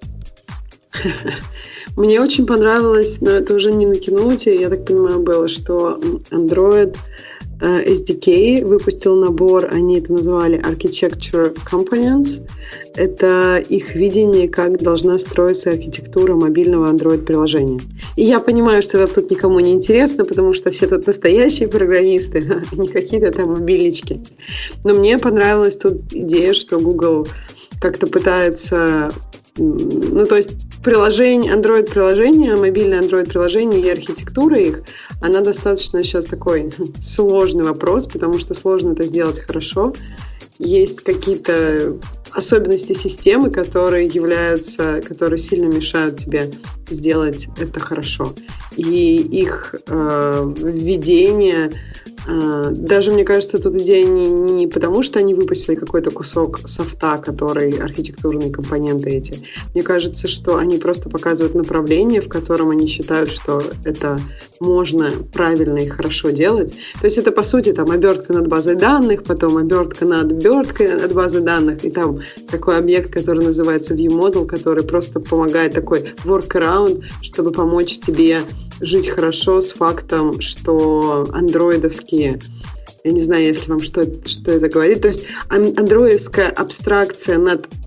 Мне очень понравилось, но это уже не на Keynote, я так понимаю, было, что Android эс ди кей выпустил набор, они это называли Architecture Components. Это их видение, как должна строиться архитектура мобильного Android-приложения. И я понимаю, что это тут никому не интересно, потому что все тут настоящие программисты, а не какие-то там мобильнички. Но мне понравилась тут идея, что Google как-то пытается... Ну, то есть приложение, Android-приложение, мобильное Android-приложение и архитектура их, она достаточно сейчас такой сложный вопрос, потому что сложно это сделать хорошо. Есть какие-то особенности системы, которые являются, которые сильно мешают тебе сделать это хорошо. И их э, введение, э, даже, мне кажется, тут идея не, не потому, что они выпустили какой-то кусок софта, который архитектурные компоненты эти. Мне кажется, что они просто показывают направление, в котором они считают, что это можно правильно и хорошо делать. То есть это, по сути, там обертка над базой данных, потом обертка над оберткой от базы данных, и там такой объект, который называется ViewModel, который просто помогает, такой workaround, чтобы помочь тебе жить хорошо с фактом, что андроидовские, я не знаю, если вам что, что это говорит, то есть андроидская абстракция над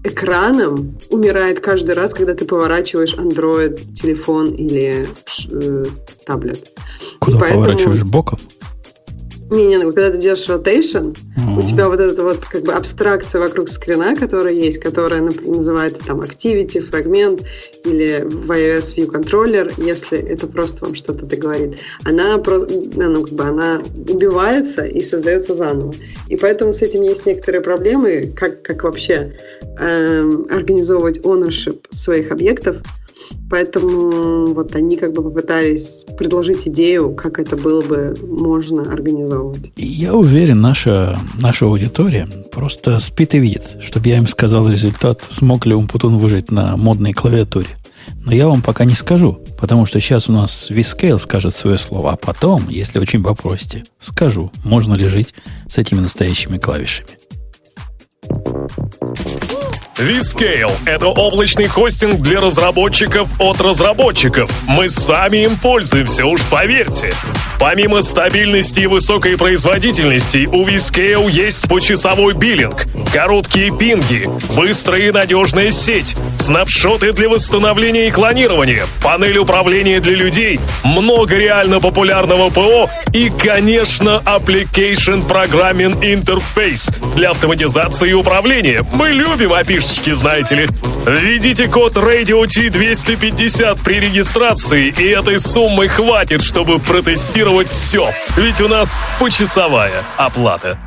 экраном умирает каждый раз, когда ты поворачиваешь Android, телефон или э, таблет. Куда поэтому... поворачиваешь? Боком? Не-не, когда ты делаешь rotation, mm-hmm. у тебя вот эта вот как бы абстракция вокруг скрина, которая есть, которая называется там activity, фрагмент или в iOS View Controller, если это просто вам что-то договорит, она, ну, как бы она убивается и создается заново. И поэтому с этим есть некоторые проблемы, как, как вообще эм, организовывать ownership своих объектов. Поэтому вот они как бы попытались предложить идею, как это было бы можно организовывать. Я уверен, наша, наша аудитория просто спит и видит, чтобы я им сказал результат, смог ли Умпутун выжить на модной клавиатуре. Но я вам пока не скажу, потому что сейчас у нас Vscale скажет свое слово, а потом, если очень попросите, скажу, можно ли жить с этими настоящими клавишами. Vscale – это облачный хостинг для разработчиков от разработчиков. Мы сами им пользуемся, уж поверьте. Помимо стабильности и высокой производительности, у Vscale есть почасовой биллинг, короткие пинги, быстрая и надежная сеть, снапшоты для восстановления и клонирования, панель управления для людей, много реально популярного ПО и, конечно, Application Programming Interface для автоматизации и управления. Мы любим опишечки, знаете ли. Введите код Radio T двести пятьдесят при регистрации, и этой суммы хватит, чтобы протестировать все. Ведь у нас почасовая оплата.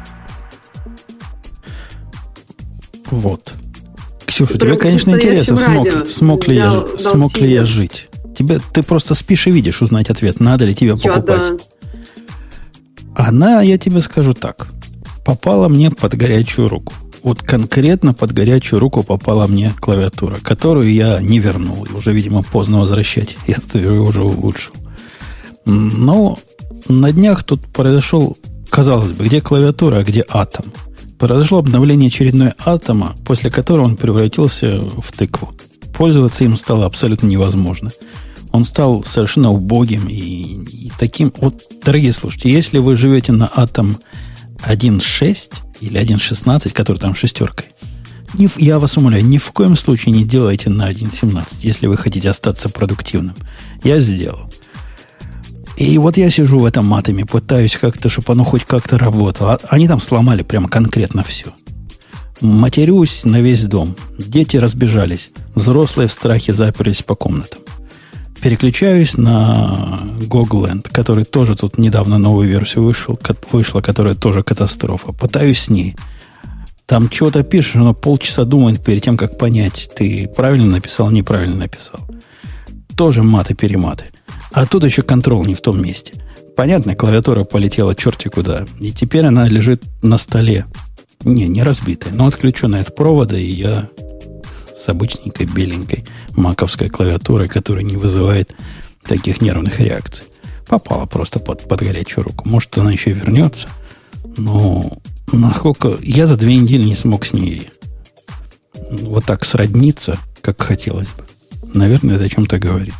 Вот. Ксюша, тебе, конечно, интересно, смог, смог, ли я, смог ли я жить. Тебе, ты просто спишь и видишь узнать ответ, надо ли тебе покупать. Я, да. Она, я тебе скажу так, попала мне под горячую руку. Вот конкретно под горячую руку попала мне клавиатура, которую я не вернул. И уже, видимо, поздно возвращать. Я ее уже улучшил. Но на днях тут произошел, казалось бы, где клавиатура, а где атом. Произошло обновление очередной атома, после которого он превратился в тыкву. Пользоваться им стало абсолютно невозможно. Он стал совершенно убогим и, и таким... Вот, дорогие слушатели, если вы живете на атом один точка шесть или один точка шестнадцать, который там шестеркой, ни, я вас умоляю, ни в коем случае не делайте на один точка семнадцать, если вы хотите остаться продуктивным. Я сделал. И вот я сижу в этом атоме, пытаюсь как-то, чтобы оно хоть как-то работало. Они там сломали прямо конкретно все. Матерюсь на весь дом. Дети разбежались. Взрослые в страхе заперлись по комнатам. Переключаюсь на Gogland, который тоже тут недавно новую версию вышел, вышла, которая тоже катастрофа. Пытаюсь с ней. Там чего-то пишешь, но полчаса думает перед тем, как понять, ты правильно написал, неправильно написал. Тоже маты-перематы. А тут еще контрол не в том месте. Понятно, клавиатура полетела черти куда. И теперь она лежит на столе. Не, не разбитая, но отключенная от провода, и я с обычненькой беленькой маковской клавиатурой, которая не вызывает таких нервных реакций. Попала просто под, под горячую руку. Может, она еще вернется. Но насколько... Я за две недели не смог с ней вот так сродниться, как хотелось бы. Наверное, это о чем-то говорит.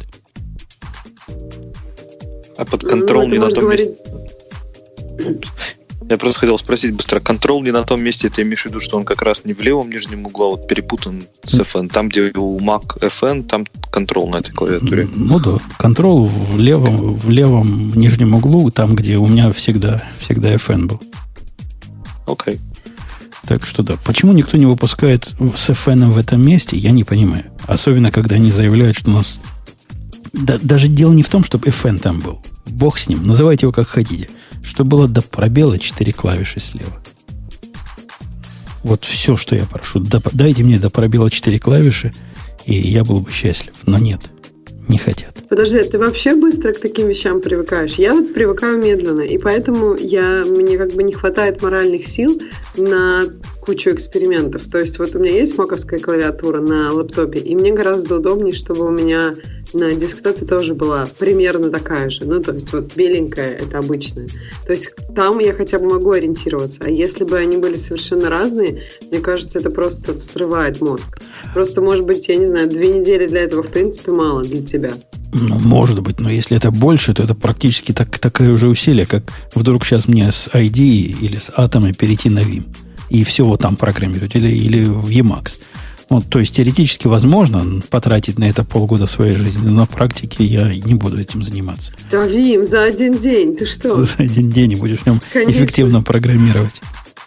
А под контрол ну, не на том говорить... месте... Я просто хотел спросить быстро. Контрол не на том месте, ты имеешь в виду, что он как раз не в левом нижнем углу, а вот перепутан с эф эн. Там, где у Mac эф эн, там контрол на этой клавиатуре. Ну да, контрол в левом, в левом нижнем углу, там, где у меня всегда, всегда эф эн был. Окей. Okay. Так что да. Почему никто не выпускает с эф эн в этом месте, я не понимаю. Особенно, когда они заявляют, что у нас... Да, даже дело не в том, чтобы эф эн там был. Бог с ним. Называйте его как хотите. Что было до пробела четыре клавиши слева. Вот все, что я прошу. Дайте мне до пробела четыре клавиши, и я был бы счастлив. Но нет, не хотят. Подожди, ты вообще быстро к таким вещам привыкаешь? Я вот привыкаю медленно, и поэтому я, мне как бы не хватает моральных сил на кучу экспериментов. То есть вот у меня есть маковская клавиатура на лэптопе, и мне гораздо удобнее, чтобы у меня на десктопе тоже была примерно такая же. Ну, то есть вот беленькая, это обычная. То есть там я хотя бы могу ориентироваться. А если бы они были совершенно разные, мне кажется, это просто взрывает мозг. Просто, может быть, я не знаю, две недели для этого, в принципе, мало для тебя. Ну, может быть, но если это больше, то это практически так, такое же усилие, как вдруг сейчас мне с ай ди или с Atom перейти на Vim. И все вот там программировать. Или, или в Emacs. Вот, то есть теоретически возможно потратить на это полгода своей жизни, но на практике я не буду этим заниматься. Да, Вим, за один день, ты что? За один день и будешь в нем Конечно. эффективно программировать.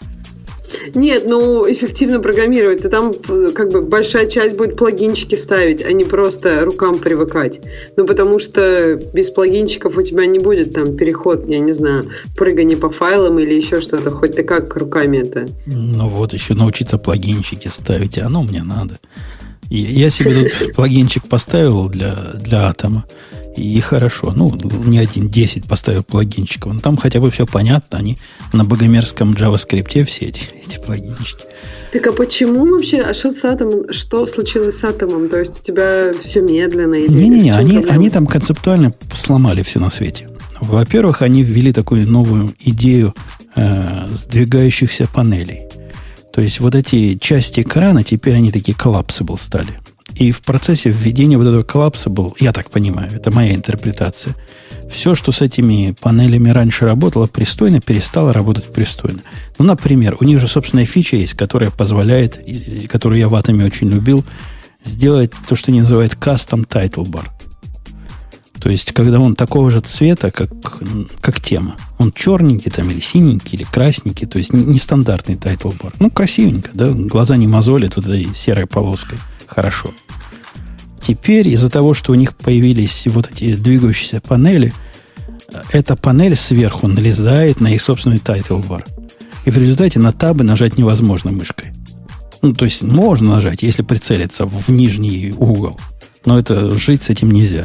Нет, ну, эффективно программировать. Ты там как бы большая часть будет плагинчики ставить, а не просто рукам привыкать. Ну, потому что без плагинчиков у тебя не будет там переход, я не знаю, прыгание по файлам или еще что-то. Хоть ты как руками это... Ну, вот еще научиться плагинчики ставить, и оно мне надо. И я себе тут плагинчик поставил для, для Атома. И хорошо. Ну, не один, десять поставил плагинчиков. Но там хотя бы все понятно. Они на богомерзком JavaScript все эти, эти плагинчики. Так а почему вообще? А что с Атомом? Что случилось с Атомом? То есть у тебя все медленно? Или Не-не-не, они, они там концептуально сломали все на свете. Во-первых, они ввели такую новую идею э, сдвигающихся панелей. То есть вот эти части экрана, теперь они такие collapsible стали. И в процессе введения вот этого collapsible, я так понимаю, это моя интерпретация, все, что с этими панелями раньше работало пристойно, перестало работать пристойно. Ну, например, у них же собственная фича есть, которая позволяет, которую я в Атоме очень любил, сделать то, что они называют custom title bar. То есть, когда он такого же цвета, как, как тема. Он черненький там, или синенький, или красненький, то есть нестандартный title bar. Ну, красивенько, да, глаза не мозолят вот этой серой полоской. Хорошо. Теперь из-за того, что у них появились вот эти двигающиеся панели, эта панель сверху налезает на их собственный title bar. И в результате на табы нажать невозможно мышкой. Ну, то есть можно нажать, если прицелиться в нижний угол. Но это жить с этим нельзя.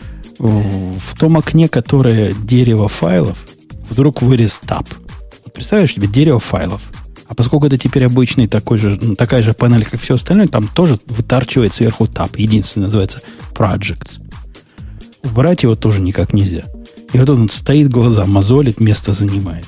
В том окне, которое дерево файлов, вдруг вырез таб. Представляешь себе дерево файлов. А поскольку это теперь обычный такой же, ну, такая же панель, как все остальное, там тоже вытарчивает сверху таб. Единственный называется Projects. Убрать его тоже никак нельзя. И вот он стоит, глаза мозолит, место занимает.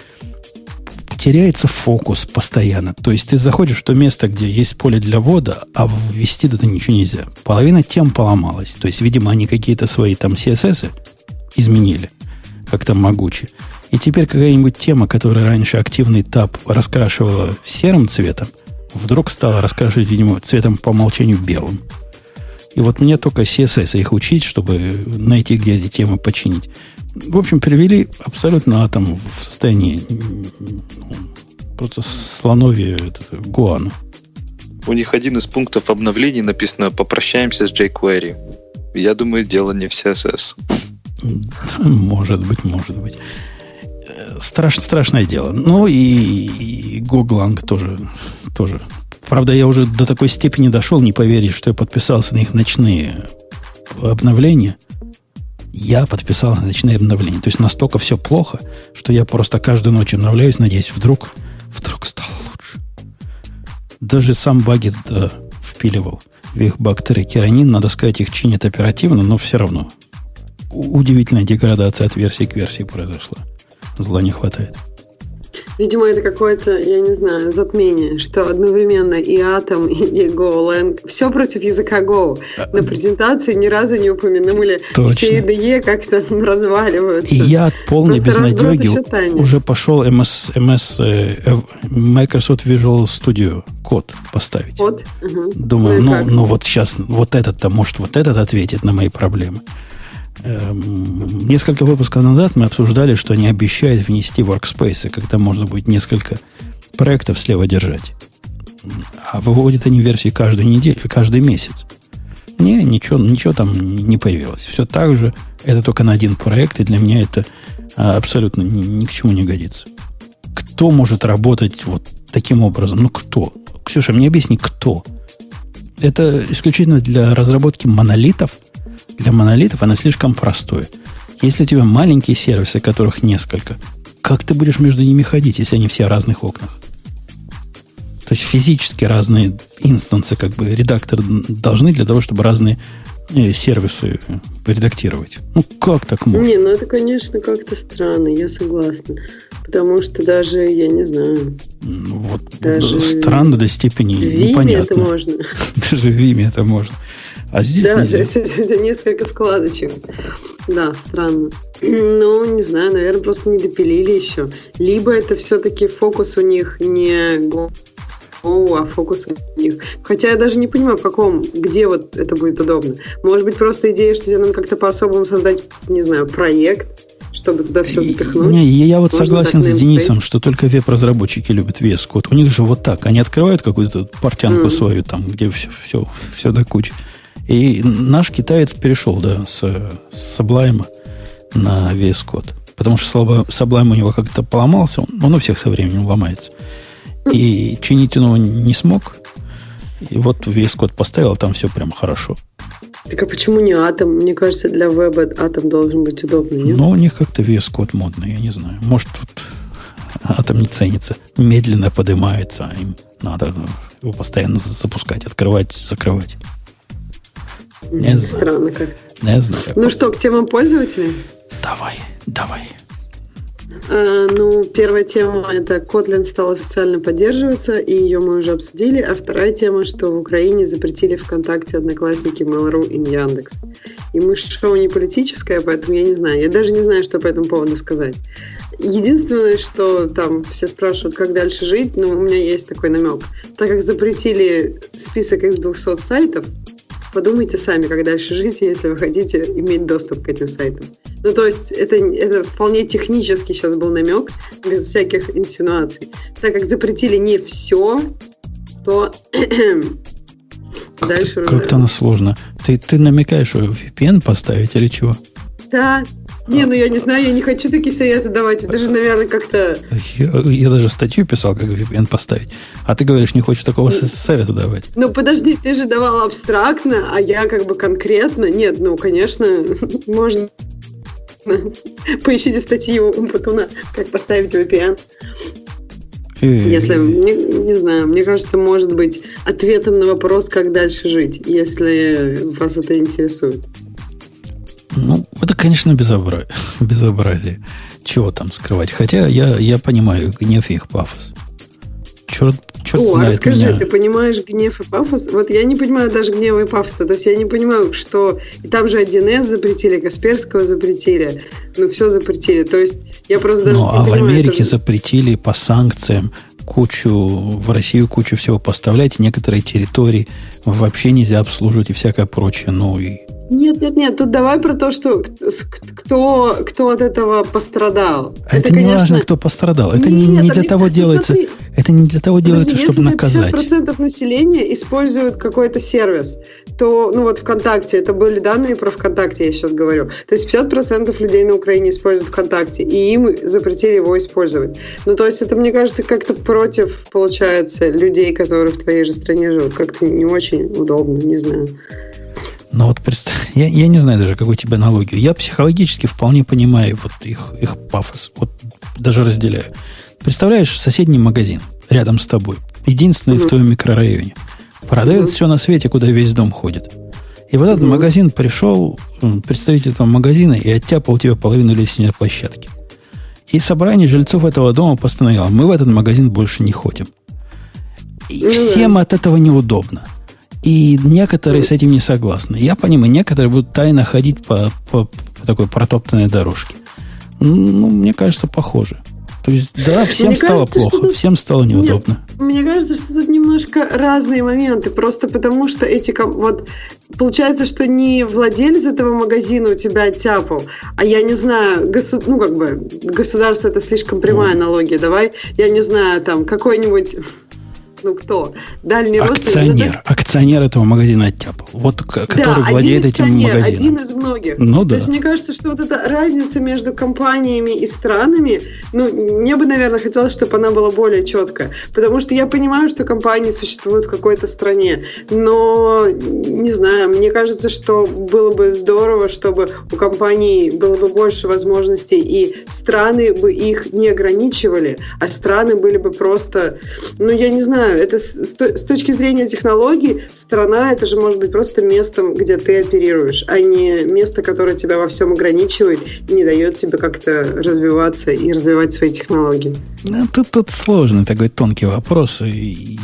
Теряется фокус постоянно. То есть ты заходишь в то место, где есть поле для ввода, а ввести туда ничего нельзя. Половина тем поломалась. То есть, видимо, они какие-то свои там си эс эс изменили. Как-то могучие. И теперь какая-нибудь тема, которая раньше активный таб раскрашивала серым цветом, вдруг стала раскрашивать, видимо, цветом по умолчанию белым. И вот мне только си эс эс их учить, чтобы найти, где эти темы починить. В общем, привели абсолютно Атом в состоянии ну, просто слоновье гуану. У них один из пунктов обновлений написано «Попрощаемся с jQuery». Я думаю, дело не в си эс эс. Может быть, может быть. Страш, страшное дело. Ну и, и Golang тоже, тоже. Правда, я уже до такой степени дошел, не поверить, что я подписался на их ночные обновления. Я подписал на ночные обновления. То есть настолько все плохо, что я просто каждую ночь обновляюсь, надеюсь, вдруг, вдруг стало лучше. Даже сам баги туда впиливал в их баг-треки. Они, надо сказать, их чинят оперативно, но все равно удивительная деградация от версии к версии произошла. Зла не хватает. Видимо, это какое-то, я не знаю, затмение, что одновременно и Atom, и Golang. Все против языка Go. На презентации ни разу не упомянули. Точно. Все ай ди и как-то разваливаются. И я от полной просто безнадеги уже пошел эм эс, эм эс, э, Microsoft Visual Studio код поставить. Код? Угу. Думаю, ну, ну, ну вот сейчас вот этот-то, может, вот этот ответит на мои проблемы. Несколько выпусков назад мы обсуждали, что они обещают внести workspace, когда можно будет несколько проектов слева держать. А выводят они версии каждую неделю, каждый месяц. Не, ничего, ничего там не появилось. Все так же. Это только на один проект, и для меня это абсолютно ни, ни к чему не годится. Кто может работать вот таким образом? Ну, кто? Ксюша, мне объясни, кто? Это исключительно для разработки монолитов. Для монолитов оно слишком простое. Если у тебя маленькие сервисы, которых несколько, как ты будешь между ними ходить, если они все в разных окнах? То есть физически разные инстансы, как бы редакторы должны для того, чтобы разные э, сервисы редактировать. Ну, как так можно? Не, ну это, конечно, как-то странно, я согласна. Потому что даже, я не знаю... Ну, вот даже странно до степени в непонятно. В Vime это можно. Даже в Vime это можно. А здесь да, нельзя. То есть это несколько вкладочек. Да, странно. Ну, не знаю, наверное, просто не допилили еще. Либо это все-таки фокус у них не Go, а фокус у них. Хотя я даже не понимаю, в каком, где вот это будет удобно. Может быть, просто идея, что тебе надо как-то по-особому создать, не знаю, проект, чтобы туда все запихнуть. Не, я вот можно согласен с Денисом, что только веб-разработчики любят ви эс Code. У них же вот так. Они открывают какую-то портянку mm. свою, там, где все, все, все до кучи. И наш китаец перешел, да, с, с Sublime на ви эс Code. Потому что Sublime у него как-то поломался. Он, он у всех со временем ломается. И чинить он его не смог. И вот ви эс Code поставил, там все прям хорошо. Так а почему не Atom? Мне кажется, для веба Atom должен быть удобный, нет? Но у них как-то ви эс Code модный, я не знаю. Может, тут Atom не ценится. Медленно поднимается, а им надо его постоянно запускать, открывать, закрывать. Не Странно знаю. как. Не знаю. Ну что, к темам пользователей? Давай, давай. А, ну, первая тема – это Kotlin стал официально поддерживаться, и ее мы уже обсудили. А вторая тема, что в Украине запретили ВКонтакте, Одноклассники, Mail.ru и Яндекс. И мы шоу не политическое, поэтому я не знаю. Я даже не знаю, что по этому поводу сказать. Единственное, что там все спрашивают, как дальше жить, ну, у меня есть такой намек. Так как запретили список из двухсот сайтов, подумайте сами, как дальше жить, если вы хотите иметь доступ к этим сайтам. Ну, то есть, это, это вполне технически сейчас был намек, без всяких инсинуаций. Так как запретили не все, то как дальше как уже... Как-то оно сложно. Ты, ты намекаешь, что ви пи эн поставить или чего? Да. Не, ну я не знаю, я не хочу такие советы давать. Это же, наверное, как-то... Я, я даже статью писал, как ви пи эн поставить. А ты говоришь, не хочешь такого совета давать. Ну, подожди, ты же давал абстрактно, а я как бы конкретно. Нет, ну, конечно, можно... Поищите статью у Батуна, как поставить ви пи эн. Если, не, не знаю, мне кажется, может быть ответом на вопрос, как дальше жить, если вас это интересует. Ну, это, конечно, безобра... безобразие. Чего там скрывать? Хотя я, я понимаю гнев и их пафос. Черт, черт О, знает расскажи, меня. Ты понимаешь гнев и пафос? Вот я не понимаю даже гнева и пафоса. То есть я не понимаю, что... И там же один эс запретили, Касперского запретили. Ну, все запретили. То есть я просто даже ну, не а понимаю. в Америке это... запретили по санкциям кучу... В Россию кучу всего поставлять. Некоторые территории вообще нельзя обслуживать и всякое прочее. Ну, и... Нет, нет, нет, тут давай про то, что кто, кто от этого пострадал. А это, это не конечно... важно, кто пострадал. Это нет, не, не для того ну, делается. Смотри, это не для того делается, подожди, чтобы если наказать. пятьдесят процентов населения используют какой-то сервис, то, ну вот ВКонтакте, это были данные про ВКонтакте, я сейчас говорю. То есть пятьдесят процентов людей на Украине используют ВКонтакте, и им запретили его использовать. Ну, то есть это, мне кажется, как-то против, получается, людей, которые в твоей же стране живут. Как-то не очень удобно, не знаю. Ну вот представь, я, я не знаю даже, какую тебе аналогию. Я психологически вполне понимаю вот их, их пафос. Вот даже разделяю. Представляешь, соседний магазин рядом с тобой. Единственный mm-hmm. в твоем микрорайоне. Продает mm-hmm. все на свете, куда весь дом ходит. И вот этот mm-hmm. магазин пришел, представитель этого магазина, и оттяпал тебе половину лестничной площадки. И собрание жильцов этого дома постановило, мы в этот магазин больше не ходим. И mm-hmm. всем от этого неудобно. И некоторые с этим не согласны. Я понимаю, некоторые будут тайно ходить по, по, по такой протоптанной дорожке. Ну, мне кажется, похоже. То есть, да, всем мне стало кажется, плохо, тут... всем стало неудобно. Нет, мне кажется, что тут немножко разные моменты. Просто потому, что эти... Вот, получается, что не владелец этого магазина у тебя оттяпал, а я не знаю, госу... ну, как бы, государство — это слишком прямая аналогия. Давай, я не знаю, там, какой-нибудь... Ну, кто? Дальний акционер. родственник. Акционер этого магазина оттяпал. Вот, который да, владеет этим магазином. Один из многих. Ну, То да. есть, мне кажется, что вот эта разница между компаниями и странами, ну, мне бы, наверное, хотелось, чтобы она была более четкая. Потому что я понимаю, что компании существуют в какой-то стране. Но, не знаю, мне кажется, что было бы здорово, чтобы у компаний было бы больше возможностей, и страны бы их не ограничивали, а страны были бы просто, ну, я не знаю, это с, с точки зрения технологий, страна — это же может быть просто местом, где ты оперируешь, а не место, которое тебя во всем ограничивает и не дает тебе как-то развиваться и развивать свои технологии. Ну, тут, тут сложный такой тонкий вопрос. И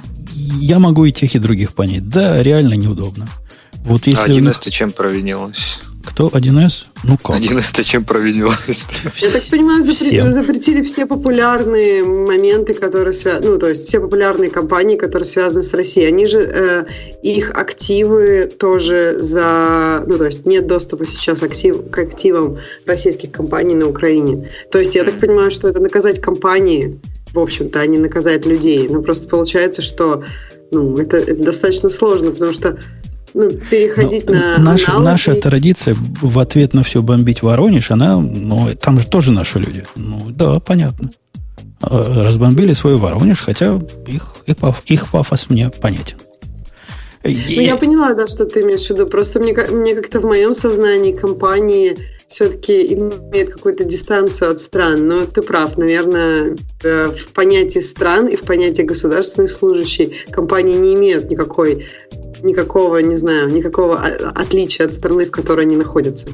я могу и тех, и других понять. Да, реально неудобно. Вот если а один эс ты чем провинилась? Кто? один эс? Ну как? один эс-то чем провинилась? Я так понимаю, запретили, запретили все популярные моменты, которые связаны, ну, то есть все популярные компании, которые связаны с Россией. Они же, э, их активы тоже за... Ну, то есть нет доступа сейчас актив, к активам российских компаний на Украине. То есть я так понимаю, что это наказать компании, в общем-то, а не наказать людей. Но просто получается, что ну, это, это достаточно сложно, потому что ну, переходить Но на наша, аналоги... наша традиция в ответ на все бомбить Воронеж, она, ну, там же тоже наши люди. Ну, да, понятно. Разбомбили свой Воронеж, хотя их, их, их пафос мне понятен. Ну, я поняла, да, что ты имеешь в виду. Просто мне, мне как-то в моем сознании компании все-таки имеют какую-то дистанцию от стран. Но ты прав, наверное, в понятии стран и в понятии государственных служащих компании не имеют никакой, никакого, не знаю, никакого отличия от страны, в которой они находятся.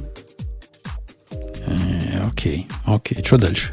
Окей, окей. Что дальше?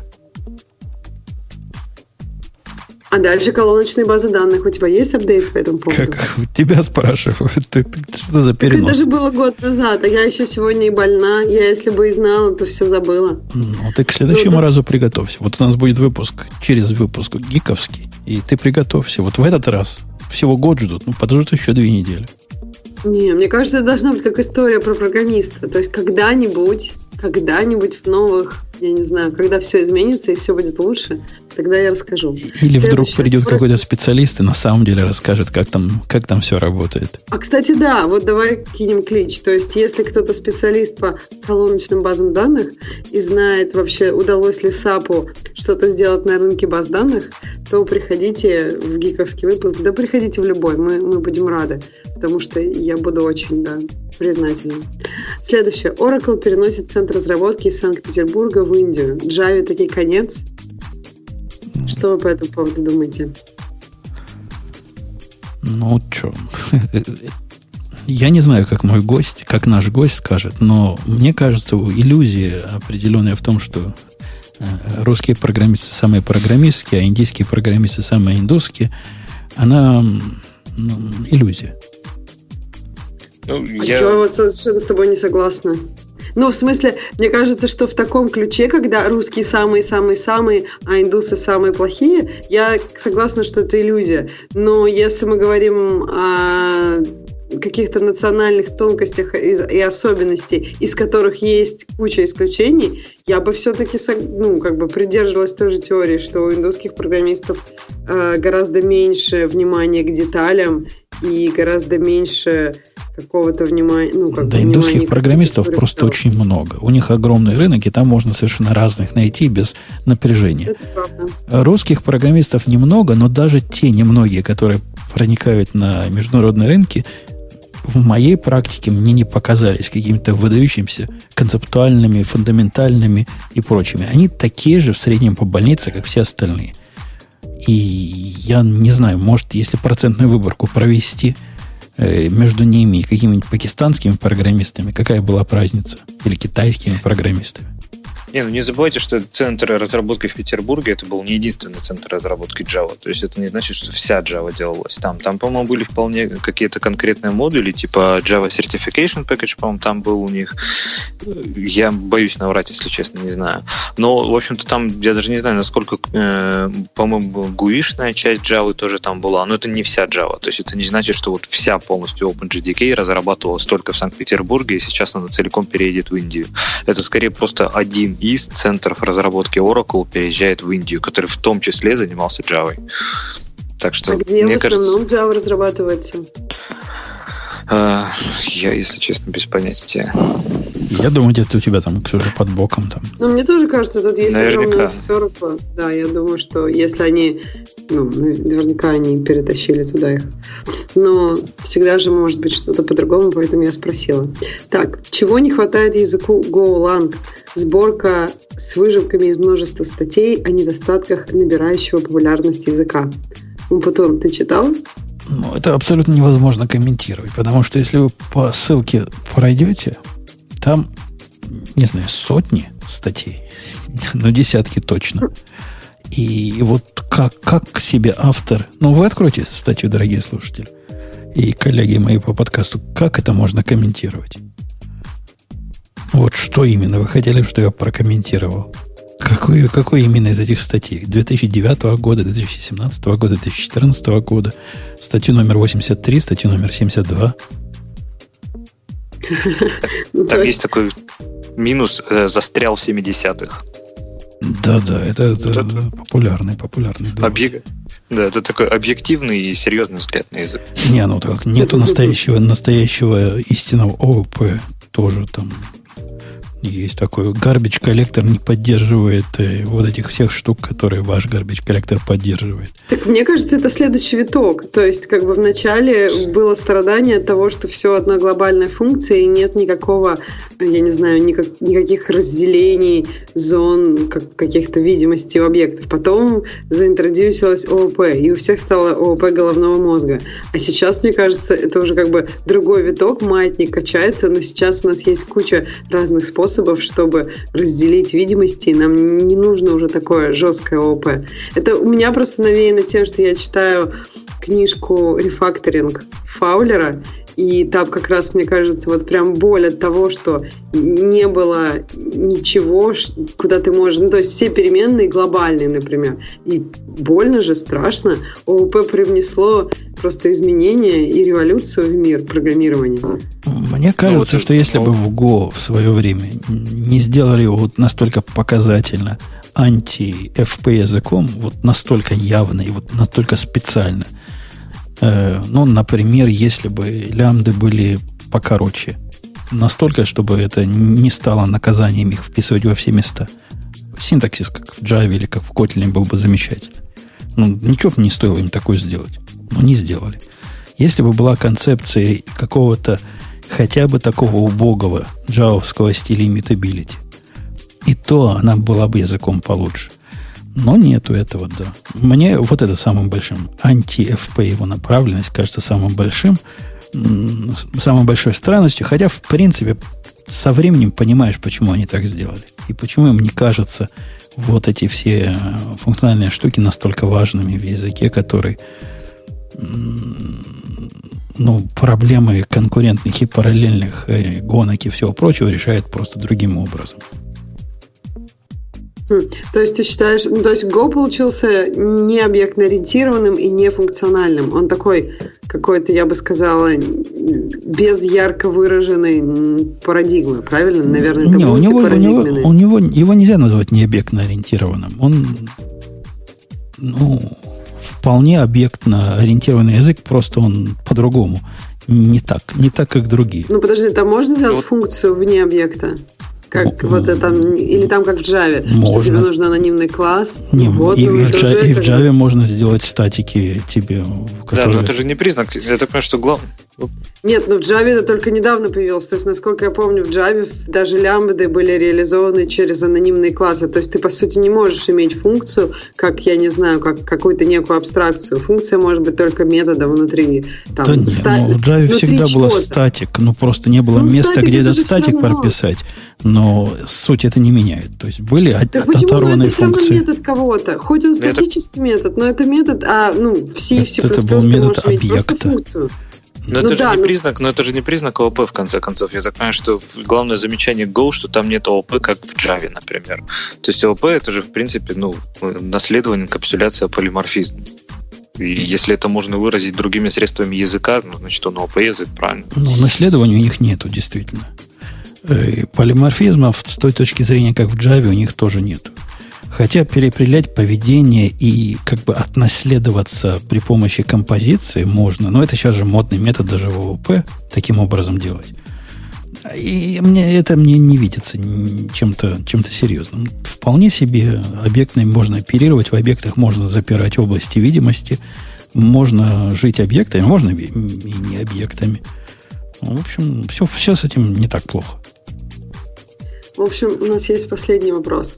А дальше колоночные базы данных. У тебя есть апдейт по этому поводу? Как? Тебя спрашиваю. Ты, ты, что за перенос? Это же было год назад, а я еще сегодня и больна. Я, если бы и знала, то все забыла. Ну, ты к следующему ну, разу приготовься. Вот у нас будет выпуск, через выпуск гиковский, и ты приготовься. Вот в этот раз всего год ждут, ну, подождут еще две недели. Не, мне кажется, это должна быть как история про программиста. То есть когда-нибудь, когда-нибудь в новых, я не знаю, когда все изменится и все будет лучше, тогда я расскажу. Или вдруг придет про... какой-то специалист и на самом деле расскажет, как там, как там все работает. А, кстати, да, вот давай кинем клич. То есть, если кто-то специалист по колоночным базам данных и знает вообще, удалось ли САПу что-то сделать на рынке баз данных, то приходите в гиковский выпуск. Да приходите в любой, мы, мы будем рады, потому что я буду очень, да, признательна. Следующее. Oracle переносит центр разработки из Санкт-Петербурга в Индию. Java таки конец. Что вы по этому поводу думаете? Ну, что? Я не знаю, как мой гость, как наш гость скажет, но мне кажется, иллюзия определенная в том, что русские программисты самые программистские, а индийские программисты самые индусские, она ну, иллюзия. Ну, я... я вот совершенно с тобой не согласна. Ну, в смысле, мне кажется, что в таком ключе, когда русские самые-самые-самые, а индусы самые плохие, я согласна, что это иллюзия. Но если мы говорим о каких-то национальных тонкостях и особенностей, из которых есть куча исключений, я бы все-таки ну, как бы придерживалась той же теории, что у индусских программистов э, гораздо меньше внимания к деталям и гораздо меньше какого-то внимания. Ну, как да, индусских программистов просто очень много. У них огромный рынок, и там можно совершенно разных найти без напряжения. Это правда. Русских программистов немного, но даже те немногие, которые проникают на международные рынки, в моей практике мне не показались какими-то выдающимися концептуальными, фундаментальными и прочими. Они такие же в среднем по больнице, как все остальные. И я не знаю, может, если процентную выборку провести э, между ними и какими-нибудь пакистанскими программистами, какая была бы разница? Или китайскими программистами? Не, ну не забывайте, что центр разработки в Петербурге это был не единственный центр разработки Java. То есть это не значит, что вся Java делалась там. Там, по-моему, были вполне какие-то конкретные модули, типа Java Certification Package, по-моему, там был у них. Я боюсь наврать, если честно, не знаю. Но, в общем-то, там, я даже не знаю, насколько, э, по-моему, гуишная часть Java тоже там была. Но это не вся Java. То есть это не значит, что вот вся полностью OpenJDK разрабатывалась только в Санкт-Петербурге, и сейчас она целиком переедет в Индию. Это скорее просто один из центров разработки Oracle переезжает в Индию, который в том числе занимался Java. Так что, а где мне в основном кажется, Java разрабатывается? Uh, я, если честно, без понятия. Я думаю, где-то у тебя там, Ксюша, под боком там. Ну, мне тоже кажется, тут есть огромный офис Oracle. Да, я думаю, что если они, ну, наверняка они перетащили туда их. Но всегда же может быть что-то по-другому, поэтому я спросила. Так, чего не хватает языку Golang? Сборка с выжимками из множества статей о недостатках набирающего популярность языка. Умпутун, ты читал? Ну, это абсолютно невозможно комментировать, потому что если вы по ссылке пройдете, там, не знаю, сотни статей, ну, десятки точно. И вот как, как себе автор... Ну, вы откройте статью, дорогие слушатели, и коллеги мои по подкасту, как это можно комментировать? Вот что именно вы хотели, чтобы я прокомментировал? Какой, какой именно из этих статей? две тысячи девятого года, две тысячи семнадцатого года, две тысячи четырнадцатого года, статью номер восемьдесят три, статью номер семьдесят два. Там есть такой минус, э, застрял в семидесятых. Да-да, это, это, это популярный, популярный. Объек... Да, это такой объективный и серьезный взгляд на язык. Не, ну так нету настоящего, настоящего истинного ООП тоже там. Есть такой garbage коллектор не поддерживает э, вот этих всех штук, которые ваш garbage коллектор поддерживает. Так мне кажется, это следующий виток. То есть, как бы вначале было страдание от того, что все одна глобальная функция, и нет никакого, я не знаю, никак, никаких разделений, зон, как, каких-то видимостей у объектов. Потом заинтродюсилась ООП, и у всех стало ООП головного мозга. А сейчас, мне кажется, это уже как бы другой виток, маятник качается, но сейчас у нас есть куча разных способов, чтобы разделить видимости, и нам не нужно уже такое жесткое ООП. Это у меня просто навеяно тем, что я читаю книжку «Рефакторинг» Фаулера, и там как раз, мне кажется, вот прям боль от того, что не было ничего, куда ты можешь... Ну, то есть все переменные глобальные, например. И больно же, страшно. ООП привнесло просто изменения и революцию в мир программирования. Мне кажется, ну, вот что если бы в Go в свое время не сделали его вот настолько показательно анти-эф пи языком, вот настолько явно и вот настолько специально, э, ну, например, если бы лямбды были покороче, настолько, чтобы это не стало наказанием их вписывать во все места. Синтаксис, как в Java или как в Kotlin, был бы замечательный. Ну, ничего бы не стоило им такое сделать. Но не сделали. Если бы была концепция какого-то хотя бы такого убогого джавовского стиля immutability, и то она была бы языком получше. Но нету этого, да. Мне вот это самым большим анти-эф пи его направленность кажется самым большим, самой большой странностью, хотя, в принципе, со временем понимаешь, почему они так сделали. И почему им не кажется вот эти все функциональные штуки настолько важными в языке, который ну, проблемы конкурентных и параллельных э, гонок и всего прочего решает просто другим образом. Хм, то есть ты считаешь, ну, то есть Go получился не объектно-ориентированным и не функциональным. Он такой какой-то, я бы сказала, без ярко выраженной парадигмы, правильно? Наверное, это не, у него, у него, у него его нельзя назвать не объектно-ориентированным. Он, ну, вполне объектно-ориентированный язык, просто он по-другому. Не так, не так, как другие. Ну, подожди, там можно сделать вот функцию вне объекта? Как ну, вот это, или там как в Java, можно. Что тебе нужен анонимный класс. Не, вот, и, ну, и, в Java, и в Java можно сделать статики тебе. Которые... Да, но это же не признак. Я так понимаю, что главное. Нет, ну в Java это только недавно появилось. То есть, насколько я помню, в Java даже лямбды были реализованы через анонимные классы. То есть ты, по сути, не можешь иметь функцию, как, я не знаю, как какую-то некую абстракцию. Функция может быть только методом внутри. Там, да нет, ста... ну, в Java всегда было статик. Ну, просто не было ну, места, где этот статик прописать. Но суть это не меняет. То есть были так от, оторванные функции. Это метод кого-то. Хоть он статический это... метод, но это метод, а ну, в C и в C++ это был метод объекта. Но ну, это да, же не но... признак, но это же не признак ООП, в конце концов. Я так понимаю, что главное замечание Go, что там нет ООП, как в Java, например. То есть ООП это же, в принципе, ну, наследование, капсуляция, полиморфизм. И если это можно выразить другими средствами языка, ну, значит, он ООП язык, правильно? Ну, наследования у них нету, действительно. И полиморфизмов с той точки зрения, как в Java, у них тоже нету. Хотя переопределять поведение и как бы отнаследоваться при помощи композиции можно, но это сейчас же модный метод даже в ООП таким образом делать. И мне, это мне не видится чем-то, чем-то серьезным. Вполне себе объектами можно оперировать, в объектах можно запирать области видимости, можно жить объектами, можно и не объектами. В общем, все, все с этим не так плохо. В общем, у нас есть последний вопрос.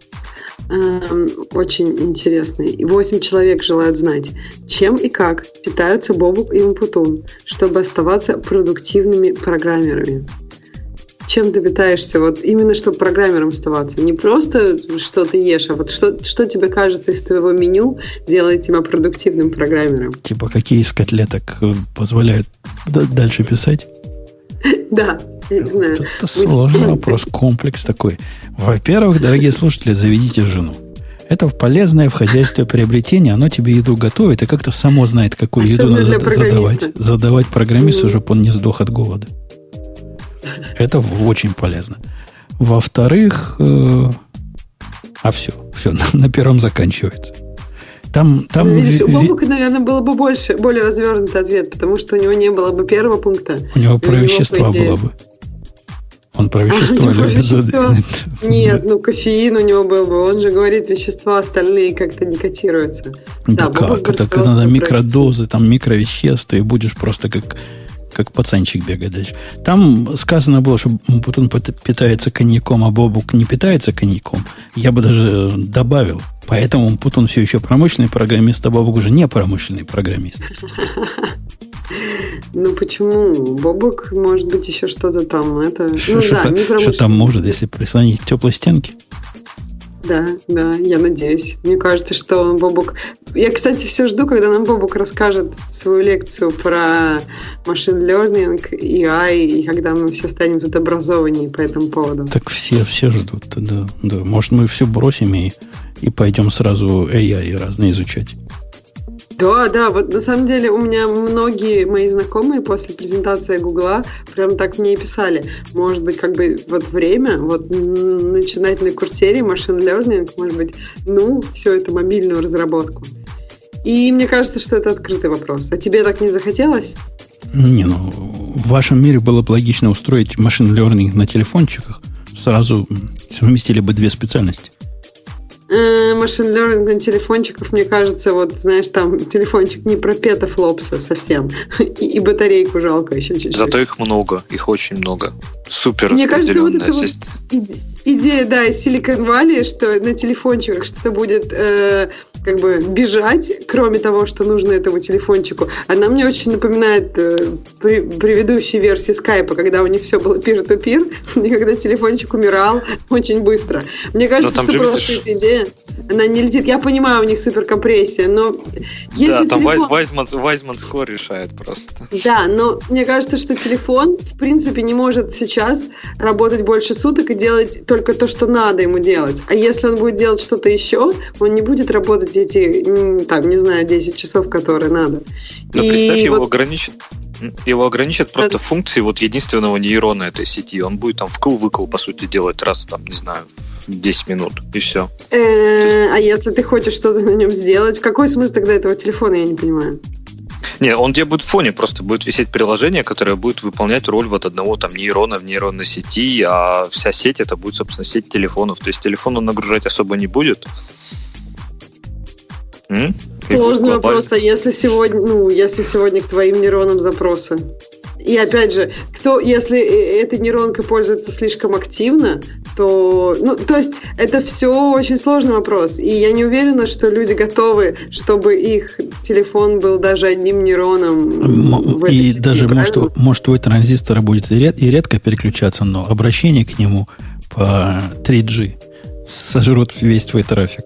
Очень интересный. Восемь человек желают знать, чем и как питаются Бобук и Умпутун, чтобы оставаться продуктивными программерами. Чем ты питаешься? Вот именно чтобы программером оставаться. Не просто что ты ешь, а вот что, что тебе кажется из твоего меню делает тебя продуктивным программером. Типа какие из котлеток позволяют дальше писать? Да. Я не знаю. Это сложный вопрос, комплекс такой. Во-первых, дорогие слушатели, заведите жену. Это полезное в хозяйстве приобретение, оно тебе еду готовит и как-то само знает, какую особенно еду надо задавать. Задавать программисту, Mm. чтобы он не сдох от голода. Это очень полезно. Во-вторых, э, а все, все, на, на первом заканчивается. Там, там Видишь, у ви- Бобука, наверное, было бы больше, более развернутый ответ, потому что у него не было бы первого пункта. у него и про у него, вещества по идее- было бы. Он про А, у вещества него любит вещества? задать. Нет, ну кофеин у него был бы. Он же говорит, вещества остальные как-то не котируются. Да, Бобук как? бы Это рассказал когда надо про- микродозы, там микровеществ, и будешь просто как, как пацанчик бегать дальше. Там сказано было, что Путун питается коньяком, а Бобук не питается коньяком. Я бы даже добавил. Поэтому Путун все еще промышленный программист, а Бобук уже не промышленный программист. Ну почему? Бобук, может быть, еще что-то там. Это, Что, ну что да, та- не что промышленный. там может, если прислонить к теплой стенке? Да, да, я надеюсь. Мне кажется, что Бобук... Я, кстати, все жду, когда нам Бобук расскажет свою лекцию про машин learning, эй ай, и когда мы все станем тут образованнее по этому поводу. Так все, все ждут. Да, да. Может, мы все бросим и, и пойдем сразу эй ай разные изучать. Да, да, вот на самом деле у меня многие мои знакомые после презентации Гугла прям так мне и писали. Может быть, как бы вот время, вот м, начинать на курсере машин learning, может быть, ну, все это мобильную разработку. И мне кажется, что это открытый вопрос. А тебе так не захотелось? Не, ну, в вашем мире было бы логично устроить машин learning на телефончиках. Сразу совместили бы две специальности. Машин learning на телефончиках, мне кажется, вот, знаешь, там телефончик не про петафлопса совсем. И, и батарейку жалко еще чуть-чуть. Зато их много, их очень много. Супер Мне кажется, вот распределенная это вот система. иде- идея, да, из Silicon Valley, что на телефончиках что-то будет э, как бы бежать, кроме того, что нужно этому телефончику. Она мне очень напоминает э, при- предыдущие версии скайпа, когда у них все было peer-to-peer, и когда телефончик умирал очень быстро. Мне кажется, там что же, просто видишь- эта идея, она не летит. Я понимаю, у них суперкомпрессия, но если Да, там телефон- Вайзман, Вайзман Скор решает просто. Да, но мне кажется, что телефон, в принципе, не может сейчас работать больше суток и делать только то, что надо ему делать. А если он будет делать что-то еще, он не будет работать эти, м, там, не знаю, десять часов, которые надо. Но И представь, его вот- ограничат, его ограничат просто функции вот единственного нейрона этой сети. Он будет там вкл-выкл, по сути, делать раз, там, не знаю, в десять минут, и все. э, а если ты хочешь что-то на нем сделать, какой смысл тогда этого телефона, я не понимаю. Не, он где будет в фоне, просто будет висеть приложение, которое будет выполнять роль вот одного там нейрона в нейронной сети, а вся сеть это будет, собственно, сеть телефонов. То есть телефон он нагружать особо не будет. М? И Сложный глобально- вопрос, а если сегодня, ну, если сегодня к твоим нейронам запросы? И опять же, кто, если этой нейронкой пользуется слишком активно, то, ну, то есть это все очень сложный вопрос. И я не уверена, что люди готовы, чтобы их телефон был даже одним нейроном в этой И сети, даже, может, правильно? может, твой транзистор будет и ред- и редко переключаться, но обращение к нему по три джи сожрут весь твой трафик.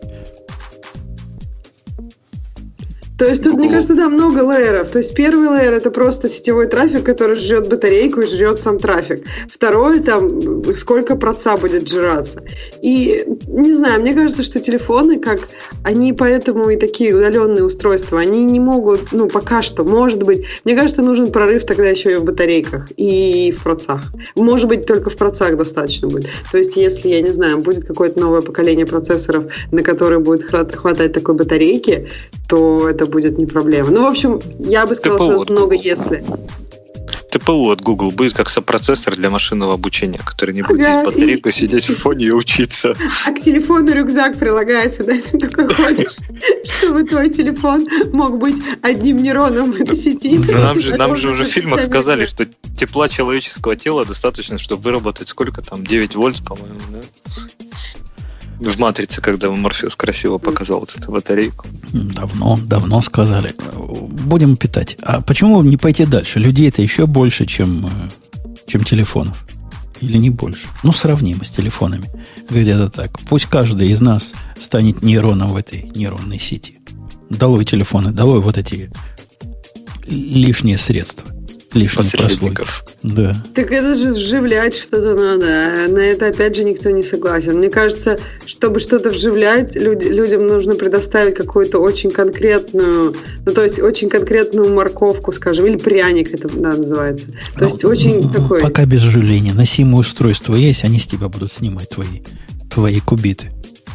То есть тут, мне кажется, да, много лейеров. То есть первый лейер — это просто сетевой трафик, который жрет батарейку и жрет сам трафик. Второй, там, сколько проца будет жраться. И, не знаю, мне кажется, что телефоны, как они поэтому и такие удаленные устройства, они не могут, ну, пока что, может быть, мне кажется, нужен прорыв тогда еще и в батарейках, и в процах. Может быть, только в процах достаточно будет. То есть, если, я не знаю, будет какое-то новое поколение процессоров, на которые будет хватать такой батарейки, то это будет не проблема. Ну, в общем, я бы сказала, ТПУ что от это много Google. если. ТПУ от Google будет как сопроцессор для машинного обучения, который не будет Ага. без батарейку сидеть в фоне и учиться. А к телефону рюкзак прилагается, да? Ты только хочешь, чтобы твой телефон мог быть одним нейроном в этой сети. Да Нам же, нам же уже в фильмах сказали, что тепла человеческого тела достаточно, чтобы выработать сколько там, девять вольт, по-моему, да? В «Матрице», когда Морфеус красиво показал вот эту батарейку. Давно, давно сказали. Будем питать. А почему не пойти дальше? Людей это еще больше, чем, чем телефонов. Или не больше? Ну, сравнимо с телефонами. Где-то так. Пусть каждый из нас станет нейроном в этой нейронной сети. Долой телефоны, долой вот эти лишние средства. лишних посредников. Да. Так это же вживлять что-то надо. А на это опять же никто не согласен. Мне кажется, чтобы что-то вживлять, люди, людям нужно предоставить какую-то очень конкретную, ну то есть очень конкретную морковку, скажем, или пряник это да, называется. То есть очень ну, такой... Пока без вживления. Носимые устройства есть, они с тебя будут снимать твои, твои кубиты.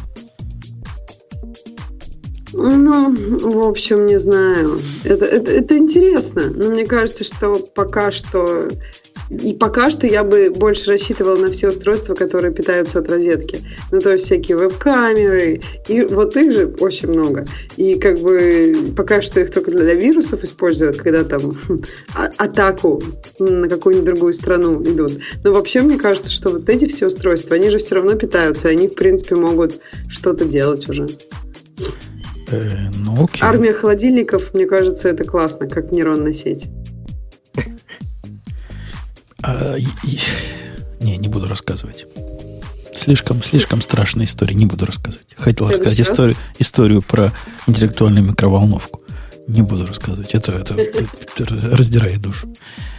Ну, в общем, не знаю. Это, это, это интересно. Но мне кажется, что пока что... И пока что я бы больше рассчитывала на все устройства, которые питаются от розетки. Ну, то есть всякие веб-камеры. И вот их же очень много. И как бы пока что их только для вирусов используют, когда там а- атаку на какую-нибудь другую страну идут. Но вообще мне кажется, что вот эти все устройства, они же все равно питаются. Они, в принципе, могут что-то делать уже. Э, ну, окей. Армия холодильников, мне кажется, это классно, как нейронная сеть. А, и, и, не, не буду рассказывать. Слишком, слишком страшная история, не буду рассказывать. Хотел рассказать историю, историю про интеллектуальную микроволновку. Не буду рассказывать. Это, это, это раздирает душу.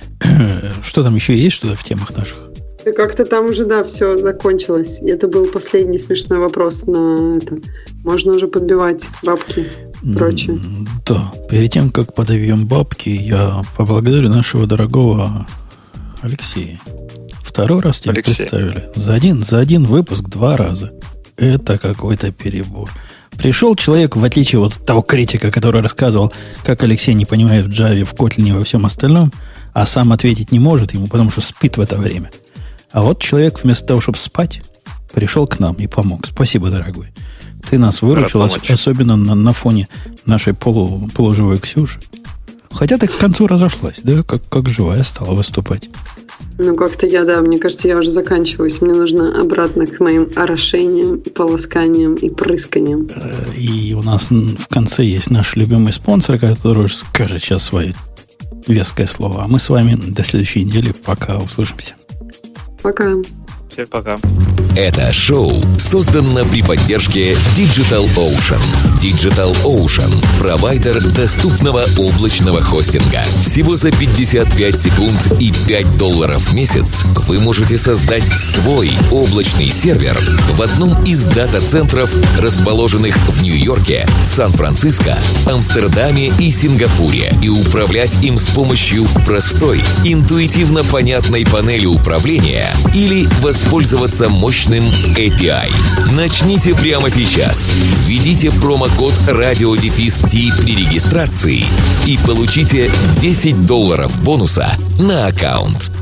Что там еще есть, что-то в темах наших? Да как-то там уже, да, все закончилось. Это был последний смешной вопрос на это. Можно уже подбивать бабки и прочее. Да. Перед тем, как подобьем бабки, я поблагодарю нашего дорогого Алексея. Второй раз тебя Алексей. представили. За один, за один выпуск два раза. Это какой-то перебор. Пришел человек, в отличие от того критика, который рассказывал, как Алексей не понимает в Java, в Kotlin и во всем остальном, а сам ответить не может ему, потому что спит в это время. А вот человек вместо того, чтобы спать, пришел к нам и помог. Спасибо, дорогой. Ты нас выручил, ос- особенно на, на фоне нашей полу, полуживой Ксюши. Хотя ты к концу разошлась, да? Как, как живая стала выступать. Ну, как-то я, да, мне кажется, я уже заканчиваюсь. Мне нужно обратно к моим орошениям, и полосканиям и прысканиям. И у нас в конце есть наш любимый спонсор, который уже скажет сейчас свое веское слово. А мы с вами до следующей недели. Пока услышимся. Пока. Всем пока. Это шоу создано при поддержке Digital Ocean. Digital Ocean – провайдер доступного облачного хостинга. Всего за пятьдесят пять секунд и пять долларов в месяц вы можете создать свой облачный сервер в одном из дата-центров, расположенных в Нью-Йорке, Сан-Франциско, Амстердаме и Сингапуре, и управлять им с помощью простой, интуитивно понятной панели управления или воспользоваться мощным эй пи ай. Начните прямо сейчас. Введите промокод радиодефис-ти при регистрации и получите десять долларов бонуса на аккаунт.